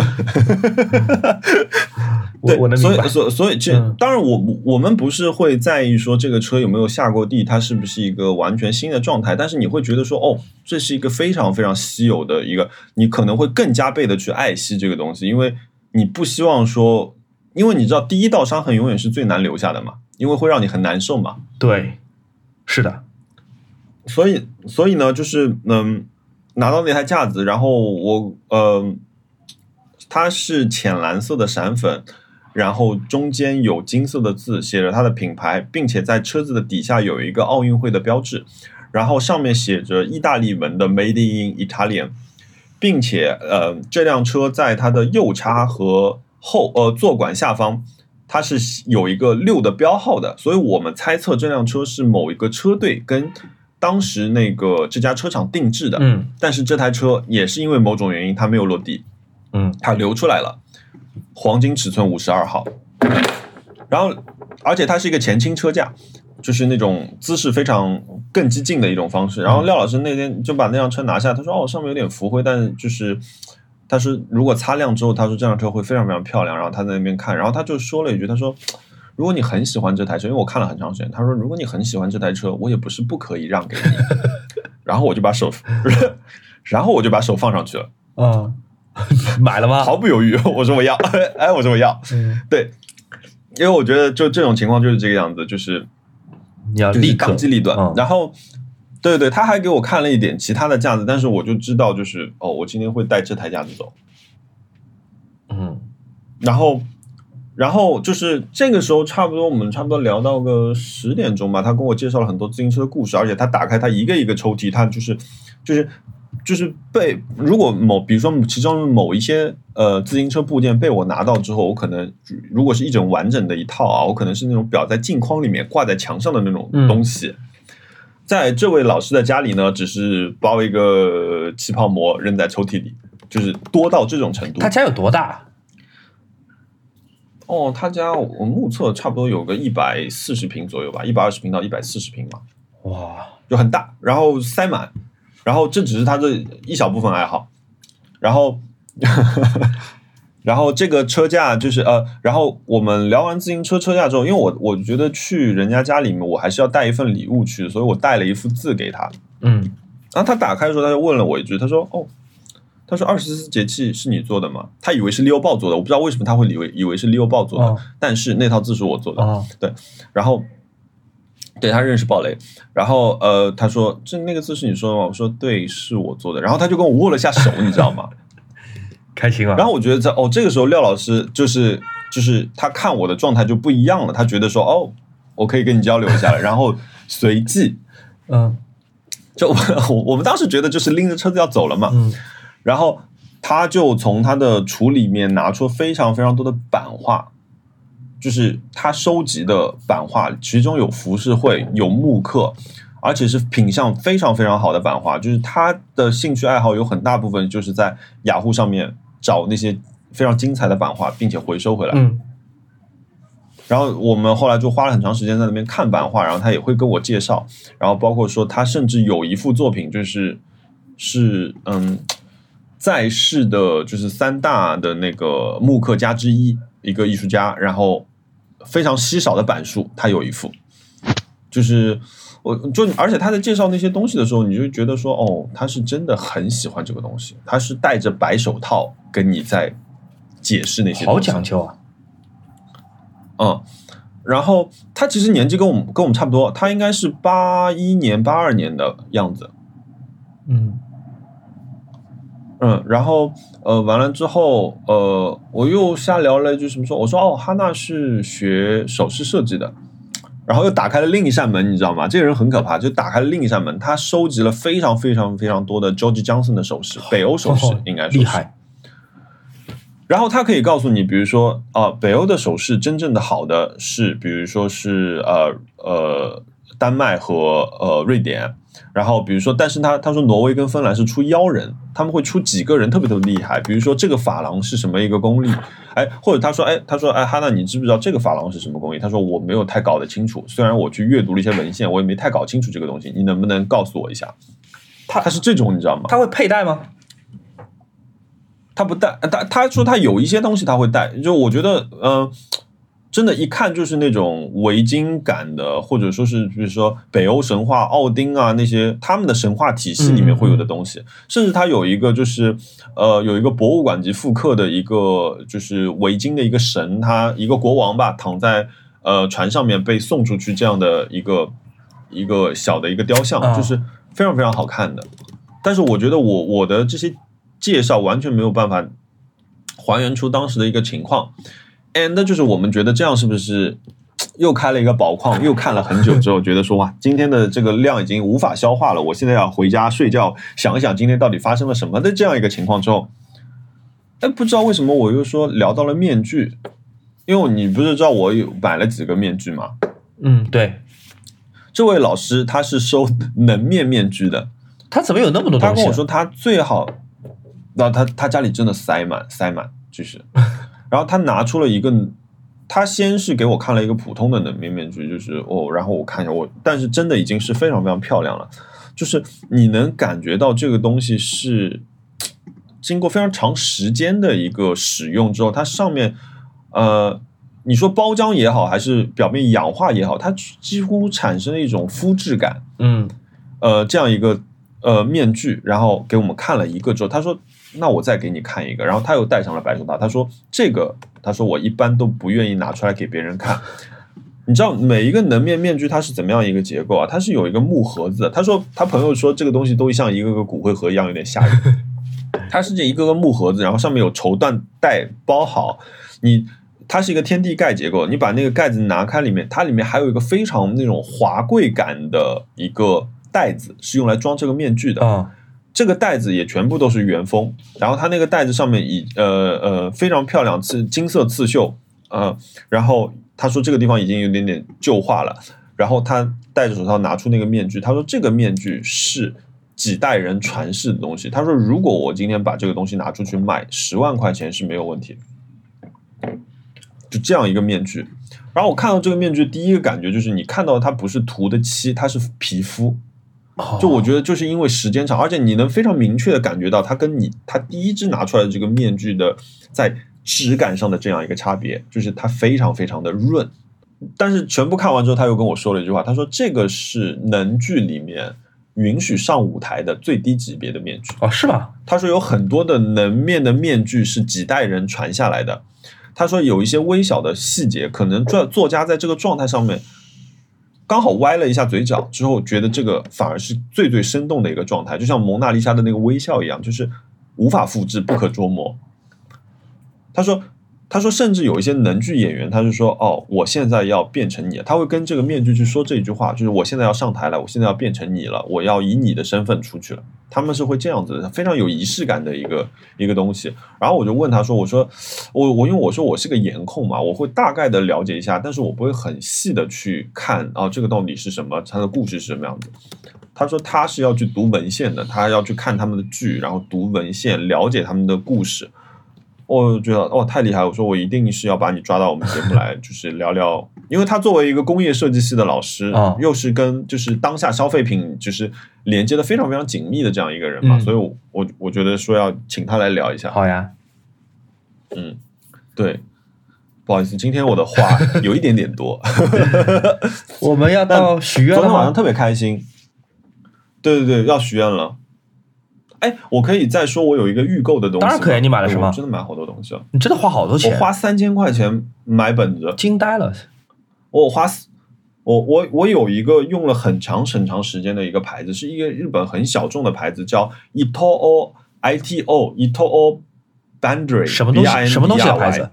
对， 我能所明白。 以所以所以这、嗯、当然我我们不是会在意说这个车有没有下过地，它是不是一个完全新的状态，但是你会觉得说哦，这是一个非常非常稀有的一个，你可能会更加倍的去爱惜这个东西，因为你不希望说，因为你知道第一道伤痕永远是最难留下的嘛，因为会让你很难受嘛。 对，是的。 所以所以呢，就是嗯，拿到那台架子，然后我呃，它是浅蓝色的闪粉。然后中间有金色的字写着它的品牌，并且在车子的底下有一个奥运会的标志，然后上面写着意大利文的 Made in Italian， 并且呃这辆车在它的右叉和后呃座管下方它是有一个六的标号的，所以我们猜测这辆车是某一个车队跟当时那个这家车厂定制的， 嗯， 但是这台车也是因为某种原因它没有落地， 嗯， 它流出来了。黄金尺寸五十二号，然后而且它是一个前倾车架，就是那种姿势非常更激进的一种方式。然后廖老师那天就把那辆车拿下，他说哦上面有点浮灰，但是就是他说如果擦亮之后，他说这辆车会非常非常漂亮。然后他在那边看，然后他就说了一句，他说如果你很喜欢这台车，因为我看了很长时间，他说如果你很喜欢这台车，我也不是不可以让给你。然后我就把手，然后我就把手放上去了。 嗯。买了吗？ 毫不犹豫，我说我要，哎，我说我要，嗯，对，因为我觉得就这种情况就是这个样子，就是你要立刻当机立断。 嗯、 然后，对对，他还给我看了一点其他的架子，但是我就知道，就是哦，我今天会带这台架子走， 嗯， 然后，然后就是这个时候，差不多我们差不多聊到个十点钟吧，他跟我介绍了很多自行车的故事，而且他打开他一个一个抽屉，他就是就是。就是被如果某比如说其中某一些呃自行车部件被我拿到之后，我可能如果是一整完整的一套啊，我可能是那种裱在镜框里面挂在墙上的那种东西。嗯、在这位老师的家里呢，只是包一个气泡膜扔在抽屉里，就是多到这种程度。 他家有多大？ 哦，他家我目测差不多有个一百四十平左右吧，一百二十平到一百四十平嘛。 哇， 就很大，然后塞满。然后这只是他的一小部分爱好，然后然后这个车架就是呃，然后我们聊完自行车车架之后，因为我我觉得去人家家里面，我还是要带一份礼物去，所以我带了一幅字给他。 嗯， 然后他打开的时候，他就问了我一句，他说：“哦，他说二十四节气是你做的吗？”他以为是 Leo 豹做的，我不知道为什么他会以为以为是 Leo 豹做的， 哦、 但是那套字是我做的。 哦、 对，然后对他认识鲍雷，然后呃，他说这那个字是你说的吗？我说对，是我做的。然后他就跟我握了下手，你知道吗？ 开心啊！ 然后我觉得在哦，这个时候廖老师就是就是他看我的状态就不一样了，他觉得说哦，我可以跟你交流一下了。然后随即， 嗯， 就我我们当时觉得就是拎着车子要走了嘛， 嗯， 然后他就从他的橱里面拿出非常非常多的版画，就是他收集的版画，其中有浮世绘，有木刻。而且是品相非常非常好的版画，就是他的兴趣爱好有很大部分就是在雅虎上面找那些非常精彩的版画，并且回收回来。 嗯， 然后我们后来就花了很长时间在那边看版画，然后他也会跟我介绍，然后包括说他甚至有一幅作品就是是嗯在世的就是三大的那个木刻家之一一个艺术家，然后非常稀少的版数，他有一幅，就是我就而且他在介绍那些东西的时候，你就觉得说哦，他是真的很喜欢这个东西，他是戴着白手套跟你在解释那些东西， 好讲究啊。 嗯，然后他其实年纪跟我们跟我们差不多，他应该是八一年八二年的样子。 嗯嗯，然后呃完了之后呃我又瞎聊了一句什么说，我说哦哈娜是学首饰设计的，然后又打开了另一扇门，你知道吗？这个人很可怕，就打开了另一扇门，他收集了非常非常非常多的 George Johnson 的首饰，北欧首饰应该说是厉害。 然后他可以告诉你，比如说啊、呃，北欧的首饰真正的好的是，比如说是呃呃丹麦和呃瑞典，然后比如说，但是他他说挪威跟芬兰是出妖人，他们会出几个人特别特别厉害，比如说这个珐琅是什么一个功力，哎，或者他说哎他说哎哈娜你知不知道这个珐琅是什么工艺？他说我没有太搞得清楚，虽然我去阅读了一些文献，我也没太搞清楚这个东西，你能不能告诉我一下？他他是这种你知道吗？ 他会佩戴吗？ 他不带，他他说他有一些东西他会带，就我觉得，嗯、呃，真的，一看就是那种维京感的，或者说是比如说北欧神话、奥丁啊那些他们的神话体系里面会有的东西，嗯嗯甚至他有一个就是呃有一个博物馆级复刻的一个就是维京的一个神，他一个国王吧躺在呃船上面被送出去这样的一个一个小的一个雕像， 哦、 就是非常非常好看的。但是我觉得我我的这些介绍完全没有办法还原出当时的一个情况 ，and 就是我们觉得这样是不是又开了一个宝矿，又看了很久之后，觉得说哇，今天的这个量已经无法消化了，我现在要回家睡觉，想一想今天到底发生了什么的这样一个情况之后，哎，不知道为什么我又说聊到了面具，因为你不是知道我有买了几个面具吗？ 嗯，对， 这位老师他是收能面面具的。 他怎么有那么多东西、啊？ 他跟我说他最好，那他他家里真的塞满塞满，就是，然后他拿出了一个，他先是给我看了一个普通的能面面具，就是哦，然后我看一下我，但是真的已经是非常非常漂亮了，就是你能感觉到这个东西是经过非常长时间的一个使用之后，它上面呃，你说包浆也好，还是表面氧化也好，它几乎产生了一种肤质感， 嗯， 呃，这样一个。呃，面具，然后给我们看了一个之后，他说：“那我再给你看一个。”然后他又戴上了白手套，他说：“这个，他说我一般都不愿意拿出来给别人看。你知道每一个能面面具它是怎么样一个结构啊？它是有一个木盒子的。他说他朋友说这个东西都像一个个骨灰盒一样，有点吓人。它是这一个个木盒子，然后上面有绸缎带包好，你它是一个天地盖结构。你把那个盖子拿开，里面它里面还有一个非常那种华贵感的一个。”袋子是用来装这个面具的， 哦、 这个袋子也全部都是原封，然后它那个袋子上面以呃呃非常漂亮刺金色刺绣，呃，然后他说这个地方已经有点点旧化了，然后他戴着手套拿出那个面具，他说这个面具是几代人传世的东西，他说如果我今天把这个东西拿出去卖，十万块钱是没有问题的，就这样一个面具。然后我看到这个面具，第一个感觉就是你看到它不是涂的漆，它是皮肤。就我觉得就是因为时间长，而且你能非常明确的感觉到它跟你它第一只拿出来的这个面具的在质感上的这样一个差别，就是它非常非常的润。但是全部看完之后，他又跟我说了一句话，他说这个是能剧里面允许上舞台的最低级别的面具。 哦，是吗？ 他说有很多的能面的面具是几代人传下来的。他说有一些微小的细节，可能作作家在这个状态上面刚好歪了一下嘴角之后，觉得这个反而是最最生动的一个状态，就像蒙娜丽莎的那个微笑一样，就是无法复制，不可捉摸。他说他说甚至有一些能剧演员，他就说哦，我现在要变成你了，他会跟这个面具去说这一句话，就是我现在要上台了，我现在要变成你了，我要以你的身份出去了。他们是会这样子的，非常有仪式感的一个一个东西。然后我就问他说，我说我我因为我说我是个颜控嘛，我会大概的了解一下，但是我不会很细的去看啊这个到底是什么，它的故事是什么样子。他说他是要去读文献的，他要去看他们的剧，然后读文献，了解他们的故事。我觉得哦太厉害，我说我一定是要把你抓到我们节目来，就是聊聊，因为他作为一个工业设计系的老师， 哦、 又是跟就是当下消费品就是连接的非常非常紧密的这样一个人嘛，嗯、所以我我我觉得说要请他来聊一下。 好呀， 嗯，对，不好意思，今天我的话有一点点多。 我们要到许愿了吗？ 昨天晚上特别开心。对对对，要许愿了。哎，我可以再说我有一个预购的东西。 当然可以，你买了什么？ 我真的买好多东西了。 你真的花好多钱？ 我花三千块钱买本子， 惊呆了。 我花我我我有一个用了很长很长时间的一个牌子，是一个日本很小众的牌子，叫 Itoo I T O Itoo Bandry。 什么东西？什么东西的牌子？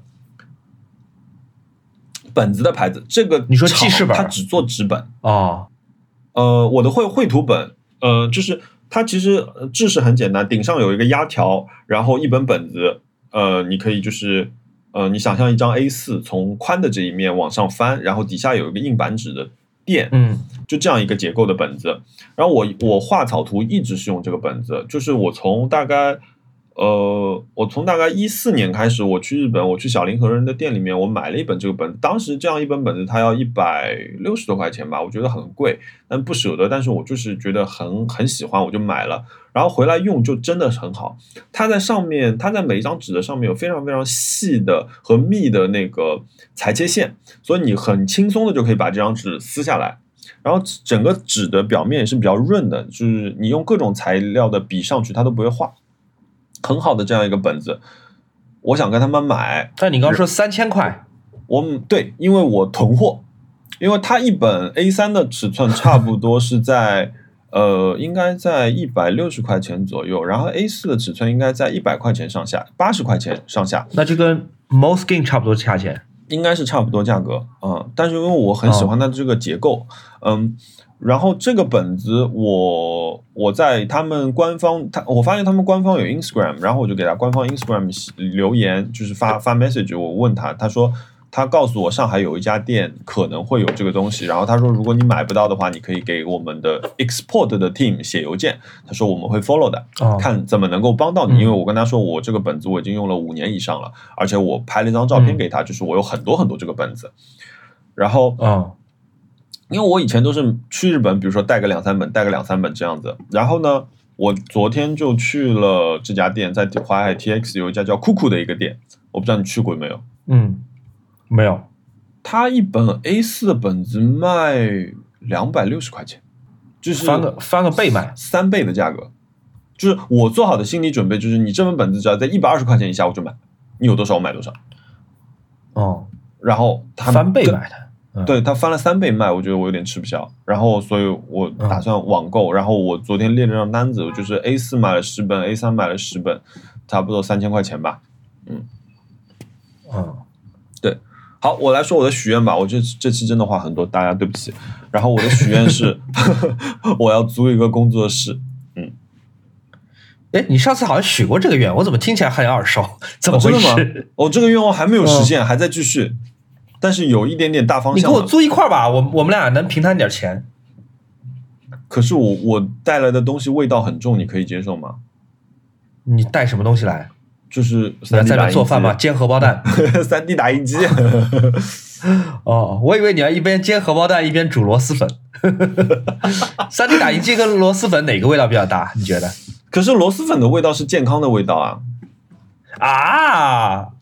本子的牌子。这个你说记事本？ 它只做纸本哦。 呃，我的绘绘图本，呃，就是。它其实制式很简单，顶上有一个压条，然后一本本子，呃，你可以就是呃，你想象一张 A 四 从宽的这一面往上翻，然后底下有一个硬板纸的垫， 嗯， 就这样一个结构的本子。然后我我画草图一直是用这个本子，就是我从大概呃，我从大概一四年开始，我去日本，我去小林和人的店里面，我买了一本这个本子。当时这样一本本子，它要一百六十多块钱吧，我觉得很贵，但不舍得。但是我就是觉得很很喜欢，我就买了。然后回来用就真的很好。它在上面，它在每一张纸的上面有非常非常细的和密的那个裁切线，所以你很轻松的就可以把这张纸撕下来。然后整个纸的表面也是比较润的，就是你用各种材料的笔上去，它都不会画。很好的这样一个本子，我想跟他们买。 但你刚刚说三千块， 我对，因为我囤货，因为它一本 A 三 的尺寸差不多是在呃，应该在一百六十块钱左右，然后 A 四 的尺寸应该在一百块钱上下，八十块钱上下。 那就跟 Moleskine 差不多价钱， 应该是差不多价格，嗯，但是因为我很喜欢它的这个结构，哦、嗯。然后这个本子我我在他们官方，他我发现他们官方有 Instagram， 然后我就给他官方 Instagram 留言，就是发发 message， 我问他，他说他告诉我上海有一家店可能会有这个东西，然后他说如果你买不到的话，你可以给我们的 export 的 team 写邮件，他说我们会 follow 的， 哦、 看怎么能够帮到你，因为我跟他说我这个本子我已经用了五年以上了，而且我拍了一张照片给他，嗯、就是我有很多很多这个本子，然后哦。 因为我以前都是去日本，比如说带个两三本，带个两三本这样子。然后呢，我昨天就去了这家店，在淮海 T X 有一家叫酷酷的一个店，我不知道你去过没有？ 嗯，没有。 他一本 A 四 的本子卖两百六十块钱，就是翻个翻个倍卖， 三倍的价格。就是我做好的心理准备，就是你这本本子只要在一百二十块钱以下，我就买，你有多少我买多少。 哦， 然后他翻倍买的。 对，他翻了三倍卖，我觉得我有点吃不消，然后所以我打算网购，嗯、然后我昨天列了张单子，就是 A 四 买了十本 ，A 三 买了十本，差不多三千块钱吧，嗯， 嗯， 对，好，我来说我的许愿吧，我这这期真的话很多，大家对不起，然后我的许愿是我要租一个工作室，嗯， 哎，你上次好像许过这个愿，我怎么听起来很耳熟？怎么回事？ 哦、真的吗？哦，这个愿望还没有实现，嗯、还在继续。但是有一点点大方向。 你给我租一块吧，我我们俩能平摊点钱。 可是我我带来的东西味道很重，你可以接受吗？ 你带什么东西来？ 就是在这做饭吗？煎荷包蛋。 三 D 打印机。 哦，我以为你要一边煎荷包蛋一边煮螺蛳粉。三 D 打印机跟螺蛳粉哪个味道比较大？你觉得？ 可是螺蛳粉的味道是健康的味道啊。 啊，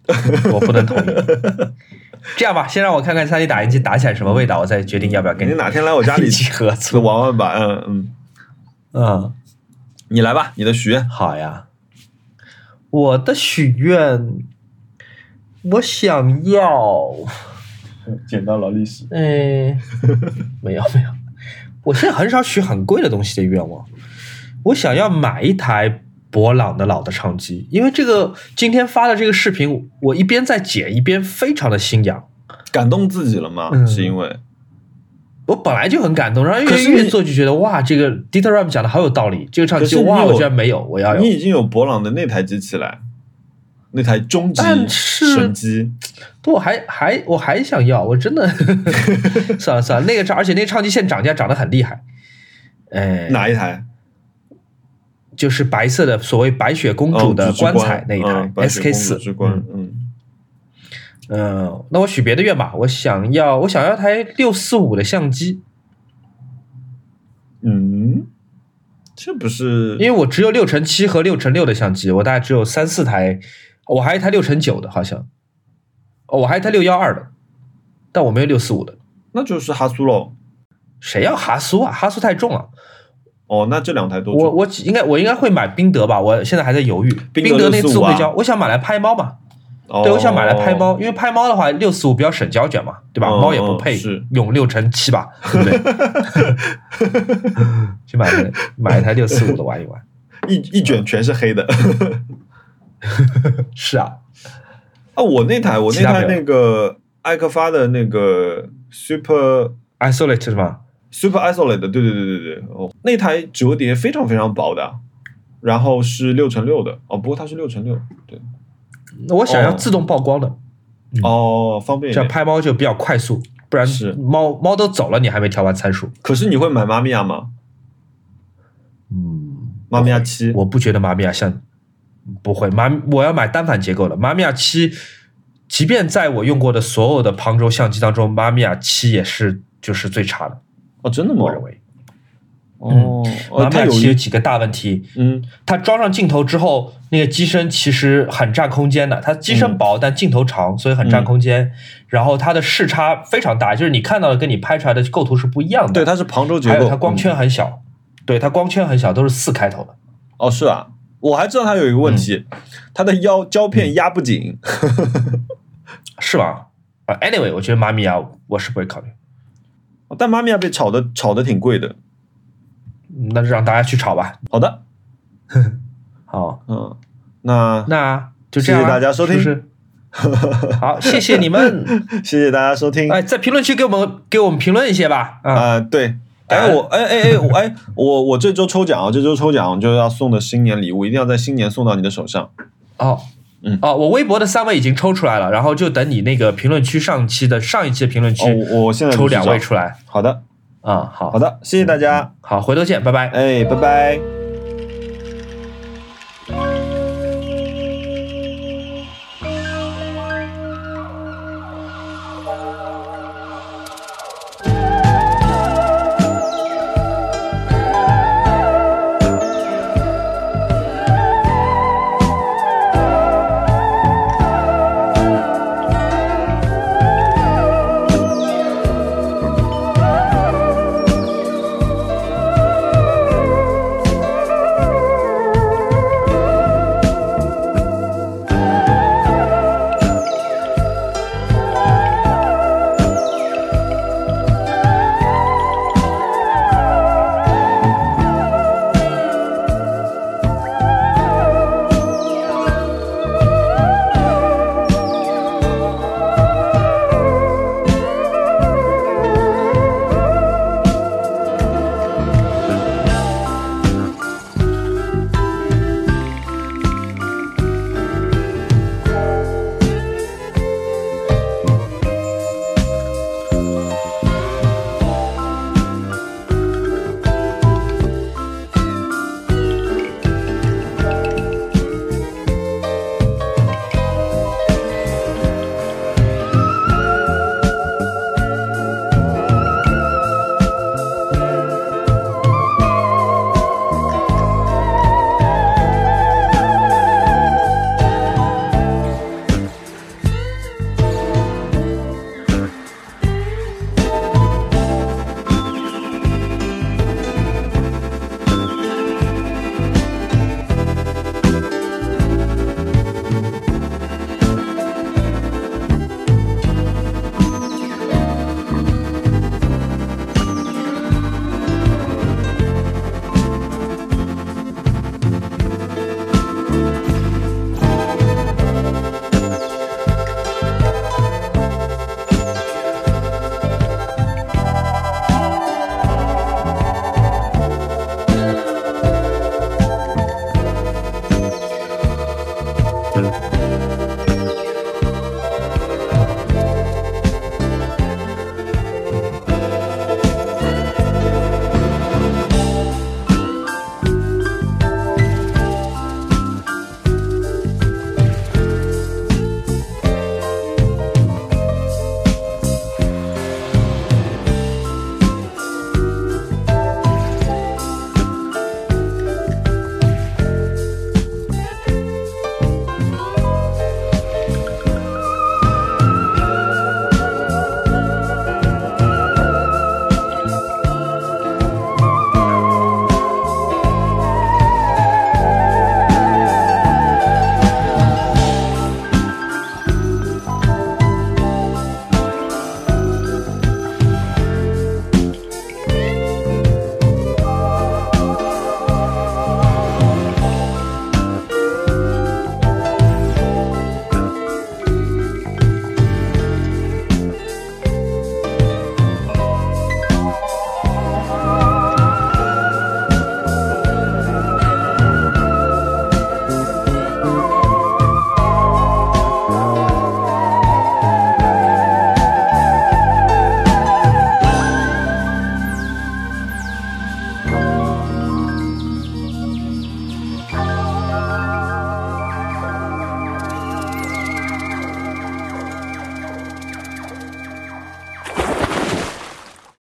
我不能同意。这样吧，先让我看看 三 D 打印机打起来什么味道，我再决定要不要跟你哪天来我家里一起合作玩玩吧。嗯嗯嗯， 你来吧，你的许愿。 好呀，我的许愿，我想要捡到劳力士。 哎，没有没有，我现在很少许很贵的东西的愿望。我想要买一台博朗的老的唱机，因为这个今天发的这个视频，我一边在剪一边非常的心痒。 感动自己了吗？ 嗯、 是因为我本来就很感动，然后越越做就觉得哇，这个 Dieter Rams 讲的好有道理。这个唱机哇，我居然没有，我要有。 你已经有博朗的那台机器了，那台终极神机。 我还还我还想要，我真的算了算了，那个而且那个唱机现在涨价涨得很厉害。哎， 哪一台？ 就是白色的，所谓白雪公主的棺材那一台、 嗯、 S K 四。 嗯嗯嗯，那我许别的愿吧，我想要我想要台六四五的相机。 嗯，这不是因为我只有六乘七和六乘六的相机，我大概只有三四台，我还有一台六乘九的，好像，哦，我还有一台六一二的，但我没有六四五的。 那就是哈苏喽。 谁要哈苏啊？哈苏太重了。 哦，那这两台都我我应该我应该会买宾得吧，我现在还在犹豫。宾得那自动对焦，我想买来拍猫嘛。 哦、 对，我想买来拍猫，因为拍猫的话，六四五比较省胶卷嘛，对吧？ 哦、 猫也不配用六乘七吧，对不对？去买个买一台六四五的玩一玩， 一一卷全是黑的。 是啊， 啊，我那台我那台那个艾克发的那个 Super Isolate 是吗 ？Super Isolate， 对对对对对，哦，那台折叠非常非常薄的，然后是六乘六的，哦，不过它是六乘六，对。 我想要自动曝光的， 哦，嗯、方便一点， 这样拍猫就比较快速，不然是猫猫都走了，你还没调完参数。 可是你会买玛米亚吗？ 嗯， 玛米亚七， 我不觉得玛米亚像，不会，玛我要买单反结构的玛米亚七，即便在我用过的所有的旁轴相机当中，玛米亚七也是就是最差的。 哦，真的吗？ 我认为。 哦， 玛米亚七有几个大问题。 嗯， 它装上镜头之后，那个机身其实很占空间的。它机身薄，嗯、但镜头长，所以很占空间。嗯、然后它的视差非常大，就是你看到的跟你拍出来的构图是不一样的。 对，它是旁轴结构。 还有它光圈很小，嗯、对，它光圈很小，都是四开头的。 哦，是啊，我还知道它有一个问题，嗯、它的腰胶片压不紧。嗯、 是吧？啊 ，anyway， 我觉得玛米亚我是不会考虑。 但玛米亚被炒的炒的挺贵的。 那就让大家去炒吧。 好的， 好， 嗯，那那就这样、啊， 谢谢大家收听。 是是好，谢谢你们， 谢谢大家收听。 哎，在评论区给我们给我们评论一些吧。 啊、呃，对，哎我哎哎哎我哎我我这周抽奖啊，这周抽奖就要送的新年礼物，一定要在新年送到你的手上。 哦。 嗯哦，我微博的三位已经抽出来了，然后就等你那个评论区上期的上一期的评论区， 哦、我现在抽两位出来。 好的。 啊、嗯，好好的，谢谢大家， 好，回头见，拜拜。 哎，拜拜。